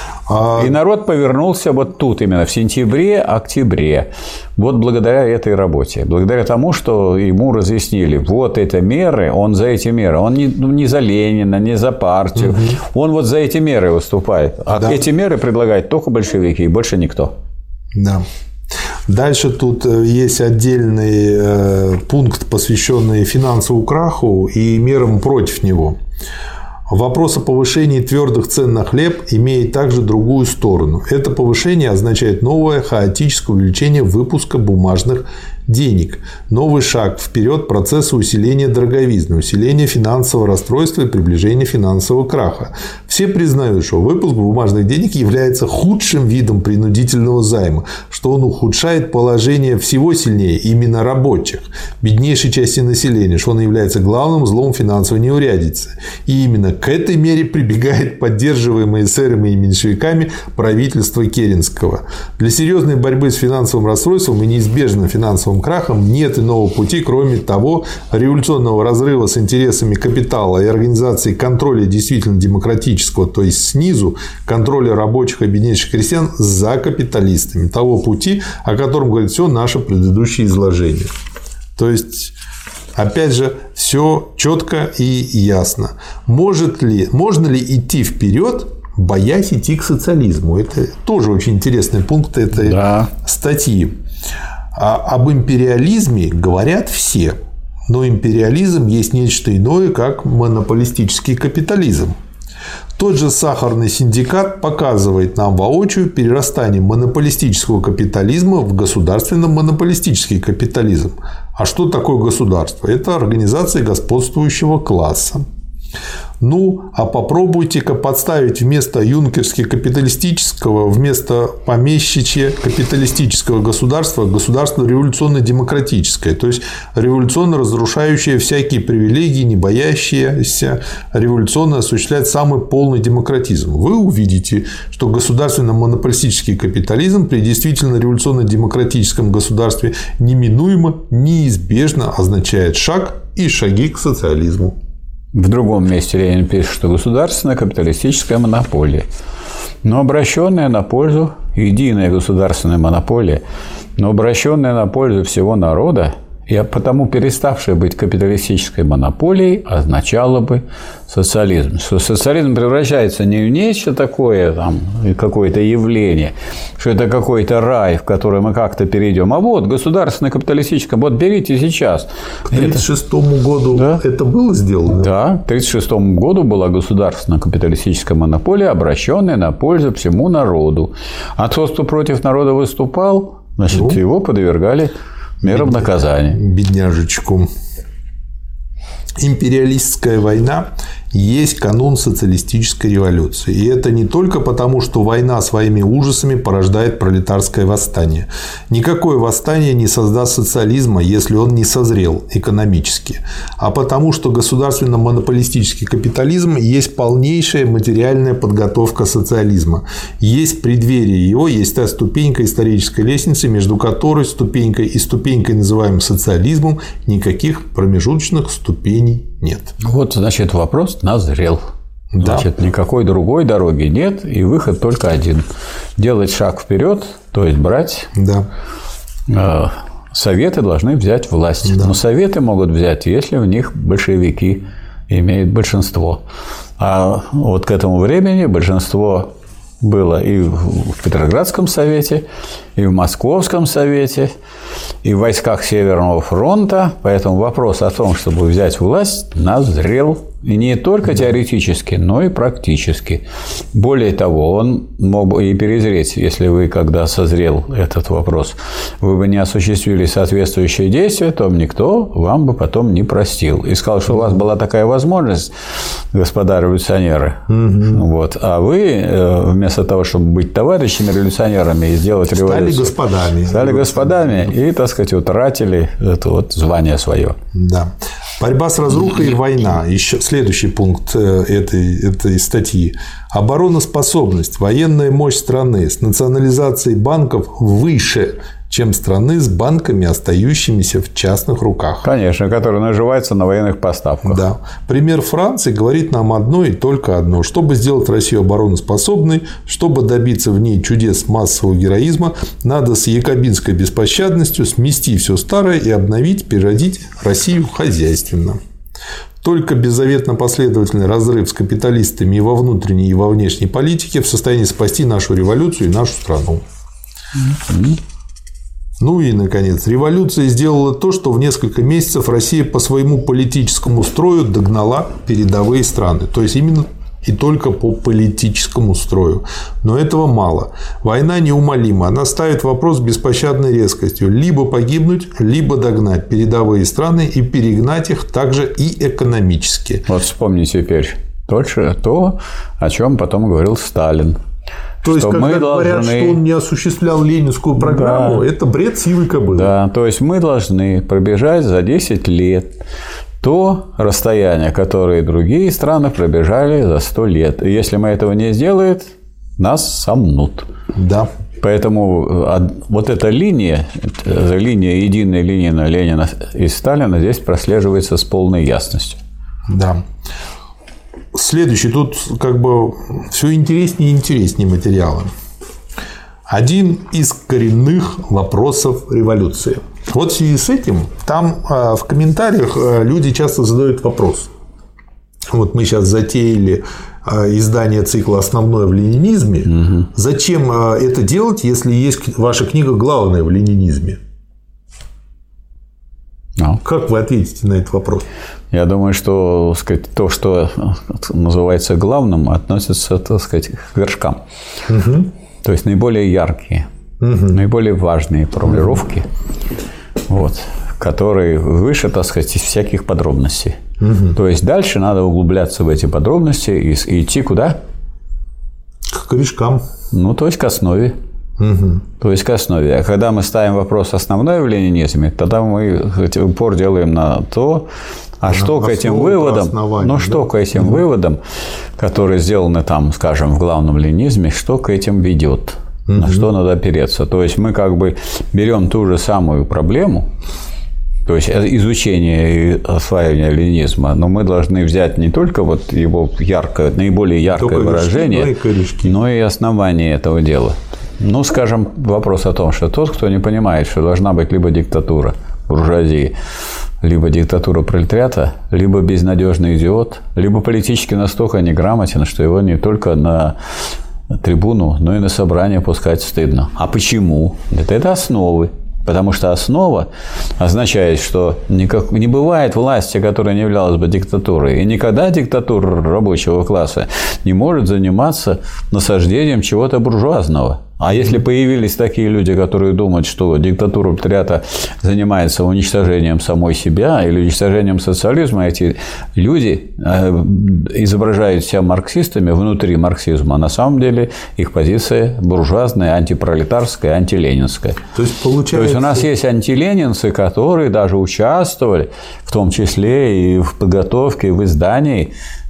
И народ повернулся вот тут именно в сентябре-октябре. Вот благодаря этой работе. Благодаря тому, что ему разъяснили, вот это меры, он за эти меры. Он не, ну, не за Ленина, не за партию. Угу. Он вот за эти меры выступает. А да. эти меры предлагают только большевики и больше никто. Да. Дальше тут есть отдельный пункт, посвященный финансовому краху и мерам против него. Вопрос о повышении твердых цен на хлеб имеет также другую сторону. Это повышение означает новое хаотическое увеличение выпуска бумажных денег. Новый шаг вперед процесса усиления дороговизны, усиления финансового расстройства и приближения финансового краха. Все признают, что выпуск бумажных денег является худшим видом принудительного займа, что он ухудшает положение всего сильнее именно рабочих, беднейшей части населения, что он является главным злом финансовой неурядицы. И именно к этой мере прибегает поддерживаемое эсерами и меньшевиками правительство Керенского. Для серьезной борьбы с финансовым расстройством и неизбежным финансовым крахом нет иного пути, кроме того революционного разрыва с интересами капитала и организации контроля действительно демократического, то есть снизу, контроля рабочих и беднейших крестьян за капиталистами. Того пути, о котором говорит все наше предыдущее изложение. То есть, опять же, все четко и ясно. Может ли, можно ли идти вперед, боясь идти к социализму? Это тоже очень интересный пункт этой да. статьи. А об империализме говорят все, но империализм есть нечто иное, как монополистический капитализм. Тот же сахарный синдикат показывает нам воочию перерастание монополистического капитализма в государственно-монополистический капитализм. А что такое государство? Это организация господствующего класса. Ну, а попробуйте-ка подставить вместо юнкерски-капиталистического, вместо помещичье-капиталистического государства государство революционно-демократическое, то есть революционно разрушающее всякие привилегии, не боящееся революционно осуществлять самый полный демократизм. Вы увидите, что государственно-монополистический капитализм при действительно революционно-демократическом государстве неминуемо, неизбежно означает шаг и шаги к социализму. В другом месте Ленин пишет, что государственная капиталистическая монополия, но обращенная на пользу, единая государственная монополия, но обращенная на пользу всего народа, и потому переставшая быть капиталистической монополией, означало бы социализм. Что социализм превращается не в нечто такое, там, какое-то явление, что это какой-то рай, в который мы как-то перейдем, а вот государственное капиталистическое, вот берите сейчас. К тысяча девятьсот тридцать шестому году да? это было сделано? Да, к тысяча девятьсот тридцать шестому году была государственная капиталистическая монополия, обращенная на пользу всему народу. А тот, кто против народа выступал, значит, ну, его подвергали мерам наказания. Бедняжечку. Империалистская война есть канун социалистической революции. И это не только потому, что война своими ужасами порождает пролетарское восстание. Никакое восстание не создаст социализма, если он не созрел экономически. А потому, что государственно-монополистический капитализм есть полнейшая материальная подготовка социализма. Есть преддверие его, есть та ступенька исторической лестницы, между которой ступенькой и ступенькой, называемым социализмом, никаких промежуточных ступеней нет. Вот, значит, вопрос назрел. Да. Значит, никакой другой дороги нет, и выход только один. Делать шаг вперед, то есть брать. Да. Э, советы должны взять власть. Да. Но советы могут взять, если в них большевики имеют большинство. А вот к этому времени большинство было и в Петроградском совете, и в Московском совете, и в войсках Северного фронта. Поэтому вопрос о том, чтобы взять власть, назрел. И не только теоретически, но и практически. Более того, он мог бы и перезреть, если вы, когда созрел этот вопрос, вы бы не осуществили соответствующие действия, то никто вам бы потом не простил. И сказал, что у вас была такая возможность, господа революционеры. Угу. Вот, а вы, вместо того, чтобы быть товарищами революционерами и сделать революцию, стали господами. Стали господами и, так сказать, утратили это вот звание свое. Да. Борьба с разрухой и война. Еще следующий пункт этой, этой статьи. Обороноспособность, военная мощь страны с национализацией банков выше, чем страны с банками, остающимися в частных руках. Конечно, которые наживаются на военных поставках. Да. Пример Франции говорит нам одно и только одно. Чтобы сделать Россию обороноспособной, чтобы добиться в ней чудес массового героизма, надо с якобинской беспощадностью смести все старое и обновить, переродить Россию хозяйственно. Только беззаветно последовательный разрыв с капиталистами и во внутренней, и во внешней политике в состоянии спасти нашу революцию и нашу страну. Ну и, наконец, революция сделала то, что в несколько месяцев Россия по своему политическому строю догнала передовые страны. То есть, именно и только по политическому строю. Но этого мало. Война неумолима. Она ставит вопрос с беспощадной резкостью. Либо погибнуть, либо догнать передовые страны и перегнать их также и экономически. Вот вспомни теперь точно то, о чем потом говорил Сталин. То есть, когда говорят, должны... что он не осуществлял ленинскую программу, да. это бред сивой кобылы. Да, то есть, мы должны пробежать за десять лет то расстояние, которое другие страны пробежали за сто лет. И если мы этого не сделаем, нас сомнут. Да. Поэтому вот эта линия, эта линия, единая линия Ленина и Сталина здесь прослеживается с полной ясностью. Да. Следующий, тут как бы все интереснее и интереснее материалы. Один из коренных вопросов революции. Вот в связи с этим там в комментариях люди часто задают вопрос. Вот мы сейчас затеяли издание цикла «Основное в ленинизме». Угу. Зачем это делать, если есть ваша книга «Главное в ленинизме»? No. Как вы ответите на этот вопрос? Я думаю, что, так сказать, то, что называется главным, относится, так сказать, к вершкам. Угу. То есть наиболее яркие, угу. наиболее важные формулировки, угу. вот, которые выше, так сказать, из всяких подробностей. Угу. То есть дальше надо углубляться в эти подробности и, и идти куда? К корешкам. Ну, то есть к основе. Угу. То есть к основе. А когда мы ставим вопрос основной в ленинизме, тогда мы упор делаем на то, а на что к этим выводам, ну что да? к этим угу. выводам, которые сделаны там, скажем, в главном ленинизме, что к этим ведет, угу. на что надо опереться. То есть мы как бы берем ту же самую проблему, то есть изучение и осваивание ленинизма, но мы должны взять не только вот его яркое, наиболее яркое только выражение, корешки, но и основание этого дела. Ну, скажем, вопрос о том, что тот, кто не понимает, что должна быть либо диктатура буржуазии, либо диктатура пролетариата, либо безнадежный идиот, либо политически настолько неграмотен, что его не только на трибуну, но и на собрание пускать стыдно. А почему? Это, это основы. Потому что основа означает, что никак, не бывает власти, которая не являлась бы диктатурой. И никогда диктатура рабочего класса не может заниматься насаждением чего-то буржуазного. А если появились такие люди, которые думают, что диктатура пролетариата занимается уничтожением самой себя или уничтожением социализма, эти люди изображают себя марксистами внутри марксизма, а на самом деле их позиция буржуазная, антипролетарская, антиленинская. То есть, получается... То есть у нас есть антиленинцы, которые даже участвовали, в том числе и в подготовке, и в издании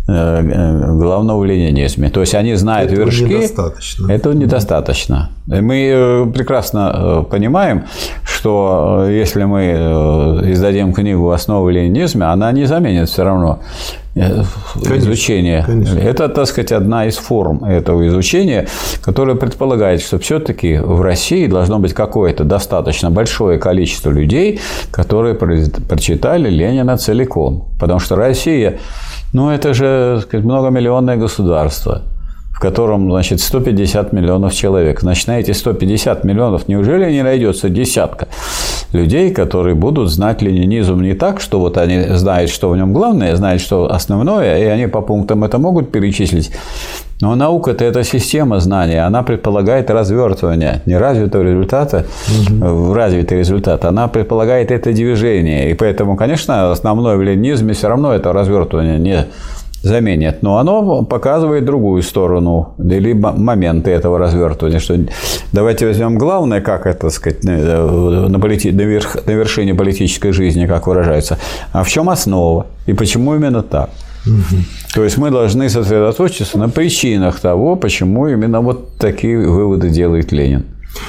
главного в ленинизме. То есть они знают этого вершки. Недостаточно. Этого недостаточно. Мы прекрасно понимаем, что если мы издадим книгу «Основы ленинизма», она не заменит все равно конечно, изучение. Конечно. Это, так сказать, одна из форм этого изучения, которая предполагает, что все-таки в России должно быть какое-то достаточно большое количество людей, которые прочитали Ленина целиком. Потому что Россия, ну, это же, так сказать, многомиллионное государство, в котором, значит, сто пятьдесят миллионов человек. Значит, на эти сто пятьдесят миллионов неужели не найдется десятка людей, которые будут знать ленинизм не так, что вот они знают, что в нем главное, знают, что основное, и они по пунктам это могут перечислить. Но наука-то – это система знания, она предполагает развертывание неразвитого результата угу. в развитый результат. Она предполагает это движение. И поэтому, конечно, основное в ленинизме все равно это развертывание не заменит, но оно показывает другую сторону или моменты этого развертывания, что давайте возьмем главное, как это, так сказать, на, полити... на, верх... на вершине политической жизни, как выражается, а в чем основа и почему именно так. Угу. То есть мы должны сосредоточиться на причинах того, почему именно вот такие выводы делает Ленин.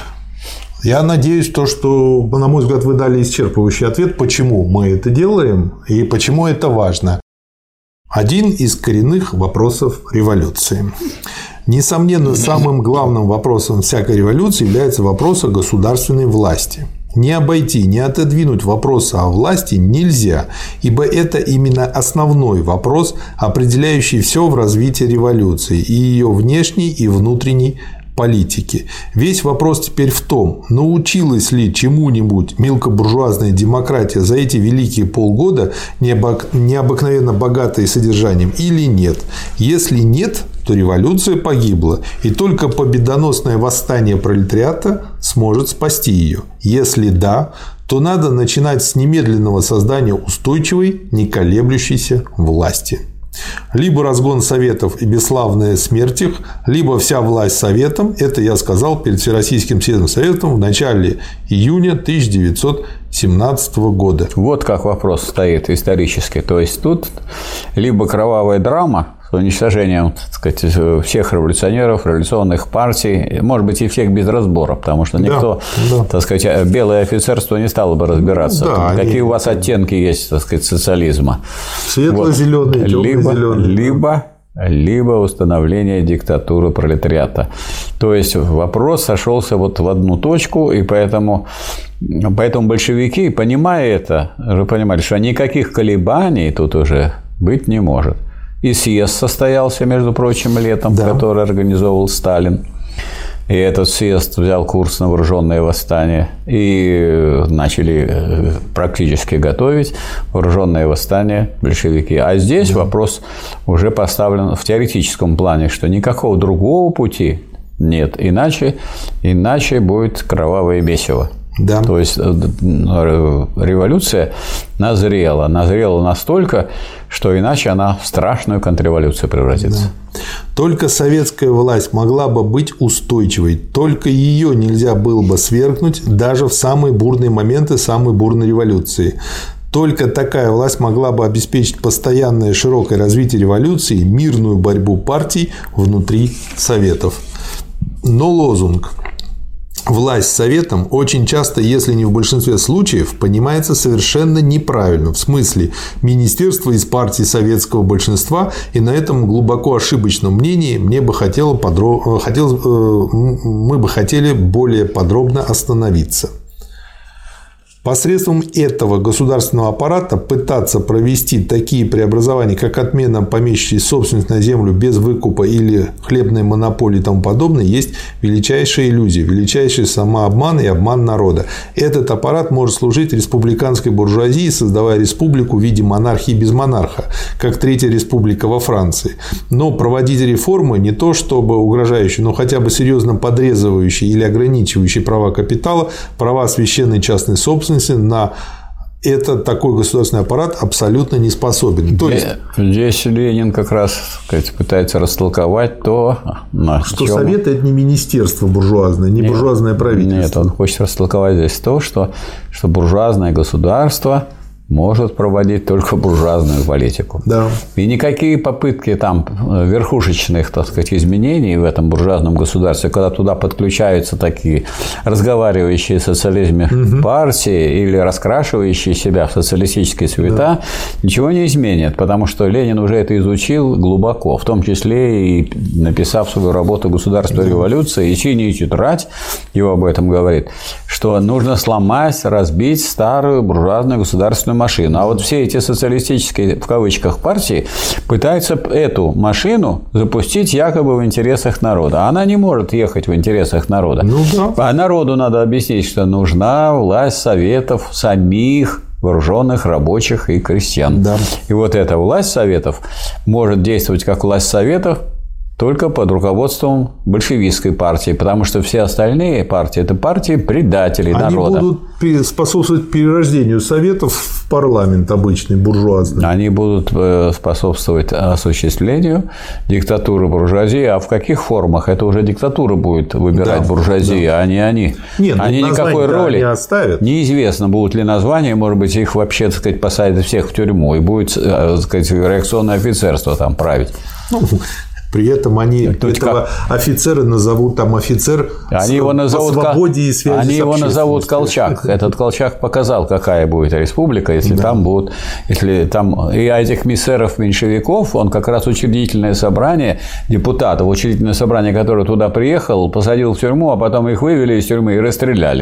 Я надеюсь, то, что, на мой взгляд, вы дали исчерпывающий ответ, почему мы это делаем и почему это важно. Один из коренных вопросов революции. Несомненно, самым главным вопросом всякой революции является вопрос о государственной власти. Не обойти, не отодвинуть вопроса о власти нельзя, ибо это именно основной вопрос, определяющий все в развитии революции и ее внешней и внутренней политики. Весь вопрос теперь в том, научилась ли чему-нибудь мелкобуржуазная демократия за эти великие полгода, необыкновенно богатой содержанием, или нет. Если нет, то революция погибла, и только победоносное восстание пролетариата сможет спасти ее. Если да, то надо начинать с немедленного создания устойчивой, не колеблющейся власти. Либо разгон советов и бесславная смерть их, либо вся власть советам. Это я сказал перед Всероссийским съездом советом в начале июня тысяча девятьсот семнадцатого года. Вот как вопрос стоит исторически. То есть тут либо кровавая драма с уничтожением, так сказать, всех революционеров, революционных партий, может быть, и всех без разбора, потому что никто, да, да. так сказать, белое офицерство не стало бы разбираться, да, какие они... у вас оттенки есть, так сказать, социализма. Светло-зеленый, вот. Темно-зеленый. Либо, либо, либо установление диктатуры пролетариата. То есть вопрос сошелся вот в одну точку, и поэтому, поэтому большевики, понимая это, уже понимали, что никаких колебаний тут уже быть не может. И съезд состоялся, между прочим, летом, да. который организовал Сталин. И этот съезд взял курс на вооруженное восстание. И начали практически готовить вооруженное восстание большевики. А здесь да. вопрос уже поставлен в теоретическом плане, что никакого другого пути нет. Иначе, иначе будет кровавое месиво. Да. То есть революция назрела. Назрела настолько, что иначе она в страшную контрреволюцию превратится. Да. Только советская власть могла бы быть устойчивой. Только ее нельзя было бы свергнуть даже в самые бурные моменты самой бурной революции. Только такая власть могла бы обеспечить постоянное широкое развитие революции, мирную борьбу партий внутри советов. Но лозунг «власть советом» очень часто, если не в большинстве случаев, понимается совершенно неправильно. В смысле, министерство из партии советского большинства, и на этом глубоко ошибочном мнении мне бы хотело подро... хотел... мы бы хотели более подробно остановиться. Посредством этого государственного аппарата пытаться провести такие преобразования, как отмена помещичьей собственности на землю без выкупа или хлебной монополии и тому подобное, есть величайшая иллюзия, величайший самообман и обман народа. Этот аппарат может служить республиканской буржуазии, создавая республику в виде монархии без монарха, как Третья республика во Франции. Но проводить реформы не то чтобы угрожающие, но хотя бы серьезно подрезывающие или ограничивающие права капитала, права священной частной собственности, на это такой государственный аппарат абсолютно не способен. То есть... Здесь Ленин как раз, сказать, пытается растолковать то, что чем... Совет – это не министерство буржуазное, не нет, буржуазное правительство. Нет, он хочет растолковать здесь то, что, что буржуазное государство может проводить только буржуазную политику. Да. И никакие попытки там верхушечных, так сказать, изменений в этом буржуазном государстве, когда туда подключаются такие разговаривающие о социализме угу. партии или раскрашивающие себя в социалистические цвета, да. ничего не изменит, потому что Ленин уже это изучил глубоко, в том числе и написав свою работу «Государство и революция», и синяя тетрадь его об этом говорит, что нужно сломать, разбить старую буржуазную государственную машину. А вот все эти социалистические, в кавычках, партии пытаются эту машину запустить якобы в интересах народа. Она не может ехать в интересах народа. Ну, да. А народу надо объяснить, что нужна власть советов самих вооруженных рабочих и крестьян. Да. И вот эта власть советов может действовать как власть советов только под руководством большевистской партии, потому что все остальные партии – это партии предателей Они народа. Они будут способствовать перерождению советов в парламент обычный, буржуазный. Они будут способствовать осуществлению диктатуры буржуазии. А в каких формах? Это уже диктатура будет выбирать да, буржуазия, да. а не они. Нет, они никакой роли не оставят. Неизвестно, будут ли названия, может быть, их вообще, так сказать, посадят всех в тюрьму, и будет, так сказать, реакционное офицерство там править. Ну, при этом они этого как... офицера назовут там офицер они с... его назовут по свободе и связи Они его назовут Колчак. Этот Колчак показал, какая будет республика, если да. там будут... Если там... И этих миссеров-меньшевиков, он как раз учредительное собрание депутатов, учредительное собрание, которое туда приехал, посадил в тюрьму, а потом их вывели из тюрьмы и расстреляли.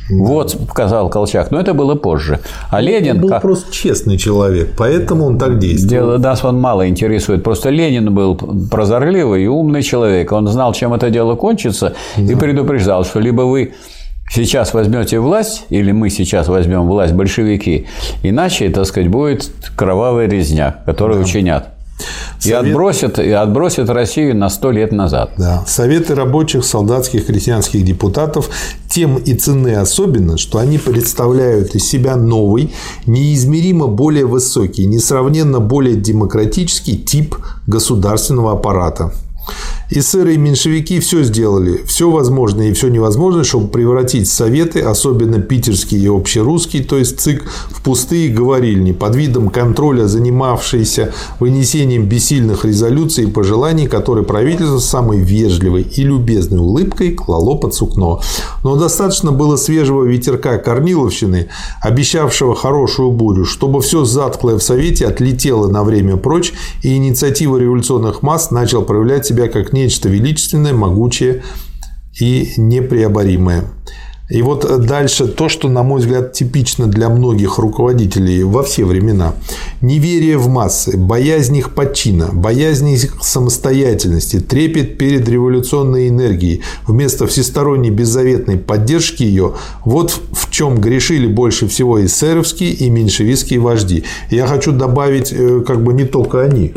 Вот, сказал Колчак. Но это было позже. А Ленин... Он был как... просто честный человек, поэтому он так действовал. Дело нас он мало интересует. Просто Ленин был прозорливый и умный человек. Он знал, чем это дело кончится, да. И предупреждал, что либо вы сейчас возьмете власть, или мы сейчас возьмем власть, большевики, иначе, так сказать, будет кровавая резня, которую да. учинят. И, Совет... отбросят, и отбросят Россию на сто лет назад. Да. Советы рабочих, солдатских, крестьянских депутатов тем и ценны особенно, что они представляют из себя новый, неизмеримо более высокий, несравненно более демократический тип государственного аппарата. Эсеры и меньшевики все сделали, все возможное и все невозможное, чтобы превратить Советы, особенно питерские и общерусские, то есть ЦИК, в пустые говорильни, под видом контроля, занимавшиеся вынесением бессильных резолюций и пожеланий, которые правительство самой вежливой и любезной улыбкой клало под сукно. Но достаточно было свежего ветерка корниловщины, обещавшего хорошую бурю, чтобы все затхлое в Совете отлетело на время прочь, и инициатива революционных масс начала проявлять себя как нечто величественное, могучее и непреоборимое. И вот дальше то, что, на мой взгляд, типично для многих руководителей во все времена. Неверие в массы, боязнь их подчина, боязнь их самостоятельности, трепет перед революционной энергией вместо всесторонней беззаветной поддержки ее – вот в чем грешили больше всего эсеровские и меньшевистские вожди. Я хочу добавить, как бы не только они.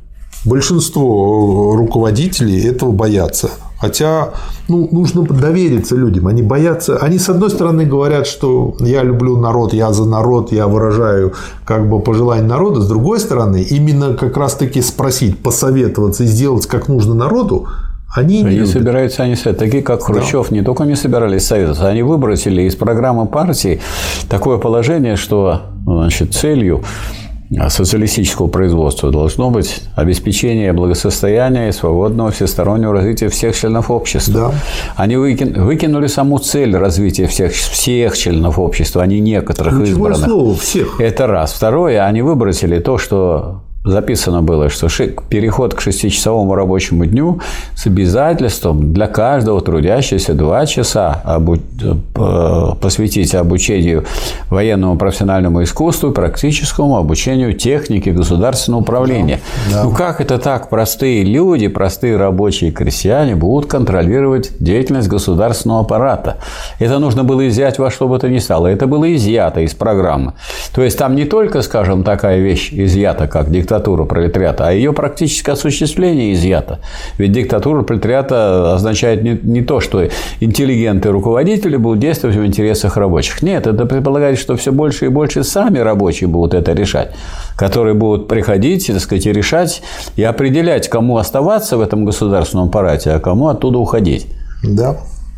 Большинство руководителей этого боятся. Хотя ну, нужно довериться людям. Они боятся. Они, с одной стороны, говорят, что я люблю народ, я за народ, я выражаю как бы пожелания народа. С другой стороны, именно как раз-таки спросить, посоветоваться и сделать как нужно народу, они не не собираются они советоваться. Такие, как Хрущев, да. не только не собирались советоваться, они выбросили из программы партии такое положение, что значит, целью социалистического производства должно быть обеспечение благосостояния и свободного всестороннего развития всех членов общества. Да. Они выкинули саму цель развития всех, всех членов общества, а не некоторых Ключевое избранных. Слово всех. Это раз. Второе, они выбросили то, что записано было, что переход к шестичасовому рабочему дню с обязательством для каждого трудящегося два часа обу... посвятить обучению военному профессиональному искусству и практическому обучению технике государственного управления. Да, да. Ну как это так? Простые люди, простые рабочие крестьяне будут контролировать деятельность государственного аппарата. Это нужно было изъять во что бы то ни стало. Это было изъято из программы. То есть там не только, скажем, такая вещь изъята, как диктатура пролетариата, а ее практическое осуществление изъято. Ведь диктатура пролетариата означает не, не то, что интеллигенты и руководители будут действовать в интересах рабочих. Нет, это предполагает, что все больше и больше сами рабочие будут это решать, которые будут приходить, так сказать, и решать и определять, кому оставаться в этом государственном аппарате, а кому оттуда уходить. Да.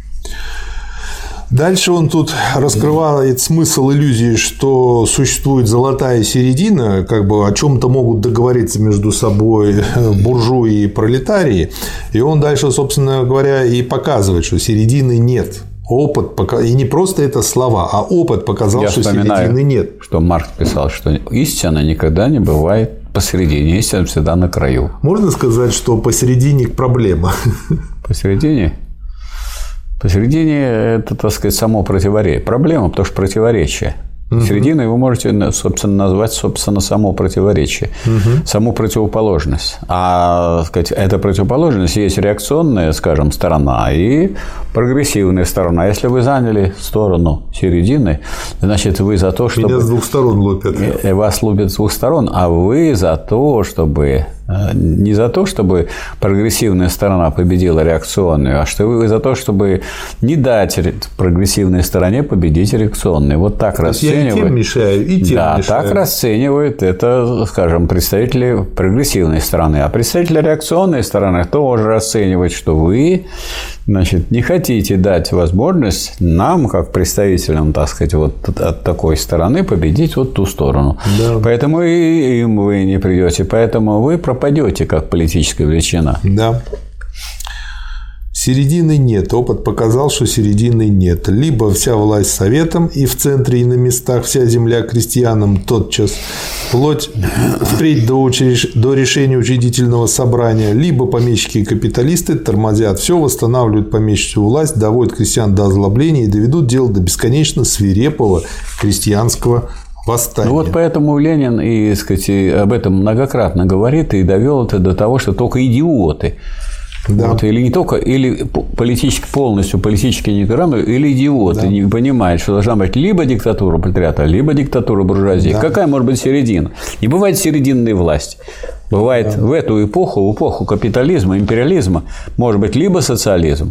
Дальше он тут раскрывает смысл иллюзии, что существует золотая середина, как бы о чем-то могут договориться между собой буржуи и пролетарии. И он дальше, собственно говоря, и показывает, что середины нет. Опыт показ... И не просто это слова, а опыт показал, Я что середины нет. Что Маркс писал, что истина никогда не бывает посередине, истина всегда на краю. Можно сказать, что посередине проблема? Посередине? Посередине это, так сказать, само противоречие. Проблема, потому что противоречие. Угу. Серединой вы можете, собственно, назвать, собственно, само противоречие, угу. саму противоположность. А, так сказать, эта противоположность есть реакционная, скажем, сторона и прогрессивная сторона. Если вы заняли сторону середины, значит, вы за то, чтобы... Меня с двух сторон лупят. Вас лупят с двух сторон, а вы за то, чтобы... Не за то, чтобы прогрессивная сторона победила реакционную, а что вы за то, чтобы не дать прогрессивной стороне победить реакционной. Вот так расценивают. Я и тем мешаю, и тем да, мешаю. Так расценивают это, скажем, представители прогрессивной стороны. А представители реакционной стороны тоже расценивают, что вы, значит, не хотите дать возможность нам, как представителям, так сказать, вот от такой стороны победить вот ту сторону. Да. Поэтому и им вы не придете. Поэтому вы пропадете как политическая величина. Да. Середины нет. Опыт показал, что середины нет. Либо вся власть советам, и в центре, и на местах вся земля крестьянам тотчас, вплоть впредь до, учреш... до решения учредительного собрания, либо помещики и капиталисты тормозят все, восстанавливают помещичью власть, доводят крестьян до озлобления и доведут дело до бесконечно свирепого крестьянского восстания. Ну вот поэтому Ленин и, так сказать, об этом многократно говорит и довел это до того, что только идиоты. Да. Вот, или не только, или политически полностью политически неграмотные, или идиоты да. не понимают, что должна быть либо диктатура пролетариата, либо диктатура буржуазии. Да. Какая может быть середина? Не бывает серединной власти. Бывает да. в эту эпоху, в эпоху капитализма, империализма, может быть либо социализм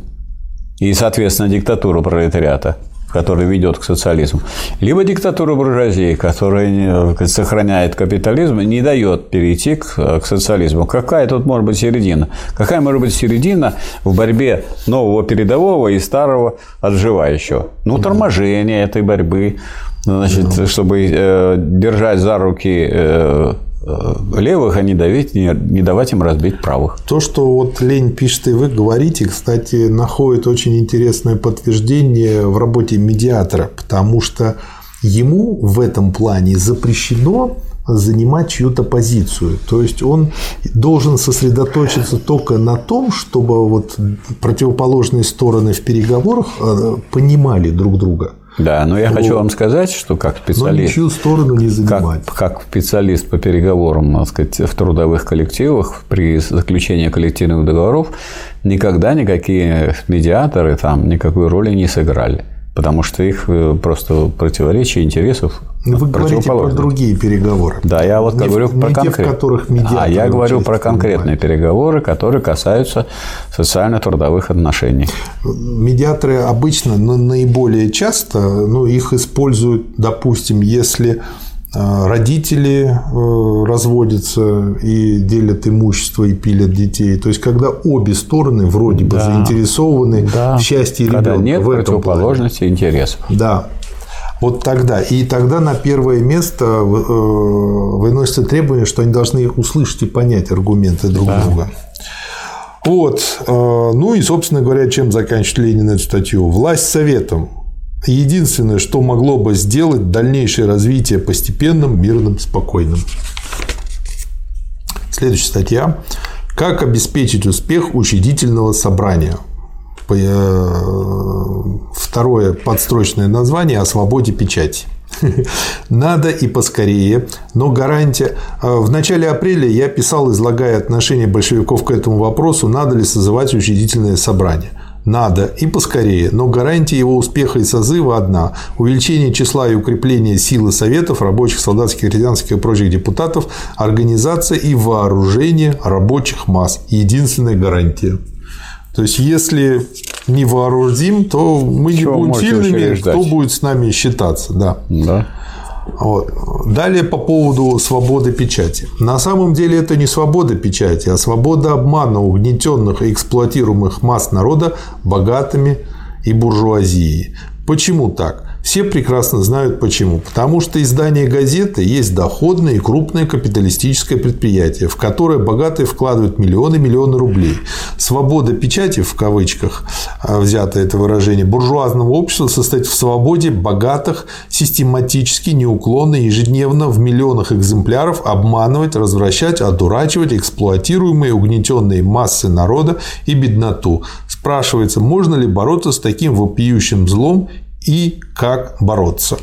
и, соответственно, диктатура пролетариата, который ведет к социализму, либо диктатура буржуазии, которая сохраняет капитализм и не дает перейти к, к социализму. Какая тут может быть середина? Какая может быть середина в борьбе нового передового и старого отживающего? Ну, торможение этой борьбы, значит, чтобы э, держать за руки э, левых, а не давить, не давать им разбить правых. То, что вот Ленин пишет и вы говорите, кстати, находит очень интересное подтверждение в работе медиатора, потому что ему в этом плане запрещено занимать чью-то позицию. То есть он должен сосредоточиться только на том, чтобы вот противоположные стороны в переговорах понимали друг друга. Да, но я вот. хочу вам сказать, что как специалист, но ничью сторону не занимать. Как, как специалист по переговорам, так сказать, в трудовых коллективах при заключении коллективных договоров никогда никакие медиаторы там никакой роли не сыграли. Потому что их просто противоречия интересов. Вы говорите про другие переговоры. Да, я вот не, говорю не про конкретные. А я говорю про конкретные переговоры, которые касаются социально-трудовых отношений. Медиаторы обычно, но наиболее часто, ну, их используют, допустим, если родители разводятся и делят имущество и пилят детей. То есть, когда обе стороны вроде бы да, заинтересованы да, в счастье ребенка. Когда нет в этом противоположности плане. Интересов. Да. Вот тогда. И тогда на первое место выносится требование, что они должны услышать и понять аргументы друг да. друга. Вот. Ну и, собственно говоря, чем заканчивает Ленин эту статью? Власть советом. Единственное, что могло бы сделать дальнейшее развитие постепенным, мирным, спокойным. Следующая статья. Как обеспечить успех учредительного собрания. Второе подстрочное название о свободе печати. Надо и поскорее, но гарантия... В начале апреля я писал, излагая отношение большевиков к этому вопросу, надо ли созывать учредительное собрание. Надо и поскорее, но гарантия его успеха и созыва одна – увеличение числа и укрепление силы советов, рабочих, солдатских, крестьянских и прочих депутатов, организация и вооружение рабочих масс. Единственная гарантия. То есть, если не вооружим, то мы не Чего будем сильными, кто будет с нами считаться. Да. Да. Вот. Далее по поводу свободы печати. На самом деле это не свобода печати, а свобода обмана угнетенных и эксплуатируемых масс народа богатыми и буржуазией. Почему так? Все прекрасно знают почему. Потому что издание газеты есть доходное и крупное капиталистическое предприятие, в которое богатые вкладывают миллионы и миллионы рублей. Свобода печати, в кавычках взято это выражение, буржуазного общества состоит в свободе богатых систематически, неуклонно, ежедневно в миллионах экземпляров обманывать, развращать, одурачивать эксплуатируемые угнетенные массы народа и бедноту. Спрашивается, можно ли бороться с таким вопиющим злом и как бороться.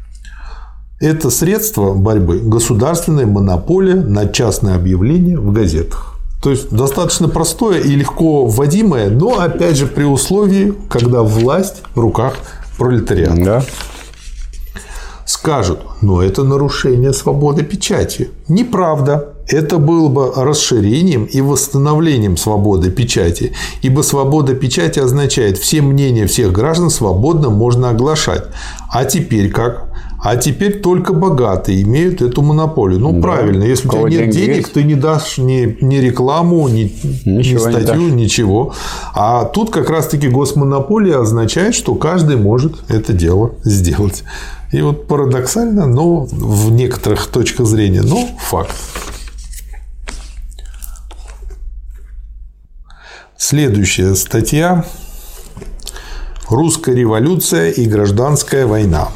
Это средство борьбы – государственная монополия на частное объявление в газетах. То есть, достаточно простое и легко вводимое, но, опять же, при условии, когда власть в руках пролетариата. Да. Скажут, но это нарушение свободы печати. Неправда. Это было бы расширением и восстановлением свободы печати, ибо свобода печати означает, все мнения всех граждан свободно можно оглашать. А теперь как? А теперь только богатые имеют эту монополию. Ну, да. Правильно, если у тебя нет денег, есть? Ты не дашь ни, ни рекламу, ни, ни статью, не ничего. А тут как раз-таки госмонополия означает, что каждый может это дело сделать. И вот парадоксально, но в некоторых точках зрения, но факт. Следующая статья. Русская революция и гражданская война.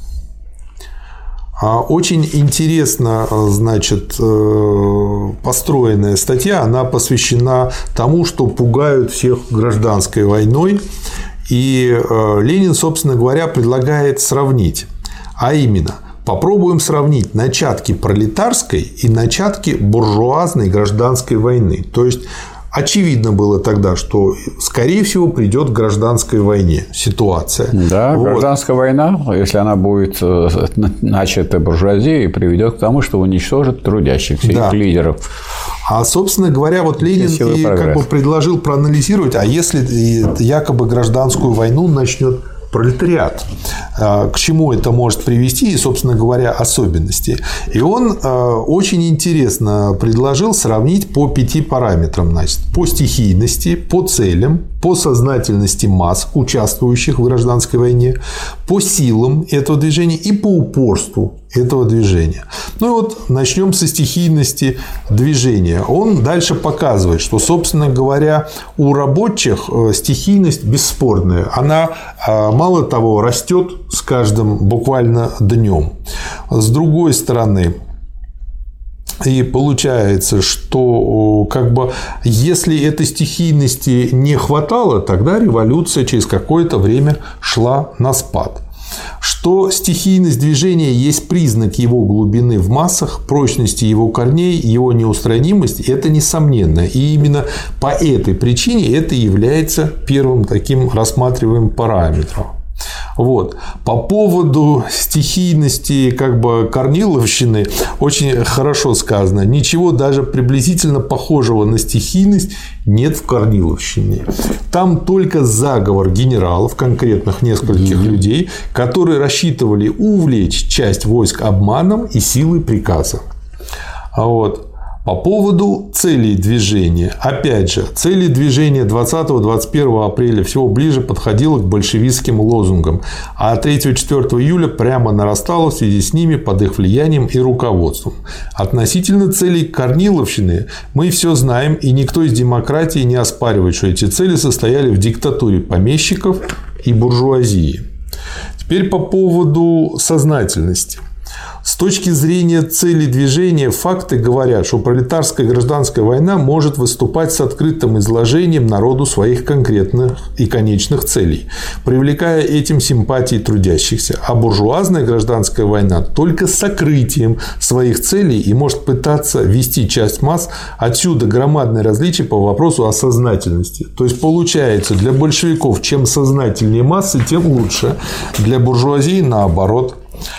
Очень интересно, значит, построенная статья. Она посвящена тому, что пугают всех гражданской войной. И Ленин, собственно говоря, предлагает сравнить. А именно, попробуем сравнить начатки пролетарской и начатки буржуазной гражданской войны. То есть, очевидно было тогда, что, скорее всего, придет к гражданской войне ситуация. Да, вот. Гражданская война, если она будет начата буржуазией, приведет к тому, что уничтожит трудящихся, да. их лидеров. А, собственно говоря, вот Ленин и как бы предложил проанализировать, а если якобы гражданскую войну начнет пролетариат, к чему это может привести и, собственно говоря, особенности. И он очень интересно предложил сравнить по пяти параметрам. Значит, по стихийности, по целям, по сознательности масс, участвующих в гражданской войне, по силам этого движения и по упорству этого движения. Ну и вот начнем со стихийности движения. Он дальше показывает, что, собственно говоря, у рабочих стихийность бесспорная. Она, мало того, растет с каждым буквально днем. С другой стороны, и получается, что как бы, если этой стихийности не хватало, тогда революция через какое-то время шла на спад. Что стихийность движения есть признак его глубины в массах, прочности его корней, его неустранимости, это несомненно. И именно по этой причине это является первым таким рассматриваемым параметром. Вот. По поводу стихийности как бы Корниловщины очень хорошо сказано. Ничего даже приблизительно похожего на стихийность нет в Корниловщине. Там только заговор генералов, конкретных нескольких mm-hmm. людей, которые рассчитывали увлечь часть войск обманом и силой приказа. Вот. По поводу целей движения. Опять же, цели движения двадцатого-двадцать первого апреля всего ближе подходило к большевистским лозунгам, а третьего-четвёртого июля прямо нарастало в связи с ними под их влиянием и руководством. Относительно целей Корниловщины мы все знаем, и никто из демократии не оспаривает, что эти цели состояли в диктатуре помещиков и буржуазии. Теперь по поводу сознательности. С точки зрения цели движения, факты говорят, что пролетарская гражданская война может выступать с открытым изложением народу своих конкретных и конечных целей, привлекая этим симпатии трудящихся, а буржуазная гражданская война только с сокрытием своих целей и может пытаться вести часть масс. Отсюда громадное различие по вопросу о сознательности. То есть, получается, для большевиков чем сознательнее массы, тем лучше. Для буржуазии наоборот.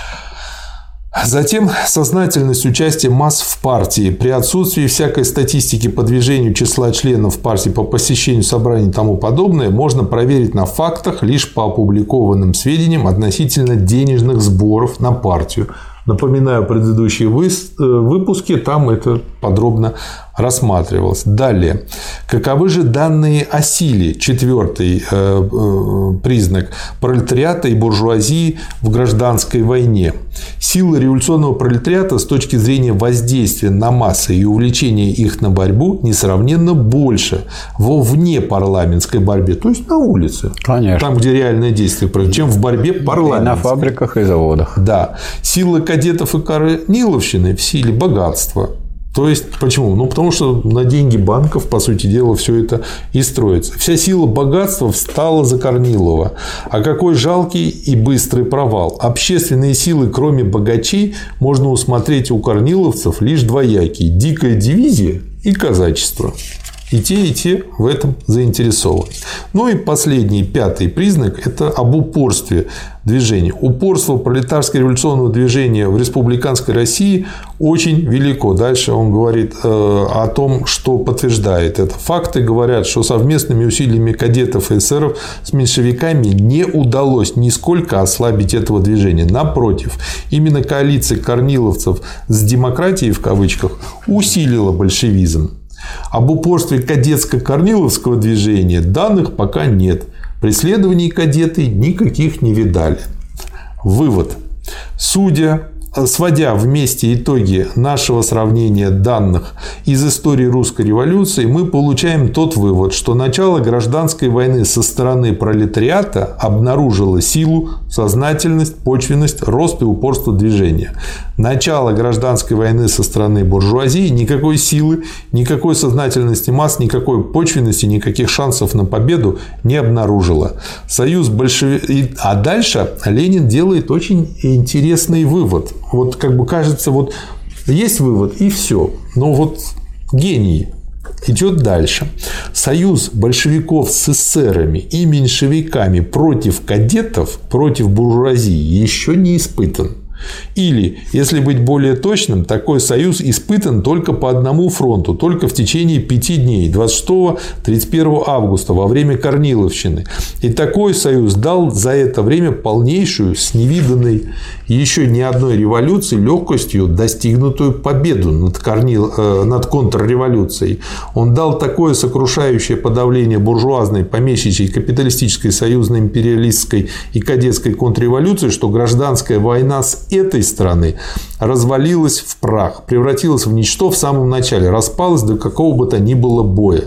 Затем сознательность участия масс в партии. При отсутствии всякой статистики по движению числа членов партии, по посещению собраний и тому подобное, можно проверить на фактах лишь по опубликованным сведениям относительно денежных сборов на партию. Напоминаю, предыдущие выпуски, там это подробно рассматривалось. Далее. Каковы же данные о силе? Четвертый признак пролетариата и буржуазии в гражданской войне. Сила революционного пролетариата с точки зрения воздействия на массы и увлечения их на борьбу несравненно больше во внепарламентской борьбе, то есть на улице. Конечно. Там, где реальное действие происходит, чем в борьбе парламентской. И на фабриках и заводах. Да. Сила кадетов и Корниловщины в силе богатства. То есть, почему? Ну, потому что на деньги банков, по сути дела, все это и строится. Вся сила богатства встала за Корнилова. А какой жалкий и быстрый провал. Общественные силы, кроме богачей, можно усмотреть у корниловцев лишь двоякие. Дикая дивизия и казачество. И те, и те в этом заинтересованы. Ну и последний, пятый признак – это об упорстве движения. Упорство пролетарско-революционного движения в республиканской России очень велико. Дальше он говорит о том, что подтверждает это. Факты говорят, что совместными усилиями кадетов и эсеров с меньшевиками не удалось нисколько ослабить этого движения. Напротив, именно коалиция корниловцев с демократией в кавычках усилила большевизм. Об упорстве кадетско-корниловского движения данных пока нет. Преследований кадеты никаких не видали. Вывод. Судя сводя вместе итоги нашего сравнения данных из истории русской революции, мы получаем тот вывод, что начало гражданской войны со стороны пролетариата обнаружило силу, сознательность, почвенность, рост и упорство движения. Начало гражданской войны со стороны буржуазии никакой силы, никакой сознательности масс, никакой почвенности, никаких шансов на победу не обнаружило. Союз большевиков... А дальше Ленин делает очень интересный вывод. Вот как бы кажется, вот есть вывод и все. Но вот гений идет дальше. Союз большевиков с эсерами и меньшевиками против кадетов, против буржуазии еще не испытан. Или, если быть более точным, такой союз испытан только по одному фронту, только в течение пяти дней, двадцать шестого — тридцать первого августа, во время Корниловщины. И такой союз дал за это время полнейшую, с невиданной еще ни одной революции легкостью достигнутую победу над, Корнил... над контрреволюцией. Он дал такое сокрушающее подавление буржуазной, помещичьей, капиталистической, союзной, империалистской и кадетской контрреволюции, что гражданская война с этой стороны развалилась в прах, превратилась в ничто в самом начале, распалась до какого бы то ни было боя.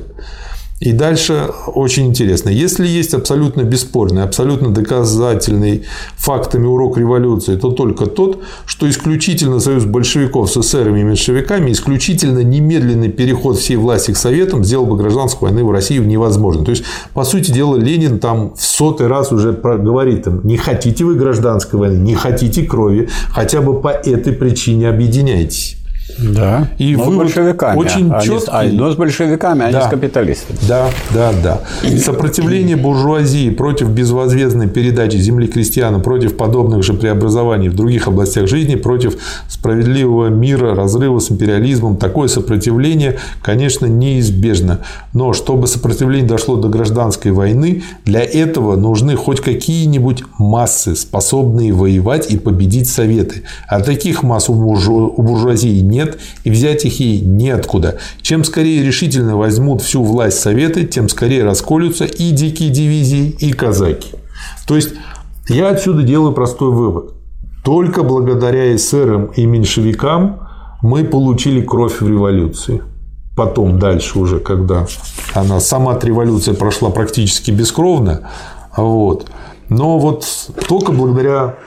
И дальше очень интересно. Если есть абсолютно бесспорный, абсолютно доказательный фактами урок революции, то только тот, что исключительно союз большевиков с эсерами и меньшевиками, исключительно немедленный переход всей власти к советам сделал бы гражданскую войну в России невозможной. То есть, по сути дела, Ленин там в сотый раз уже говорит, там, не хотите вы гражданской войны, не хотите крови, хотя бы по этой причине объединяйтесь. Да, и но вы с большевиками, очень а четкий... а, но с большевиками, а да. не с капиталистами. Да, да, да. Сопротивление буржуазии против безвозмездной передачи земли крестьянам, против подобных же преобразований в других областях жизни, против справедливого мира, разрыва с империализмом, такое сопротивление, конечно, неизбежно. Но чтобы сопротивление дошло до гражданской войны, для этого нужны хоть какие-нибудь массы, способные воевать и победить советы. А таких масс у буржуазии нет. Нет, и взять их ей неоткуда. Чем скорее решительно возьмут всю власть советы, тем скорее расколются и дикие дивизии, и казаки. То есть, я отсюда делаю простой вывод. Только благодаря эсерам и меньшевикам мы получили кровь в революции. Потом, дальше уже, когда она, сама революция прошла практически бескровно, вот. Но вот только благодаря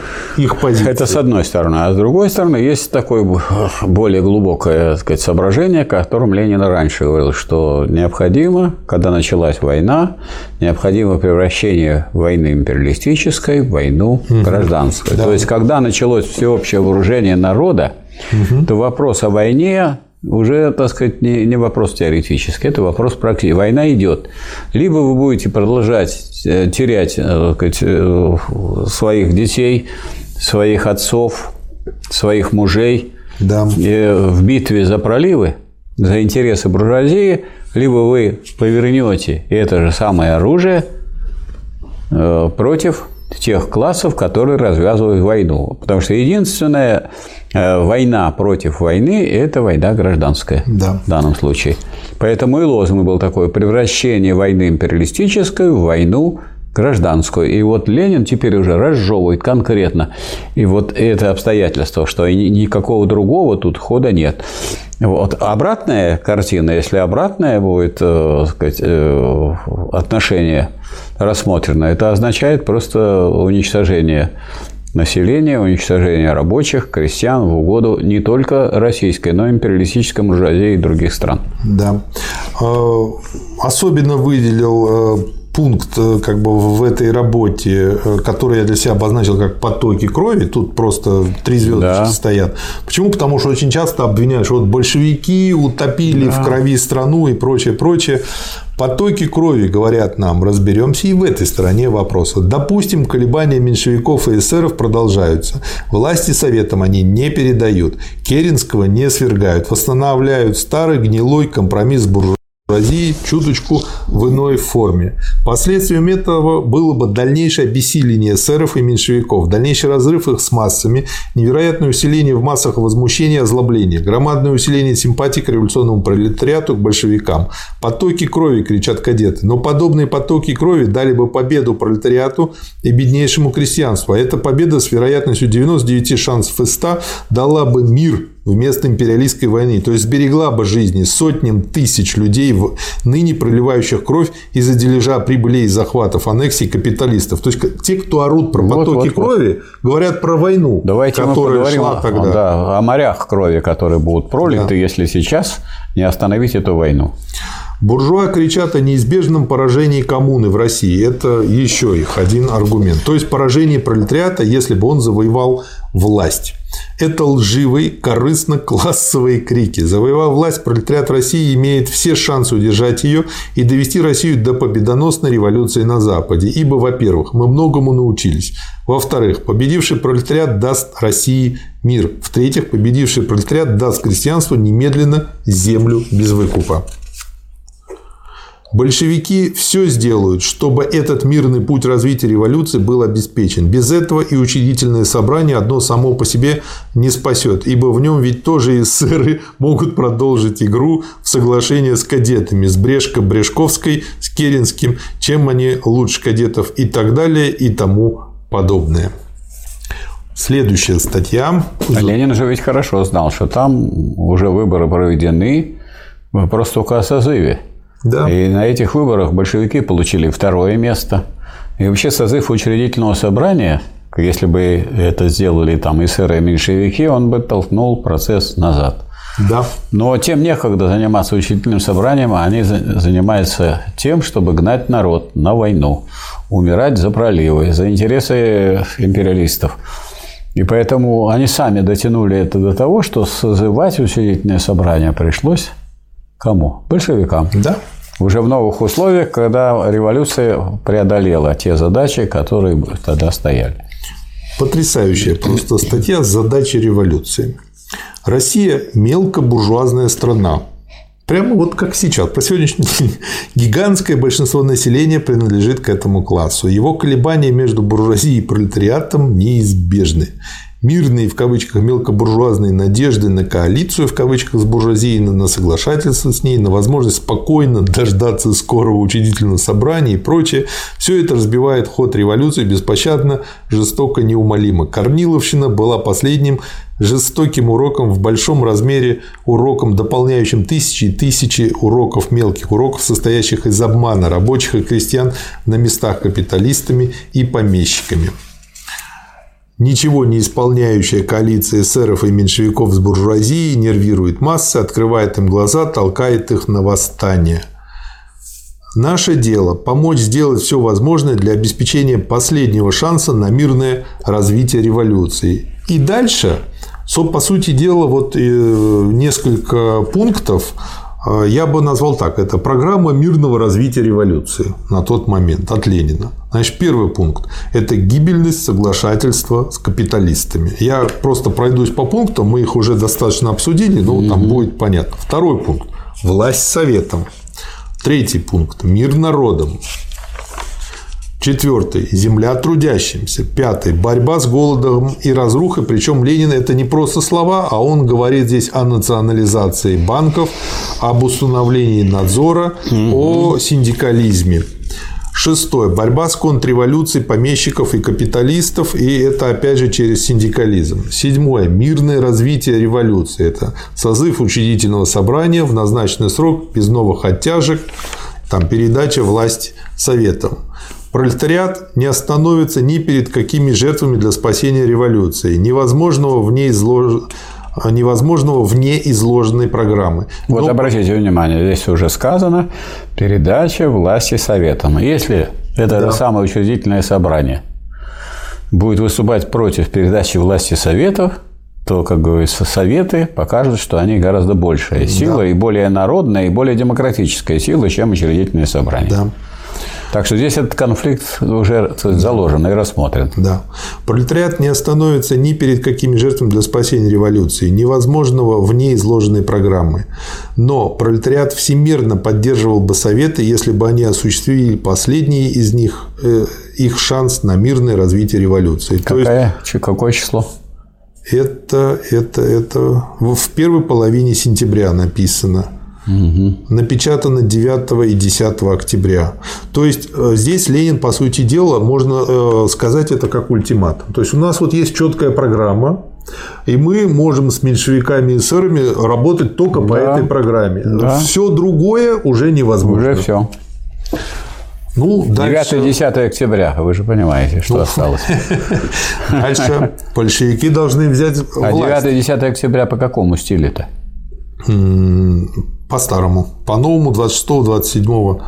их позиции. Это с одной стороны. А с другой стороны, есть такое более глубокое, так сказать, соображение, о котором Ленин раньше говорил, что необходимо, когда началась война, необходимо превращение войны империалистической в войну гражданскую. Да. То есть, когда началось всеобщее вооружение народа, угу. то вопрос о войне уже, так сказать, не, не вопрос теоретический, это вопрос практический. Война идет. Либо вы будете продолжать терять, так сказать, своих детей, своих отцов, своих мужей да. в битве за проливы, за интересы буржуазии, либо вы повернете это же самое оружие против тех классов, которые развязывают войну. Потому что единственная война против войны – это война гражданская да. в данном случае. Поэтому и лозунг был такой – превращение войны империалистической в войну гражданскую. И вот Ленин теперь уже разжевывает конкретно. И вот это обстоятельство, что никакого другого тут хода нет. Вот. Обратная картина, если обратное будет, так сказать, отношение рассмотрено, это означает просто уничтожение населения, уничтожение рабочих, крестьян в угоду не только российской, но и империалистической буржуазии и других стран. Да. Особенно выделил пункт как бы в этой работе, который я для себя обозначил как потоки крови, тут просто три звездочки да. стоят. Почему? Потому что очень часто обвиняют, что вот большевики утопили да. в крови страну и прочее, прочее. Потоки крови, говорят нам, разберемся и в этой стороне вопроса. Допустим, колебания меньшевиков и эсеров продолжаются. Власти советам они не передают. Керенского не свергают. Восстанавливают старый гнилой компромисс с буржуазией. буржуазии чуточку в иной форме. Последствием этого было бы дальнейшее обессиление эсеров и меньшевиков, дальнейший разрыв их с массами, невероятное усиление в массах возмущения и озлобления, громадное усиление симпатий к революционному пролетариату, к большевикам. Потоки крови, кричат кадеты. Но подобные потоки крови дали бы победу пролетариату и беднейшему крестьянству. А эта победа с вероятностью девяносто девять шансов из ста дала бы мир вместо империалистской войны, то есть сберегла бы жизни сотням тысяч людей, ныне проливающих кровь из-за дележа прибылей и захватов, аннексий капиталистов. То есть те, кто орут про потоки вот, вот, крови, вот. говорят про войну, Давайте которая мы шла тогда. Да, о морях крови, которые будут пролиты, да. если сейчас не остановить эту войну. Буржуа кричат о неизбежном поражении коммуны в России. Это еще их один аргумент. То есть поражение пролетариата, если бы он завоевал власть. Это лживые, корыстно-классовые крики. Завоевав власть, пролетариат России имеет все шансы удержать ее и довести Россию до победоносной революции на Западе. Ибо, во-первых, мы многому научились. Во-вторых, победивший пролетариат даст России мир. В-третьих, победивший пролетариат даст крестьянству немедленно землю без выкупа. Большевики все сделают, чтобы этот мирный путь развития революции был обеспечен. Без этого и учредительное собрание одно само по себе не спасет, ибо в нем ведь тоже эсеры могут продолжить игру в соглашение с кадетами, с Брешко-Брешковской, с Керенским, чем они лучше кадетов и так далее и тому подобное. Следующая статья. Ленин же ведь хорошо знал, что там уже выборы проведены, вопрос только о созыве. Да. И на этих выборах большевики получили второе место. И вообще созыв учредительного собрания, если бы это сделали там эсеры и меньшевики, он бы толкнул процесс назад. Да. Но тем некогда заниматься учредительным собранием, а они занимаются тем, чтобы гнать народ на войну, умирать за проливы, за интересы империалистов. И поэтому они сами дотянули это до того, что созывать учредительное собрание пришлось кому? Большевикам. Да. Уже в новых условиях, когда революция преодолела те задачи, которые тогда стояли. Потрясающая просто статья «Задачи революции». Россия – мелкобуржуазная страна. Прямо вот как сейчас, по сегодняшний день. Гигантское большинство населения принадлежит к этому классу. Его колебания между буржуазией и пролетариатом неизбежны. Мирные, в кавычках, мелкобуржуазные надежды на коалицию, в кавычках, с буржуазией, на соглашательство с ней, на возможность спокойно дождаться скорого учредительного собрания и прочее. Все это разбивает ход революции беспощадно, жестоко, неумолимо. Корниловщина была последним жестоким уроком в большом размере, уроком, дополняющим тысячи и тысячи уроков, мелких уроков, состоящих из обмана рабочих и крестьян на местах капиталистами и помещиками. Ничего не исполняющая коалиция эсеров и меньшевиков с буржуазией нервирует массы, открывает им глаза, толкает их на восстание. Наше дело – помочь сделать все возможное для обеспечения последнего шанса на мирное развитие революции. И дальше, по сути дела, вот несколько пунктов я бы назвал так. Это программа мирного развития революции на тот момент от Ленина. Значит, первый пункт – это гибельность соглашательства с капиталистами. Я просто пройдусь по пунктам, мы их уже достаточно обсудили, но mm-hmm. там будет понятно. Второй пункт – власть советом. Третий пункт – мир народом. Четвертый – земля трудящимся. Пятый – борьба с голодом и разрухой. Причем Ленин – это не просто слова, а он говорит здесь о национализации банков, об установлении надзора, mm-hmm. о синдикализме. Шестое – борьба с контрреволюцией помещиков и капиталистов, и это опять же через синдикализм. Седьмое – мирное развитие революции. Это созыв учредительного собрания в назначенный срок без новых оттяжек, там, передача власти советам. Пролетариат не остановится ни перед какими жертвами для спасения революции, невозможного вне, излож... невозможного вне изложенной программы. Вот Но... обратите внимание, здесь уже сказано передача власти советам. Если это да. самое учредительное собрание будет выступать против передачи власти советов, то, как говорится, советы покажут, что они гораздо большая сила да. и более народная, и более демократическая сила, чем учредительное собрание. Да. Так что здесь этот конфликт уже заложен и рассмотрен. Да. Пролетариат не остановится ни перед какими жертвами для спасения революции, невозможного вне изложенной программы. Но пролетариат всемирно поддерживал бы Советы, если бы они осуществили последние из них, э, их шанс на мирное развитие революции. Какая? То есть, какое число? Это, это, это в первой половине сентября написано. Угу. Напечатано девятого и десятого октября. То есть здесь Ленин, по сути дела, можно сказать это как ультиматум. То есть у нас вот есть четкая программа, и мы можем с меньшевиками и эсерами работать только да. по этой программе. Да. Все другое уже невозможно. Уже все. Ну, девятое и десятое октября, вы же понимаете, что ну, осталось. Дальше большевики должны взять власть. А девятое и десятое октября по какому стилю-то? По-старому. По-новому двадцать шестого - двадцать седьмого.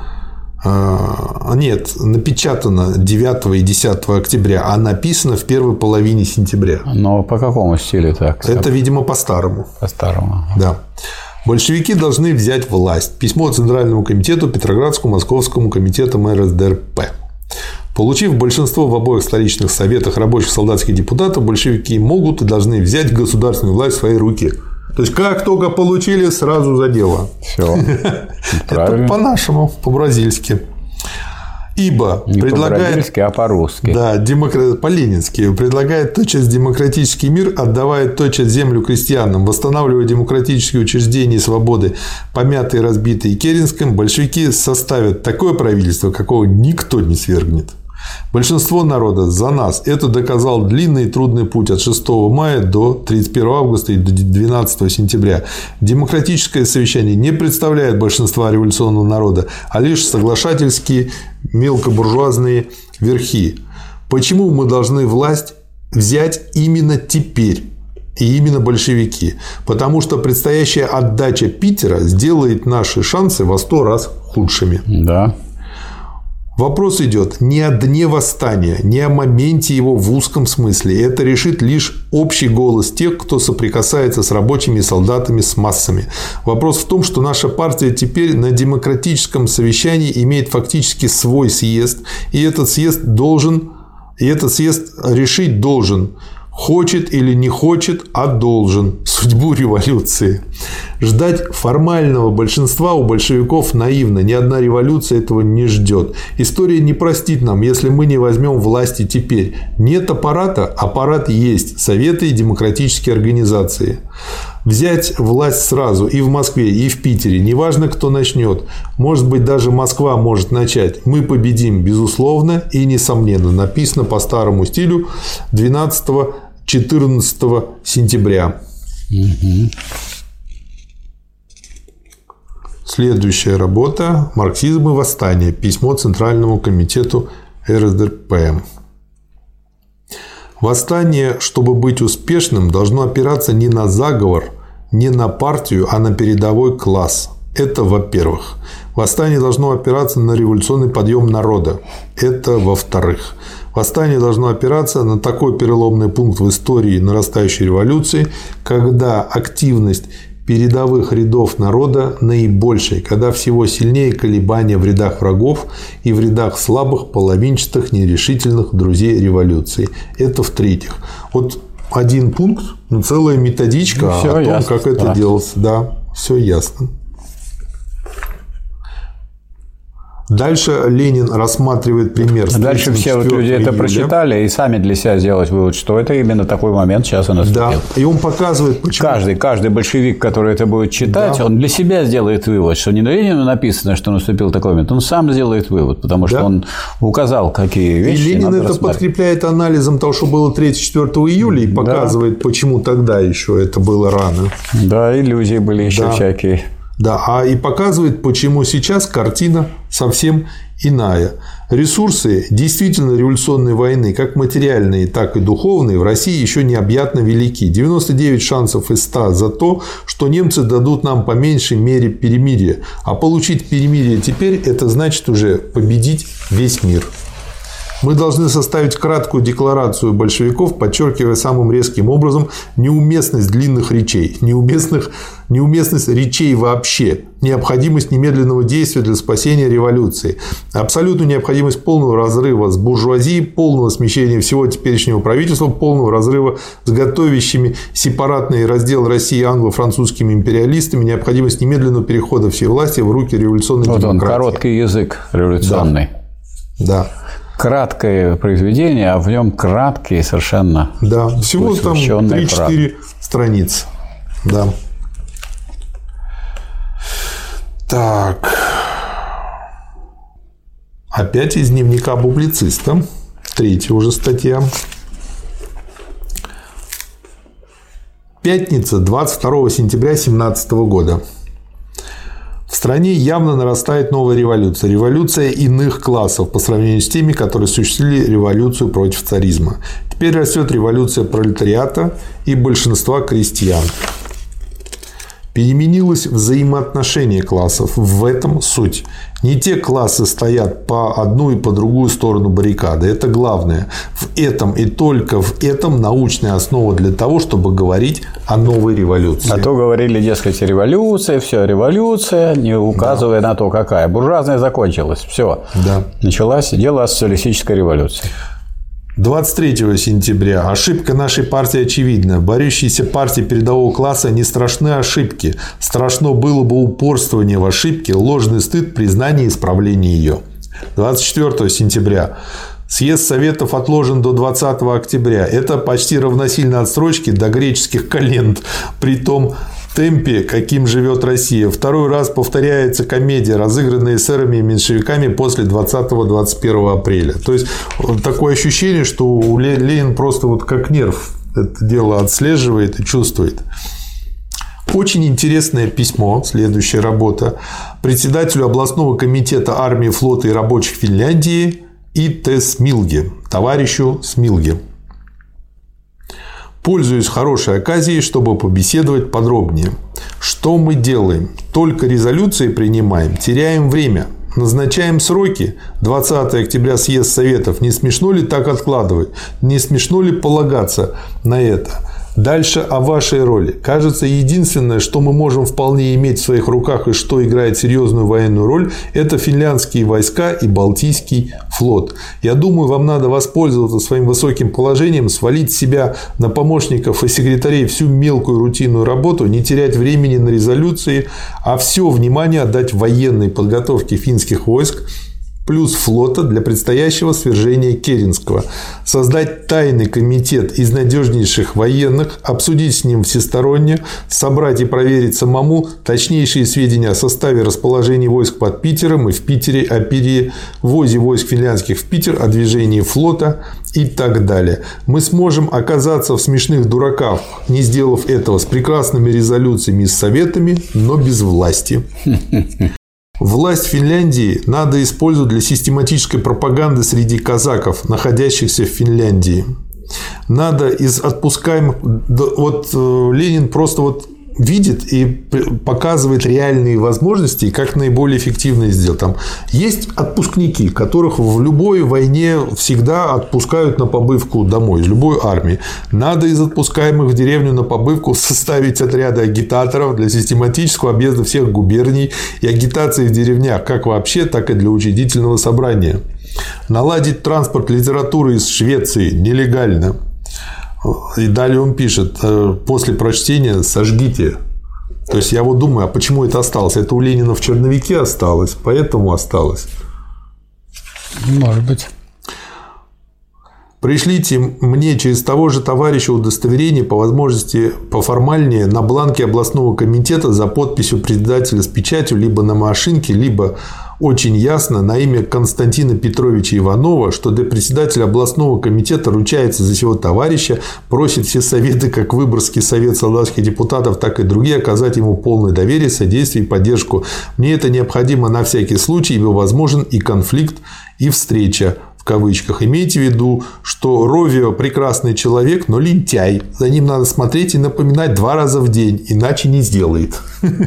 Нет, напечатано девятого и десятого октября, а написано в первой половине сентября. Но по какому стилю так? Это, видимо, по-старому. По-старому. Да. Большевики должны взять власть. Письмо Центральному комитету, Петроградскому, Московскому комитетам эр эс дэ эр пэ. Получив большинство в обоих столичных советах рабочих солдатских депутатов, большевики могут и должны взять государственную власть в свои руки. То есть, как только получили, сразу за дело. Все. Это по-нашему, по-бразильски. Ибо не предлагает... по-бразильски, а по-русски. Да, демократ... по-ленински. Предлагает тотчас демократический мир, отдавая тотчас землю крестьянам, восстанавливая демократические учреждения и свободы, помятые и разбитые Керенским, большевики составят такое правительство, какого никто не свергнет. Большинство народа за нас. Это доказал длинный и трудный путь от шестого мая до тридцать первого августа и до двенадцатого сентября. Демократическое совещание не представляет большинства революционного народа, а лишь соглашательские мелкобуржуазные верхи. Почему мы должны власть взять именно теперь? И именно большевики. Потому что предстоящая отдача Питера сделает наши шансы во сто раз худшими. Да. Вопрос идет не о дне восстания, не о моменте его в узком смысле. Это решит лишь общий голос тех, кто соприкасается с рабочими и солдатами, с массами. Вопрос в том, что наша партия теперь на демократическом совещании имеет фактически свой съезд, и этот съезд должен, и этот съезд решить должен. Хочет или не хочет, а должен. Судьбу революции. Ждать формального большинства у большевиков наивно. Ни одна революция этого не ждет. История не простит нам, если мы не возьмем власти теперь. Нет аппарата, аппарат есть. Советы и демократические организации. Взять власть сразу и в Москве, и в Питере. Неважно, кто начнет. Может быть, даже Москва может начать. Мы победим, безусловно и несомненно. Написано по старому стилю двенадцатого-четырнадцатого сентября. Угу. Следующая работа. Марксизм и восстание. Письмо Центральному комитету эр эс дэ эр пэ. Восстание, чтобы быть успешным, должно опираться не на заговор, не на партию, а на передовой класс. Это во-первых. Восстание должно опираться на революционный подъем народа. Это во-вторых. Восстание должно опираться на такой переломный пункт в истории нарастающей революции, когда активность передовых рядов народа наибольшей, когда всего сильнее колебания в рядах врагов и в рядах слабых, половинчатых, нерешительных друзей революции. Это в-третьих. Вот один пункт, ну, целая методичка ну, о том, ясно, как это да. делалось. Да, все ясно. Дальше Ленин рассматривает пример. Дальше все вот люди это прочитали и сами для себя сделать вывод, что это именно такой момент сейчас и наступил. Да. И он показывает, почему. Каждый, каждый большевик, который это будет читать, да. он для себя сделает вывод, что не на Ленину написано, что наступил такой момент, он сам сделает вывод, потому что да. он указал, какие вещи. И Ленин это подкрепляет анализом того, что было третьего-четвёртого июля, и показывает, да. почему тогда еще это было рано. Да, иллюзии были еще да. всякие. Да, а и показывает, почему сейчас картина совсем иная. Ресурсы действительно революционной войны, как материальные, так и духовные, в России еще необъятно велики. девяносто девять шансов из ста за то, что немцы дадут нам по меньшей мере перемирие. А получить перемирие теперь – это значит уже победить весь мир. Мы должны составить краткую декларацию большевиков, подчеркивая самым резким образом неуместность длинных речей, неуместных, неуместность речей вообще, необходимость немедленного действия для спасения революции, абсолютную необходимость полного разрыва с буржуазией, полного смещения всего теперешнего правительства, полного разрыва с готовящими сепаратный раздел России англо-французскими империалистами, необходимость немедленного перехода всей власти в руки революционной вот демократии. Он, короткий язык революционный. Да. да. Краткое произведение, а в нем краткие совершенно. Да, всего там три-четыре страницы. Да. Так. Опять из дневника публициста. Третья уже статья. Пятница, двадцать второго сентября две тысячи семнадцатого года. В стране явно нарастает новая революция. Революция иных классов по сравнению с теми, которые осуществили революцию против царизма. Теперь растет революция пролетариата и большинства крестьян. Переменилось взаимоотношение классов. В этом суть. Не те классы стоят по одну и по другую сторону баррикады. Это главное. В этом и только в этом научная основа для того, чтобы говорить о новой революции. А то говорили, дескать, революция, все, революция, не указывая да. на то, какая. Буржуазная закончилась. Все. Да. Началось дело о социалистической революции. двадцать третьего сентября. Ошибка нашей партии очевидна. Борющиеся партии передового класса не страшны ошибки. Страшно было бы упорствование в ошибке, ложный стыд, признание и исправление ее. двадцать четвёртого сентября. Съезд Советов отложен до двадцатого октября. Это почти равносильно отсрочке до греческих календ. При том темпе, каким живет Россия. Второй раз повторяется комедия, разыгранная эсерами и меньшевиками после двадцатого — двадцать первого апреля. То есть такое ощущение, что у Ленин просто вот как нерв это дело отслеживает и чувствует. Очень интересное письмо, следующая работа, председателю областного комитета армии, флота и рабочих Финляндии И Т Смилге, товарищу Смилге. Пользуюсь хорошей оказией, чтобы побеседовать подробнее. Что мы делаем? Только резолюции принимаем, теряем время. Назначаем сроки. двадцатого октября съезд Советов. Не смешно ли так откладывать? Не смешно ли полагаться на это? Дальше о вашей роли. Кажется, единственное, что мы можем вполне иметь в своих руках и что играет серьезную военную роль, это финляндские войска и Балтийский флот. Я думаю, вам надо воспользоваться своим высоким положением, свалить с себя на помощников и секретарей всю мелкую рутинную работу, не терять времени на резолюции, а все внимание отдать военной подготовке финских войск плюс флота для предстоящего свержения Керенского. Создать тайный комитет из надежнейших военных, обсудить с ним всесторонне, собрать и проверить самому точнейшие сведения о составе расположения войск под Питером и в Питере, о перевозе войск финляндских в Питер, о движении флота и так далее. Мы сможем оказаться в смешных дураках, не сделав этого, с прекрасными резолюциями и советами, но без власти. Власть Финляндии надо использовать для систематической пропаганды среди казаков, находящихся в Финляндии. Надо из отпускаемых... Вот Ленин просто вот видит и показывает реальные возможности, как наиболее эффективно сделать. Там есть отпускники, которых в любой войне всегда отпускают на побывку домой, из любой армии. Надо из отпускаемых в деревню на побывку составить отряды агитаторов для систематического объезда всех губерний и агитации в деревнях, как вообще, так и для учредительного собрания. Наладить транспорт литературы из Швеции нелегально. И далее он пишет: после прочтения сожгите. То есть я вот думаю, а почему это осталось? Это у Ленина в черновике осталось, поэтому осталось. Может быть. Пришлите мне через того же товарища удостоверение, по возможности поформальнее, на бланке областного комитета за подписью председателя с печатью, либо на машинке, либо очень ясно на имя Константина Петровича Иванова, что для председателя областного комитета ручается за сего товарища, просит все советы, как Выборгский совет солдатских депутатов, так и другие, оказать ему полное доверие, содействие и поддержку. Мне это необходимо на всякий случай, ибо возможен и конфликт, и встреча. В кавычках. Имейте в виду, что Ровио прекрасный человек, но лентяй. За ним надо смотреть и напоминать два раза в день, иначе не сделает.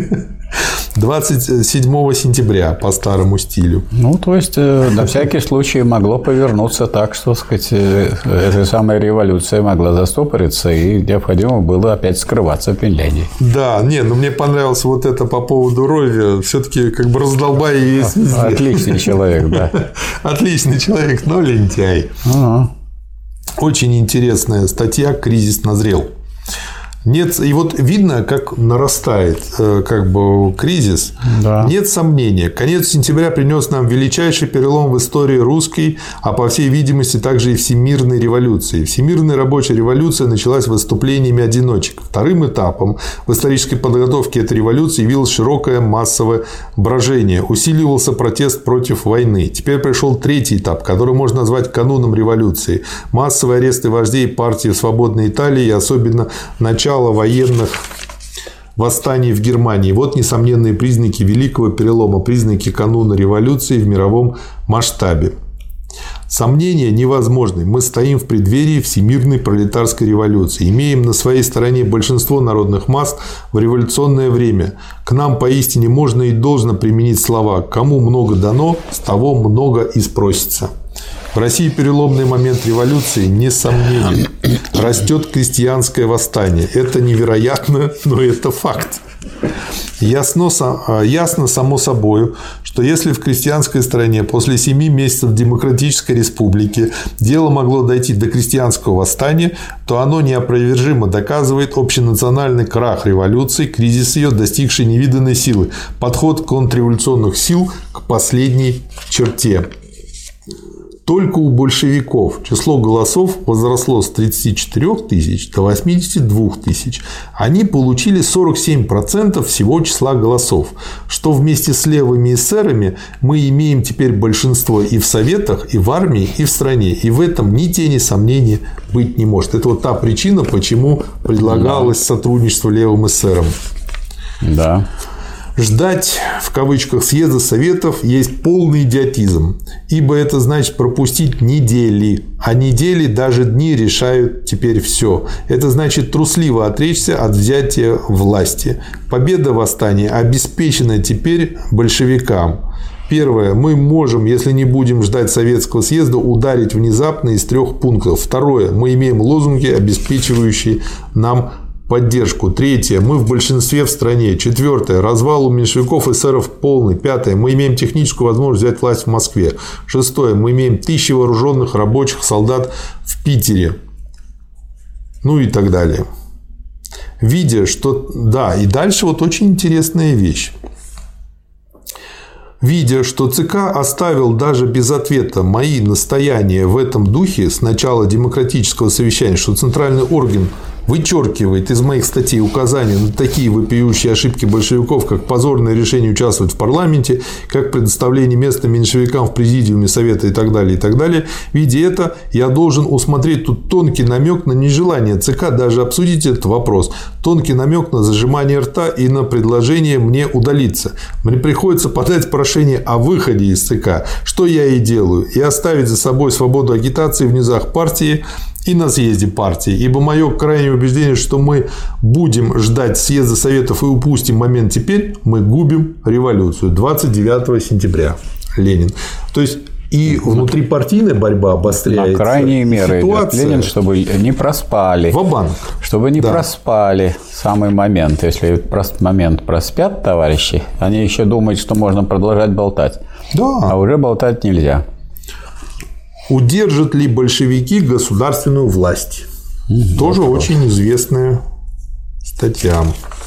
двадцать седьмого сентября по старому стилю. Ну, то есть, на всякий случай могло повернуться так, что, так сказать, эта самая революция могла застопориться, и необходимо было опять скрываться в Финляндии. Да, не, ну мне понравилось вот это по поводу Рови. Все-таки как бы раздолбай и есть везде. Отличный человек, да. Отличный человек, но лентяй. Ага. Очень интересная статья «Кризис назрел». Нет, и вот видно, как нарастает как бы кризис. Да. Нет сомнения. Конец сентября принес нам величайший перелом в истории русской, а по всей видимости также и всемирной революции. Всемирная рабочая революция началась выступлениями одиночек. Вторым этапом в исторической подготовке этой революции явилось широкое массовое брожение. Усиливался протест против войны. Теперь пришел третий этап, который можно назвать кануном революции. Массовые аресты вождей партии в свободной Италии и особенно начало военных восстаний в Германии. Вот несомненные признаки великого перелома, признаки кануна революции в мировом масштабе. Сомнения невозможны. Мы стоим в преддверии всемирной пролетарской революции. Имеем на своей стороне большинство народных масс в революционное время. К нам поистине можно и должно применить слова: «Кому много дано, с того много и спросится». В России переломный момент революции, несомненно. Растет крестьянское восстание. Это невероятно, но это факт. Ясно, ясно само собой, что если в крестьянской стране после семи месяцев демократической республики дело могло дойти до крестьянского восстания, то оно неопровержимо доказывает общенациональный крах революции, кризис ее, достигший невиданной силы, подход контрреволюционных сил к последней черте. Только у большевиков число голосов возросло с тридцати четырёх тысяч до восьмидесяти двух тысяч. Они получили сорок семь процентов всего числа голосов, что вместе с левыми эсерами мы имеем теперь большинство и в советах, и в армии, и в стране. И в этом ни тени сомнения быть не может. Это вот та причина, почему предлагалось да. сотрудничество левым эсерам. Да. Ждать, в кавычках, съезда Советов есть полный идиотизм, ибо это значит пропустить недели, а недели, даже дни решают теперь все. Это значит трусливо отречься от взятия власти. Победа восстания обеспечена теперь большевикам. Первое. Мы можем, если не будем ждать Советского съезда, ударить внезапно из трех пунктов. Второе. Мы имеем лозунги, обеспечивающие нам поддержку. Третье. Мы в большинстве в стране. Четвертое. Развал у меньшевиков и эсеров полный. Пятое. Мы имеем техническую возможность взять власть в Москве. Шестое. Мы имеем тысячи вооруженных рабочих солдат в Питере. Ну и так далее. Видя, что... Да, и дальше вот очень интересная вещь. Видя, что ЦК оставил даже без ответа мои настояния в этом духе с начала демократического совещания, что центральный орган вычеркивает из моих статей указания на такие вопиющие ошибки большевиков, как позорное решение участвовать в парламенте, как предоставление места меньшевикам в президиуме Совета и так далее, и так далее. Видя это, я должен усмотреть тут тонкий намек на нежелание ЦК даже обсудить этот вопрос, тонкий намек на зажимание рта и на предложение мне удалиться. Мне приходится подать прошение о выходе из ЦК, что я и делаю, и оставить за собой свободу агитации в низах партии и на съезде партии, ибо мое крайнее убеждение, что мы будем ждать съезда Советов и упустим момент теперь, мы губим революцию. двадцать девятого сентября. Ленин. То есть и внутрипартийная борьба обостряется. На крайние меры идет Ленин, чтобы не проспали. Ва-банк. Чтобы не да. проспали самый момент. Если этот момент проспят товарищи, они еще думают, что можно продолжать болтать. Да. А уже болтать нельзя. Удержат ли большевики государственную власть? Mm-hmm. Тоже вот очень известная статья.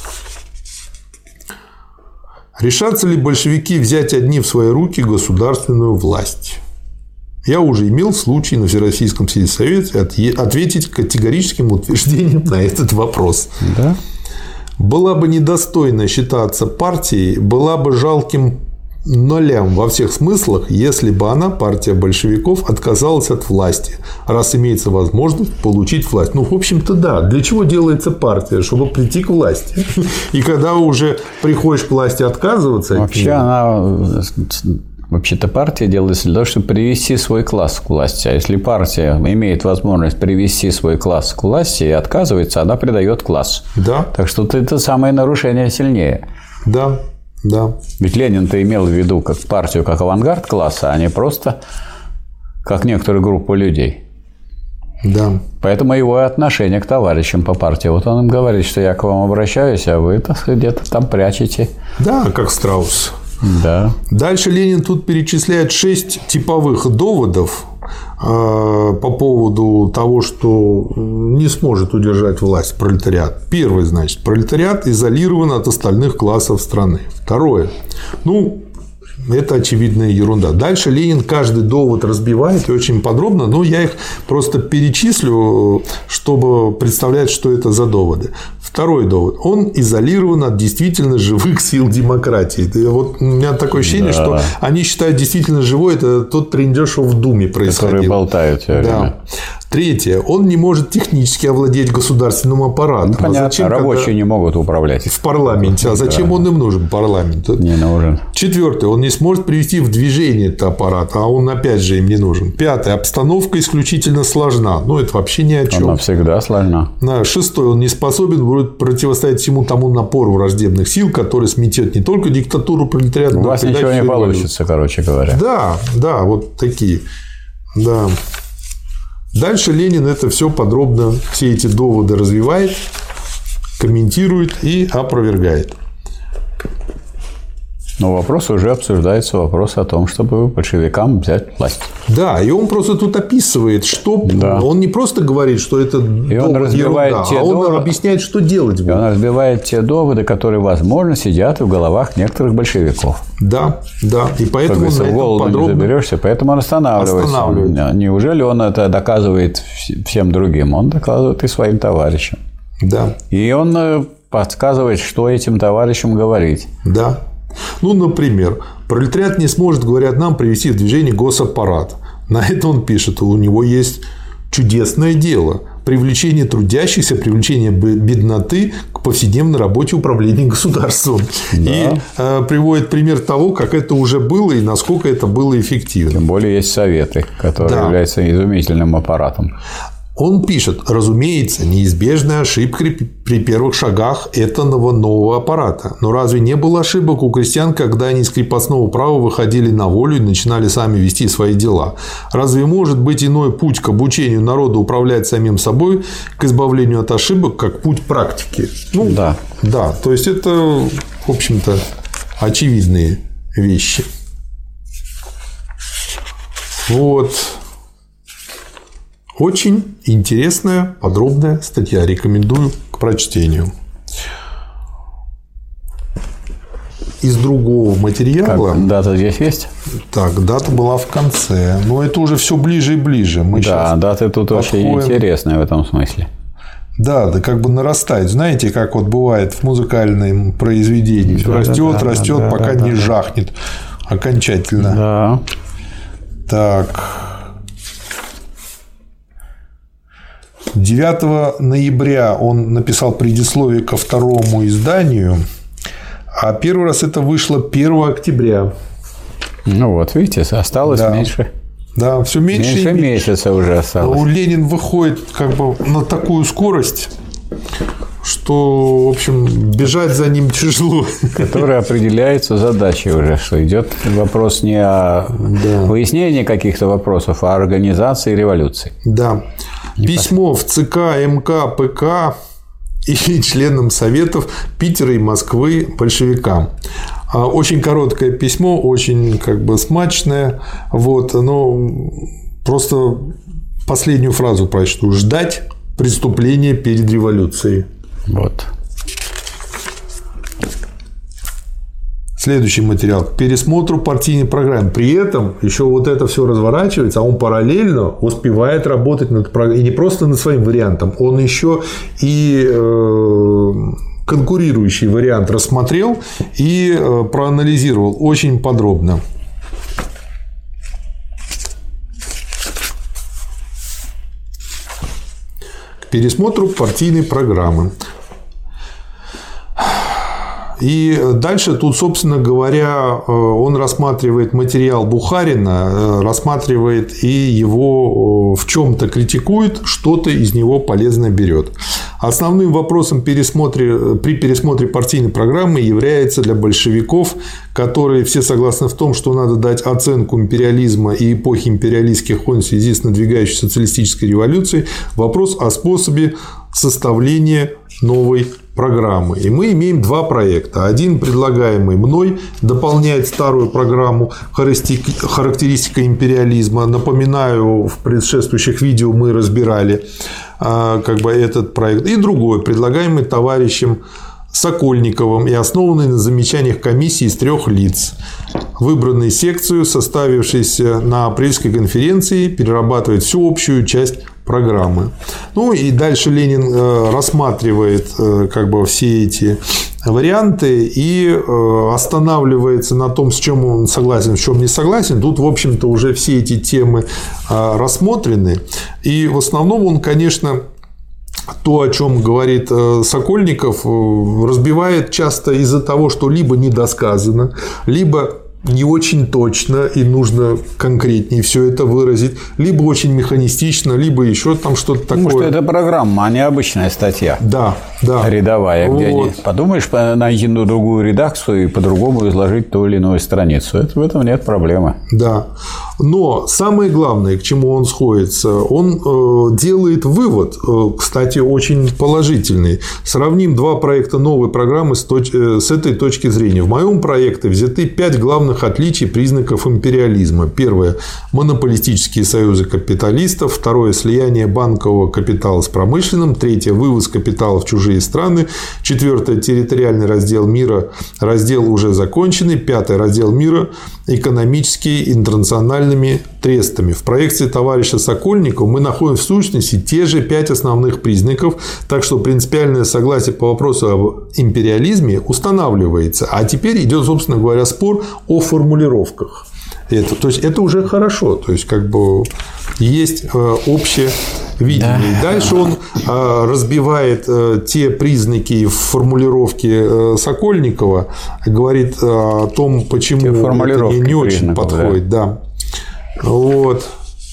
Решатся ли большевики взять одни в свои руки государственную власть? Я уже имел случай на Всероссийском сельсовете ответить категорическим утверждением на этот вопрос. Да? Была бы недостойна считаться партией, была бы жалким нулям во всех смыслах, если бы она, партия большевиков, отказалась от власти, раз имеется возможность получить власть. Ну, в общем-то, да. Для чего делается партия? Чтобы прийти к власти. И когда уже приходишь к власти отказываться... Вообще, она... Вообще-то партия делается для того, чтобы привести свой класс к власти. А если партия имеет возможность привести свой класс к власти и отказывается, она придает класс. Да. Так что это самое нарушение сильнее. Да. Да. Ведь Ленин-то имел в виду как партию, как авангард класса, а не просто как некоторую группу людей. Да. Поэтому его отношение к товарищам по партии. Вот он им говорит, что я к вам обращаюсь, а вы, так сказать, где-то там прячете. Да, как страус. Да. Дальше Ленин тут перечисляет шесть типовых доводов э, по поводу того, что не сможет удержать власть пролетариат. Первый, значит, пролетариат изолирован от остальных классов страны. Второе. Ну, это очевидная ерунда. Дальше Ленин каждый довод разбивает и очень подробно, но я их просто перечислю, чтобы представлять, что это за доводы. Второй довод. Он изолирован от действительно живых сил демократии. Вот у меня такое ощущение, да. что они считают действительно живой, это тот трындеж, что в Думе происходил. Которые болтают все время. Да. Третье. Он не может технически овладеть государственным аппаратом. Ну, понятно. А зачем, рабочие не могут управлять. В парламенте. А зачем да. он им нужен, парламент? Не нужен. Четвертое. Он не сможет привести в движение этот аппарат, а он опять же им не нужен. Пятое. Обстановка исключительно сложна. Ну, это вообще ни о чем. Она всегда сложна. Шестое. Он не способен будет противостоять всему тому напору враждебных сил, который сметет не только диктатуру пролетариата, У вас ничего не получится, короче говоря. Да, да, вот такие. Да. Дальше Ленин это все подробно, все эти доводы развивает, комментирует и опровергает. Но вопрос уже обсуждается, вопрос о том, чтобы большевикам взять власть. Да, и он просто тут описывает, что да. он не просто говорит, что это и он разбивает ерунда, те а он доводы, объясняет, что делать будет. И он разбивает те доводы, которые, возможно, сидят в головах некоторых большевиков. Да, да, и поэтому в голову подробно... не заберешься, поэтому он останавливается. останавливается. Неужели он это доказывает всем другим? Он доказывает и своим товарищам. Да. И он подсказывает, что этим товарищам говорить. Да. Ну, например, пролетариат не сможет, говорят нам, привести в движение госаппарат. На это он пишет, у него есть чудесное дело – привлечение трудящихся, привлечение бедноты к повседневной работе управления государством. Да. И э, приводит пример того, как это уже было и насколько это было эффективно. Тем более есть советы, которые да. являются изумительным аппаратом. Он пишет, разумеется, неизбежная ошибка при первых шагах этого нового аппарата. Но разве не было ошибок у крестьян, когда они из крепостного права выходили на волю и начинали сами вести свои дела? Разве может быть иной путь к обучению народа управлять самим собой, к избавлению от ошибок, как путь практики? Ну, да. Да, то есть это, в общем-то, очевидные вещи. Вот. Очень интересная, подробная статья. Рекомендую к прочтению. Из другого материала... Как, дата здесь есть? Так, дата была в конце. Но это уже все ближе и ближе. Мы да, даты тут подходим... очень интересные в этом смысле. Да, да, как бы нарастает. Знаете, как вот бывает в музыкальном произведении. Да, растет, да, растет, да, пока да, не да. жахнет окончательно. Да. Так... девятого ноября он написал предисловие ко второму изданию, а первый раз это вышло первого октября. Ну вот, видите, осталось да. меньше. Да, все меньше. Меньше месяца уже осталось. У Ленин выходит как бы на такую скорость, что, в общем, бежать за ним тяжело. Которая определяется задачей уже, что идет вопрос не о да. выяснении каких-то вопросов, а о организации революции. Да. Письмо в ЦК, МК, ПК и членам советов Питера и Москвы большевикам. Очень короткое письмо, очень как бы смачное. Вот, но просто последнюю фразу прочту. Ждать преступления перед революцией. Вот. Следующий материал. К пересмотру партийной программы. При этом еще вот это все разворачивается, а он параллельно успевает работать над программой. И не просто над своим вариантом, он еще и э, конкурирующий вариант рассмотрел и э, проанализировал очень подробно. К пересмотру партийной программы. И дальше тут, собственно говоря, он рассматривает материал Бухарина, рассматривает и его в чем-то критикует, что-то из него полезное берет. Основным вопросом пересмотре, при пересмотре партийной программы является для большевиков, которые все согласны в том, что надо дать оценку империализма и эпохи империалистских войн в связи с надвигающейся социалистической революцией, вопрос о способе составления новой программы. И мы имеем два проекта. Один, предлагаемый мной, дополняет старую программу «Характеристика империализма». Напоминаю, в предшествующих видео мы разбирали как бы этот проект. И другой, предлагаемый товарищем Сокольниковым и основанный на замечаниях комиссии из трех лиц, выбранной секцию, составившейся на апрельской конференции, перерабатывает всю общую часть программы. Ну и дальше Ленин рассматривает как бы все эти варианты и останавливается на том, с чем он согласен, с чем не согласен. Тут, в общем-то, уже все эти темы рассмотрены. И в основном он, конечно, то, о чем говорит Сокольников, разбивает часто из-за того, что либо недосказано, либо не очень точно и нужно конкретнее все это выразить, либо очень механистично, либо еще там что-то такое. Потому что это программа, а не обычная статья. Да, да. Рядовая, где вот. они, подумаешь, найти другую редакцию и по-другому изложить ту или иную страницу. Это, в этом нет проблемы. Да. Но самое главное, к чему он сходится, он э, делает вывод, э, кстати, очень положительный. Сравним два проекта новой программы с, точ... э, с этой точки зрения. В моем проекте взяты пять главных отличий признаков империализма. Первое – монополистические союзы капиталистов. Второе – слияние банкового капитала с промышленным. Третье – вывоз капитала в чужие страны. Четвертое – территориальный раздел мира. Раздел уже законченный. Пятое – раздел мира экономический, интернациональный трестами. В проекции товарища Сокольникова мы находим в сущности те же пять основных признаков, так что принципиальное согласие по вопросу об империализме устанавливается. А теперь идет, собственно говоря, спор о формулировках. Это, то есть это уже хорошо, то есть как бы есть общее видение. Да. Дальше он разбивает те признаки в формулировке Сокольникова, говорит о том, почему это не, не очень подходит. Да. Да. Вот.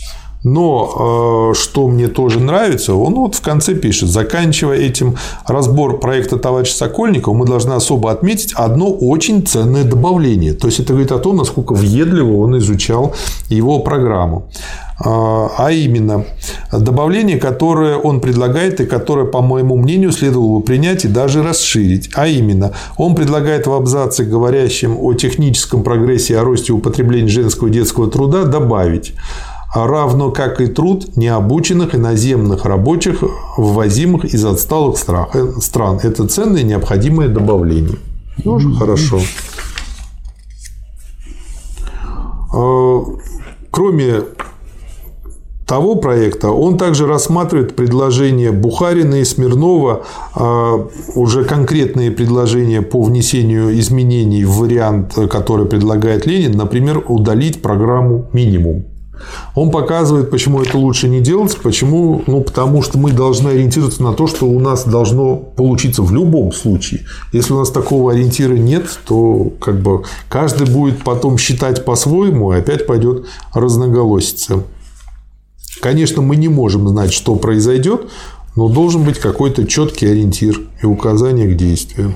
Но что мне тоже нравится, он вот в конце пишет: заканчивая этим разбор проекта товарища Сокольникова, мы должны особо отметить одно очень ценное добавление. То есть это говорит о том, насколько въедливо он изучал его программу. А именно, добавление, которое он предлагает и которое, по моему мнению, следовало бы принять и даже расширить. А именно, он предлагает в абзаце, говорящем о техническом прогрессе и о росте употребления женского и детского труда, добавить: равно как и труд необученных иноземных рабочих, ввозимых из отсталых стран. Это ценное и необходимое добавление. Тоже mm-hmm. хорошо. Кроме того проекта, он также рассматривает предложения Бухарина и Смирнова, уже конкретные предложения по внесению изменений в вариант, который предлагает Ленин, например, удалить программу «Минимум». Он показывает, почему это лучше не делать, почему, ну, потому что мы должны ориентироваться на то, что у нас должно получиться в любом случае. Если у нас такого ориентира нет, то как бы каждый будет потом считать по-своему, и опять пойдет разноголосица. Конечно, мы не можем знать, что произойдет, но должен быть какой-то четкий ориентир и указание к действию.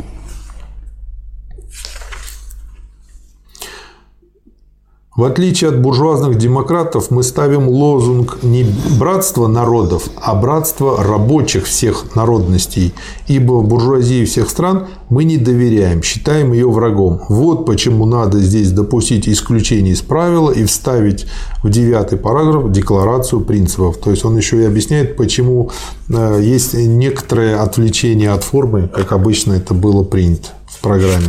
В отличие от буржуазных демократов, мы ставим лозунг не братства народов, а братства рабочих всех народностей, ибо буржуазии всех стран мы не доверяем, считаем ее врагом. Вот почему надо здесь допустить исключение из правила и вставить в девятый параграф декларацию принципов. То есть он еще и объясняет, почему есть некоторое отвлечение от формы, как обычно это было принято в программе.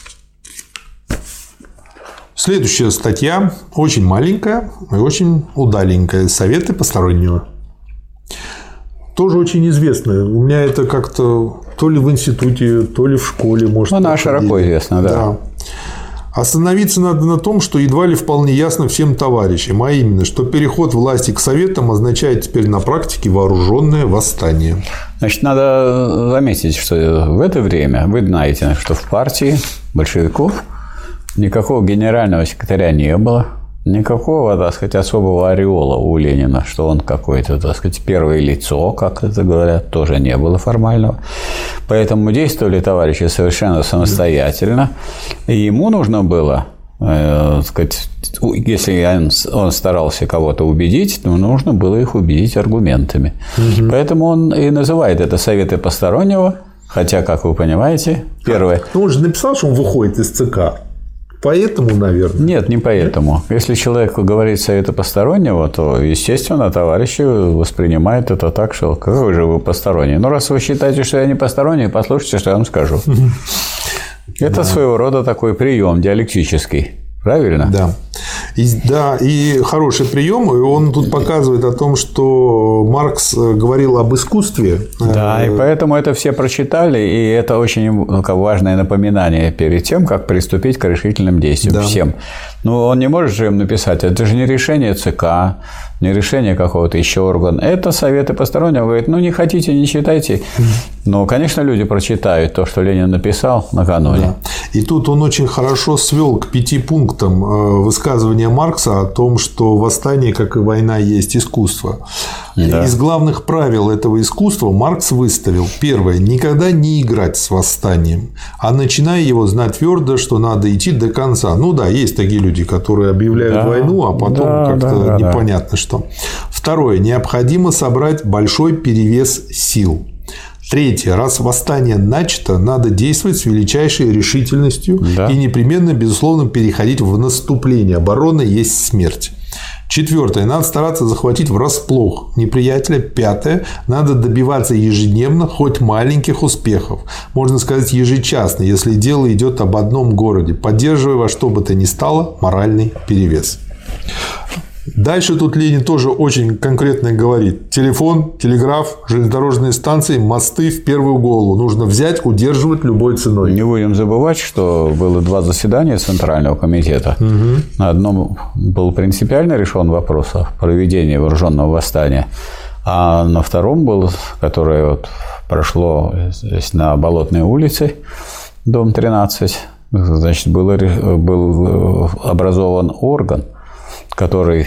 Следующая статья очень маленькая и очень удаленькая. Советы постороннего. Тоже очень известная. У меня это как-то то ли в институте, то ли в школе. Может, она широко известна, да. да. Остановиться надо на том, что едва ли вполне ясно всем товарищам, а именно, что переход власти к Советам означает теперь на практике вооруженное восстание. Значит, надо заметить, что в это время вы знаете, что в партии большевиков никакого генерального секретаря не было, никакого, так сказать, особого ореола у Ленина, что он какое-то, так сказать, первое лицо, как это говорят, тоже не было формального. Поэтому действовали товарищи совершенно самостоятельно. И ему нужно было, э, сказать, если он, он старался кого-то убедить, то нужно было их убедить аргументами. Угу. Поэтому он и называет это советы постороннего, хотя, как вы понимаете, первое... Ну, он же написал, что он выходит из ЦК. Поэтому, наверное. Нет, не поэтому. Если человек говорит советы постороннего, то, естественно, товарищи воспринимают это так, что какой же вы посторонний. Но раз вы считаете, что я не посторонний, послушайте, что я вам скажу. Это да. Своего рода такой прием диалектический. Правильно? Да. И, да, и хороший прием, и он тут показывает о том, что Маркс говорил об искусстве. Да, и поэтому это все прочитали, и это очень ну, важное напоминание перед тем, как приступить к решительным действиям да. Всем. Ну, он не может же им написать, это же не решение ЦК, не решение какого-то еще органа, это советы постороннего. Он говорит, ну, не хотите, не читайте. Но, конечно, люди прочитают то, что Ленин написал накануне. Да. И тут он очень хорошо свел к пяти пунктам высказывания Маркса о том, что восстание, как и война, есть искусство. Да. Из главных правил этого искусства Маркс выставил: первое – никогда не играть с восстанием, а начиная его, знать твердо, что надо идти до конца. Ну да, есть такие люди, которые объявляют да. войну, а потом да, как-то да, непонятно да. что. Второе – необходимо собрать большой перевес сил. Третье. Раз восстание начато, надо действовать с величайшей решительностью да. и непременно, безусловно, переходить в наступление. Оборона есть смерть. Четвертое. Надо стараться захватить врасплох неприятеля. Пятое. Надо добиваться ежедневно хоть маленьких успехов. Можно сказать, ежечасно, если дело идет об одном городе, поддерживая во что бы то ни стало моральный перевес. Дальше тут Ленин тоже очень конкретно говорит: телефон, телеграф, железнодорожные станции, мосты в первую голову нужно взять, удерживать любой ценой. Не будем забывать, что было два заседания Центрального комитета. Угу. На одном был принципиально решен вопрос о проведении вооруженного восстания, а на втором был, которое вот прошло здесь на Болотной улице, дом тринадцать, значит, был, был образован орган, который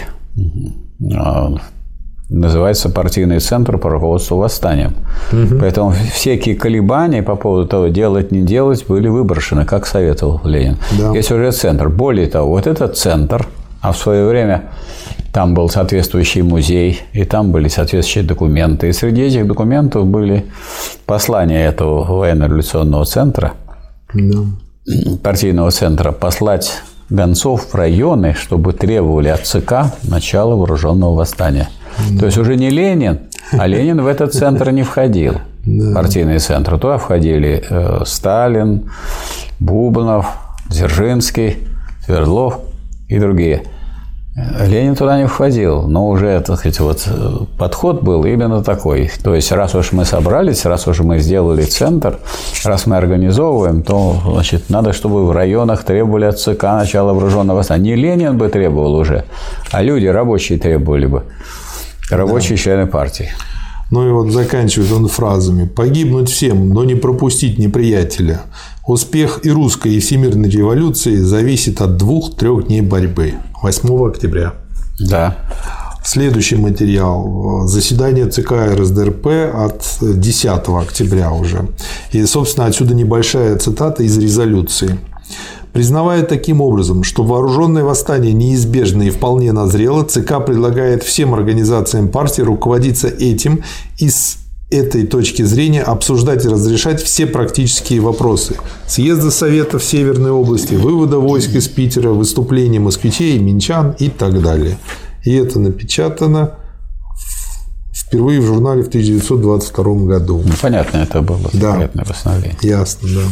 называется партийный центр по руководству восстанием. Угу. Поэтому всякие колебания по поводу того, делать, не делать, были выброшены, как советовал Ленин. Да. Есть уже центр. Более того, вот этот центр, а в свое время там был соответствующий музей, и там были соответствующие документы. И среди этих документов были послания этого военно-революционного центра, да. партийного центра, послать гонцов в районы, чтобы требовали от ЦК начала вооруженного восстания. Да. То есть уже не Ленин, а Ленин в этот центр не входил. Да. Партийный центр. Туда входили э, Сталин, Бубнов, Дзержинский, Свердлов и другие. Ленин туда не входил, но уже, так сказать, вот подход был именно такой. То есть, раз уж мы собрались, раз уж мы сделали центр, раз мы организовываем, то, значит, надо, чтобы в районах требовали от ЦК начала вооруженного восстания. Не Ленин бы требовал уже, а люди, рабочие, требовали бы. Рабочие да. члены партии. Ну и вот заканчивает он фразами: «Погибнуть всем, но не пропустить неприятеля. Успех и русской, и всемирной революции зависит от двух-трех дней борьбы». восьмого октября. Да. Следующий материал. Заседание ЦК РСДРП от десятого октября уже. И, собственно, отсюда небольшая цитата из резолюции. Признавая таким образом, что вооруженное восстание неизбежно и вполне назрело, ЦК предлагает всем организациям партии руководиться этим и с этой точки зрения обсуждать и разрешать все практические вопросы: съезда Советов Северной области, вывода войск из Питера, выступления москвичей, минчан и так далее. И это напечатано впервые в журнале в тысяча девятьсот двадцать втором году. Ну, понятно, это было секретное да. постановление. Ясно, да.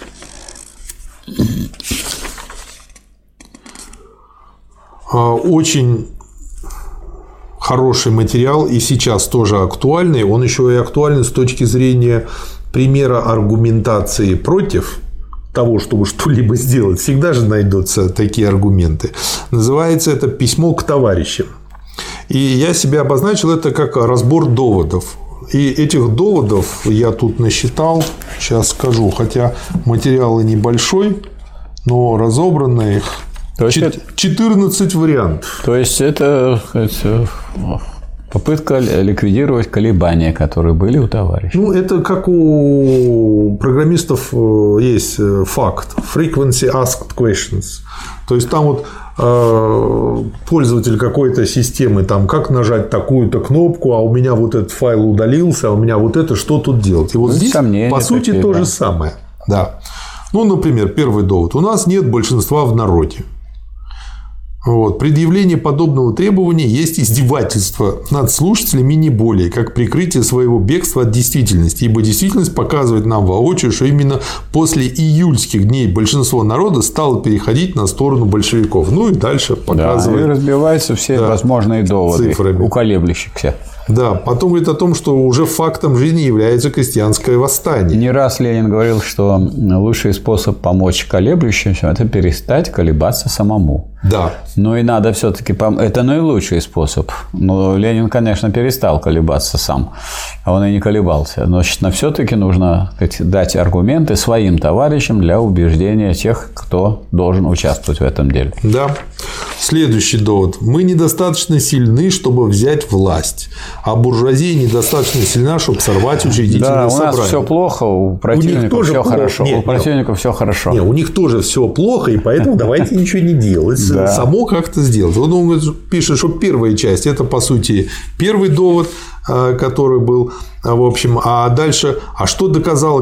Очень хороший материал, и сейчас тоже актуальный. Он еще и актуален с точки зрения примера аргументации против того, чтобы что-либо сделать, всегда же найдутся такие аргументы. Называется это «Письмо к товарищам». И я себе обозначил это как разбор доводов. И этих доводов я тут насчитал, сейчас скажу, хотя материал и небольшой, но разобрано их четырнадцать вариантов. То есть это, это попытка ликвидировать колебания, которые были у товарища. Ну, это как у программистов есть факт frequency asked questions. То есть там вот пользователь какой-то системы, там, как нажать такую-то кнопку, а у меня вот этот файл удалился, а у меня вот это, что тут делать? И вот ну, здесь, по сути, такие, то да. же самое. Да. Ну, например, первый довод. У нас нет большинства в народе. Вот. Предъявление подобного требования есть издевательство над слушателями не более, как прикрытие своего бегства от действительности, ибо действительность показывает нам воочию, что именно после июльских дней большинство народа стало переходить на сторону большевиков. Ну и дальше показывает. Да, и разбиваются все да, возможные доводы цифрами. У колеблющихся. Да, потом говорит о том, что уже фактом жизни является крестьянское восстание. Не раз Ленин говорил, что лучший способ помочь колеблющимся – это перестать колебаться самому. Да. Ну и надо все-таки пом... это наилучший способ. Но Ленин, конечно, перестал колебаться сам, а он и не колебался. Но все-таки нужно дать аргументы своим товарищам для убеждения тех, кто должен участвовать в этом деле. Да. Следующий довод. Мы недостаточно сильны, чтобы взять власть, а буржуазия недостаточно сильна, чтобы сорвать учредительное собрание. Да, у нас все плохо, у противников все хорошо. У противников все хорошо. Нет, у них тоже все плохо, и поэтому давайте ничего не делать. Да. Само как-то сделать. Вот он пишет, что первая часть – это, по сути, первый довод, который был, в общем, а дальше, а что доказала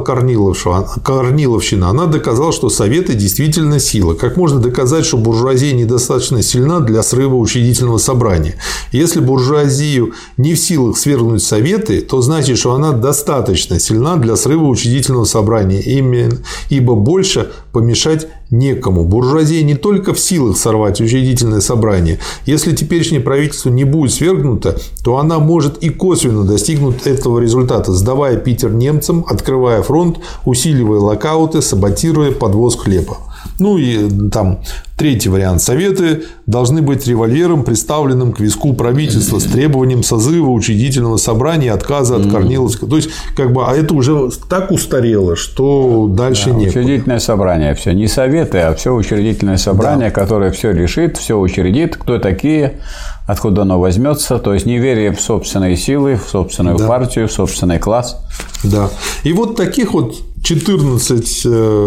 Корниловщина? Она доказала, что Советы действительно сила. Как можно доказать, что буржуазия недостаточно сильна для срыва учредительного собрания? Если буржуазию не в силах свергнуть Советы, то значит, что она достаточно сильна для срыва учредительного собрания, ибо больше помешать некому. Буржуазия не только в силах сорвать учредительное собрание. Если теперешнее правительство не будет свергнуто, то она может и косвенно достигнуть этого результата, сдавая Питер немцам, открывая фронт, усиливая локауты, саботируя подвоз хлеба. Ну и там третий вариант. Советы должны быть револьвером, приставленным к виску правительства с требованием созыва учредительного собрания и отказа от Корниловского. То есть, как бы, а это уже так устарело, что дальше да, некуда. Учредительное собрание. Все не советы, а все учредительное собрание, да. которое все решит, все учредит, кто такие, откуда оно возьмется. То есть неверие в собственные силы, в собственную да. партию, в собственный класс. Да. И вот таких вот четырнадцать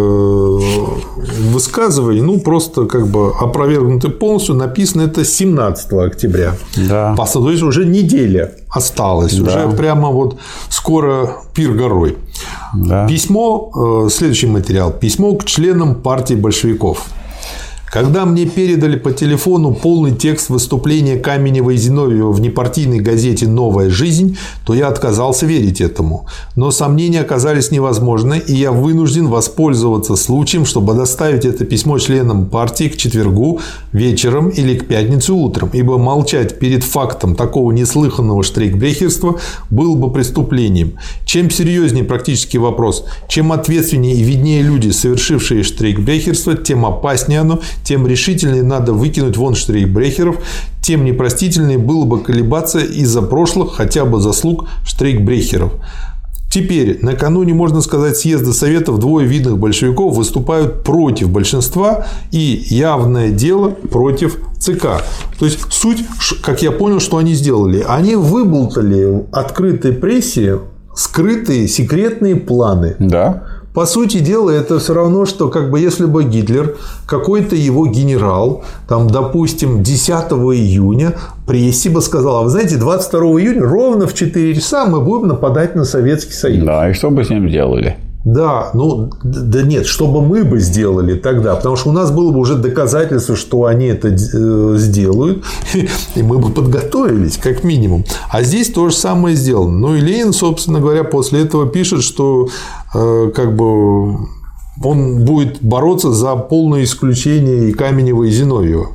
высказываний, ну, просто как бы опровергнуты полностью, написано это семнадцатого октября. Да. То есть, уже неделя осталась, да. уже прямо вот скоро пир горой. Да. Письмо, следующий материал, письмо к членам партии большевиков. Когда мне передали по телефону полный текст выступления Каменева и Зиновьева в непартийной газете «Новая жизнь», то я отказался верить этому. Но сомнения оказались невозможны, и я вынужден воспользоваться случаем, чтобы доставить это письмо членам партии к четвергу вечером или к пятнице утром, ибо молчать перед фактом такого неслыханного штрейкбрехерства было бы преступлением. Чем серьезнее практический вопрос, чем ответственнее и виднее люди, совершившие штрейкбрехерство, тем опаснее оно, тем решительнее надо выкинуть вон штрейкбрехеров, тем непростительнее было бы колебаться из-за прошлых хотя бы заслуг штрейкбрехеров. Теперь, накануне, можно сказать, съезда Советов двое видных большевиков выступают против большинства и явное дело против ЦК. То есть, суть, как я понял, что они сделали, они выболтали в открытой прессе скрытые секретные планы. Да. По сути дела, это все равно, что как бы если бы Гитлер, какой-то его генерал, там, допустим, десятого июня прессе бы сказал, а вы знаете, двадцать второго июня ровно в четыре часа мы будем нападать на Советский Союз. Да, и что бы с ним сделали? Да, ну, да нет, что бы мы бы сделали тогда, потому что у нас было бы уже доказательство, что они это сделают, и мы бы подготовились, как минимум. А здесь то же самое сделано. Ну, и Ленин, собственно говоря, после этого пишет, что э, как бы он будет бороться за полное исключение и Каменева, и Зиновьева.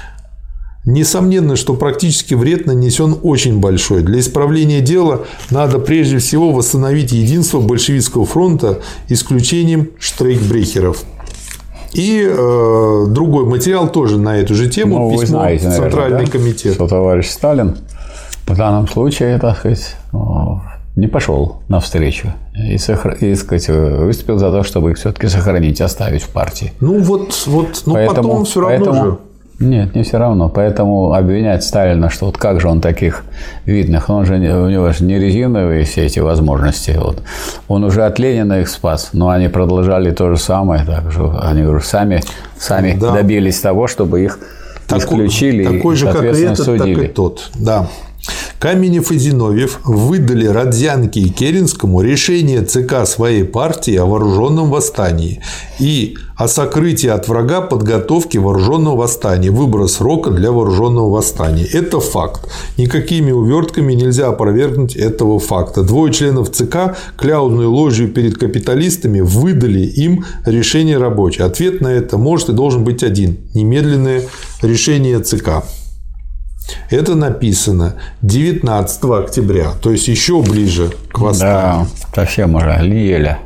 Несомненно, что практически вред нанесен очень большой. Для исправления дела надо прежде всего восстановить единство большевистского фронта исключением штрейкбрехеров. И э, другой материал тоже на эту же тему. Ну, письмо знаете, в Центральный наверное, да? комитет. Что товарищ Сталин в данном случае, так сказать, не пошел навстречу и, сохр... и сказать, выступил за то, чтобы их все-таки сохранить, оставить в партии. Ну вот, вот ну, поэтому, потом все равно поэтому... же. Нет, не все равно. Поэтому обвинять Сталина, что вот как же он таких видных, он же, у него же не резиновые все эти возможности. Вот. Он уже от Ленина их спас, но они продолжали то же самое. Так же, они уже сами, сами да. добились того, чтобы их такой, исключили такой и, же, соответственно, как и этот, судили. так и тот. Да. Каменев и Зиновьев выдали Родзянке и Керенскому решение ЦК своей партии о вооруженном восстании и о сокрытии от врага подготовки вооруженного восстания, выбора срока для вооруженного восстания. Это факт. Никакими увертками нельзя опровергнуть этого факта. Двое членов ЦК кляузной ложью перед капиталистами выдали им решение рабочее. Ответ на это может и должен быть один. Немедленное решение ЦК. Это написано девятнадцатого октября, то есть еще ближе к восстанию. Да, совсем уже еле.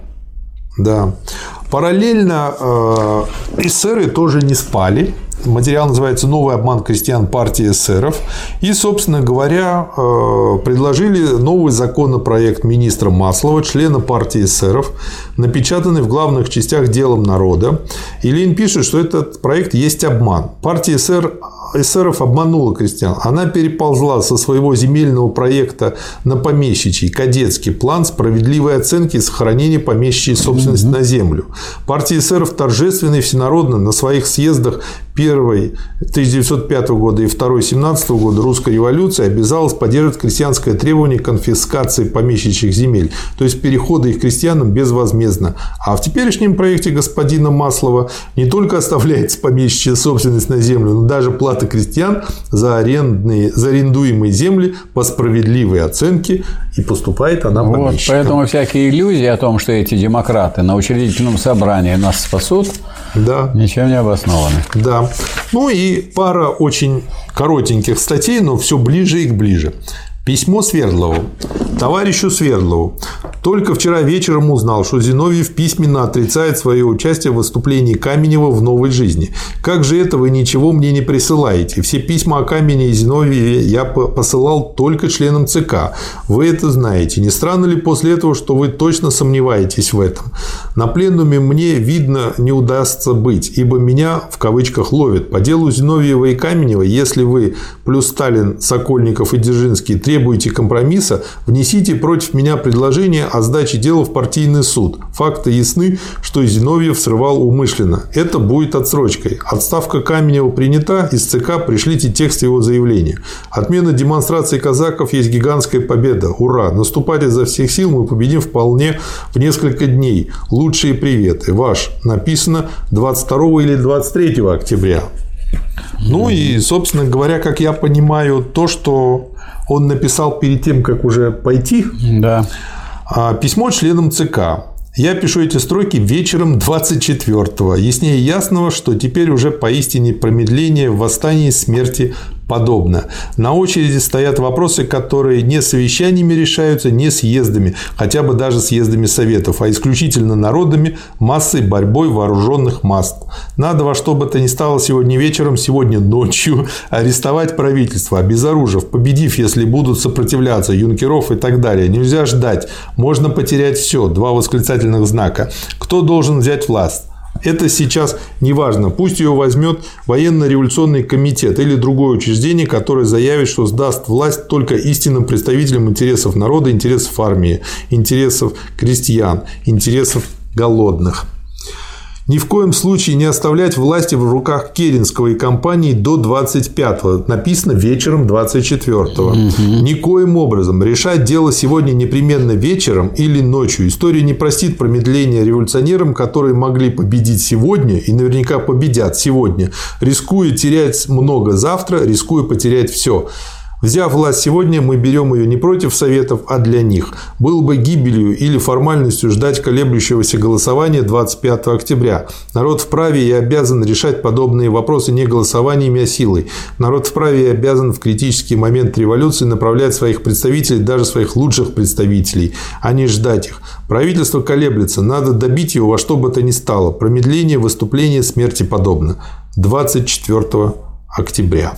Да. Параллельно э, эсеры тоже не спали. Материал называется «Новый обман крестьян партии эсеров». И, собственно говоря, э, предложили новый законопроект министра Маслова, члена партии эсеров, напечатанный в главных частях «Делом народа». И Ленин пишет, что этот проект есть обман. Партия эсер эсеров обманула крестьян. Она переползла со своего земельного проекта на помещичий кадетский план справедливой оценки и сохранения помещичьей собственности на землю. Партия эсеров торжественно и всенародно на своих съездах первой тысяча девятьсот пятого года и второй семнадцатого года русской революции обязалась поддерживать крестьянское требование конфискации помещичьих земель, то есть перехода их крестьянам безвозмездно. А в теперешнем проекте господина Маслова не только оставляется помещичья собственность на землю, но даже плата крестьян за, арендные, за арендуемые земли по справедливой оценке, и поступает она вот, помещикам. Поэтому всякие иллюзии о том, что эти демократы на учредительном собрании нас спасут, да. ничем не обоснованы. Да. Ну и пара очень коротеньких статей, но все ближе и ближе. Письмо Свердлову. Товарищу Свердлову. Только вчера вечером узнал, что Зиновьев письменно отрицает свое участие в выступлении Каменева в «Новой жизни». Как же это вы ничего мне не присылаете? Все письма о Камене и Зиновьеве я посылал только членам ЦК. Вы это знаете. Не странно ли после этого, что вы точно сомневаетесь в этом? На пленуме мне, видно, не удастся быть, ибо меня в кавычках ловят. По делу Зиновьева и Каменева, если вы плюс Сталин, Сокольников и Дзержинский требуете компромисса, внесите против меня предложение о сдаче дела в партийный суд. Факты ясны, что Зиновьев срывал умышленно. Это будет отсрочкой. Отставка Каменева принята, из ЦК пришлите текст его заявления. Отмена демонстрации казаков есть гигантская победа. Ура! Наступать изо всех сил мы победим вполне в несколько дней. Лучшие приветы. Ваш. Написано двадцать второго или двадцать третьего октября. Ну и, собственно говоря, как я понимаю, то, что он написал перед тем, как уже пойти, да. Письмо членам ЦК. Я пишу эти строки вечером двадцать четвёртого. Яснее ясного, что теперь уже поистине промедление в восстании смерти подобно. На очереди стоят вопросы, которые не совещаниями решаются, не съездами, хотя бы даже съездами советов, а исключительно народами, массой, борьбой вооруженных масс. Надо во что бы то ни стало сегодня вечером, сегодня ночью арестовать правительство, обезоружив, победив, если будут сопротивляться, юнкеров и так далее. Нельзя ждать. Можно потерять все. Два восклицательных знака. Кто должен взять власть? Это сейчас не важно. Пусть ее возьмет военно-революционный комитет или другое учреждение, которое заявит, что сдаст власть только истинным представителям интересов народа, интересов армии, интересов крестьян, интересов голодных. Ни в коем случае не оставлять власти в руках Керенского и компании до двадцать пятого. Написано вечером двадцать четвёртого. Угу. Никоим образом решать дело сегодня непременно вечером или ночью. История не простит промедления революционерам, которые могли победить сегодня и наверняка победят сегодня, рискуя терять много завтра, рискуя потерять все. Взяв власть сегодня, мы берем ее не против Советов, а для них. Было бы гибелью или формальностью ждать колеблющегося голосования двадцать пятого октября. Народ вправе и обязан решать подобные вопросы не голосованиями, а силой. Народ вправе и обязан в критический момент революции направлять своих представителей, даже своих лучших представителей, а не ждать их. Правительство колеблется, надо добить его во что бы то ни стало. Промедление, выступление, смерти подобно. двадцать четвёртого октября.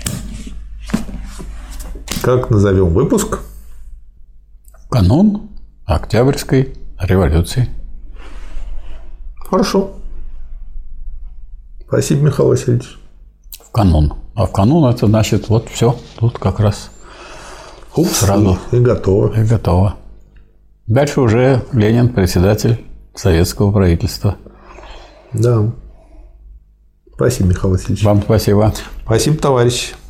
Как назовем выпуск? Канун Октябрьской революции. Хорошо. Спасибо, Михаил Васильевич. В канун. А в канун это значит вот все. Тут как раз Упс, сразу. И готово. И готово. Дальше уже Ленин председатель советского правительства. Да. Спасибо, Михаил Васильевич. Вам спасибо. Спасибо, товарищи.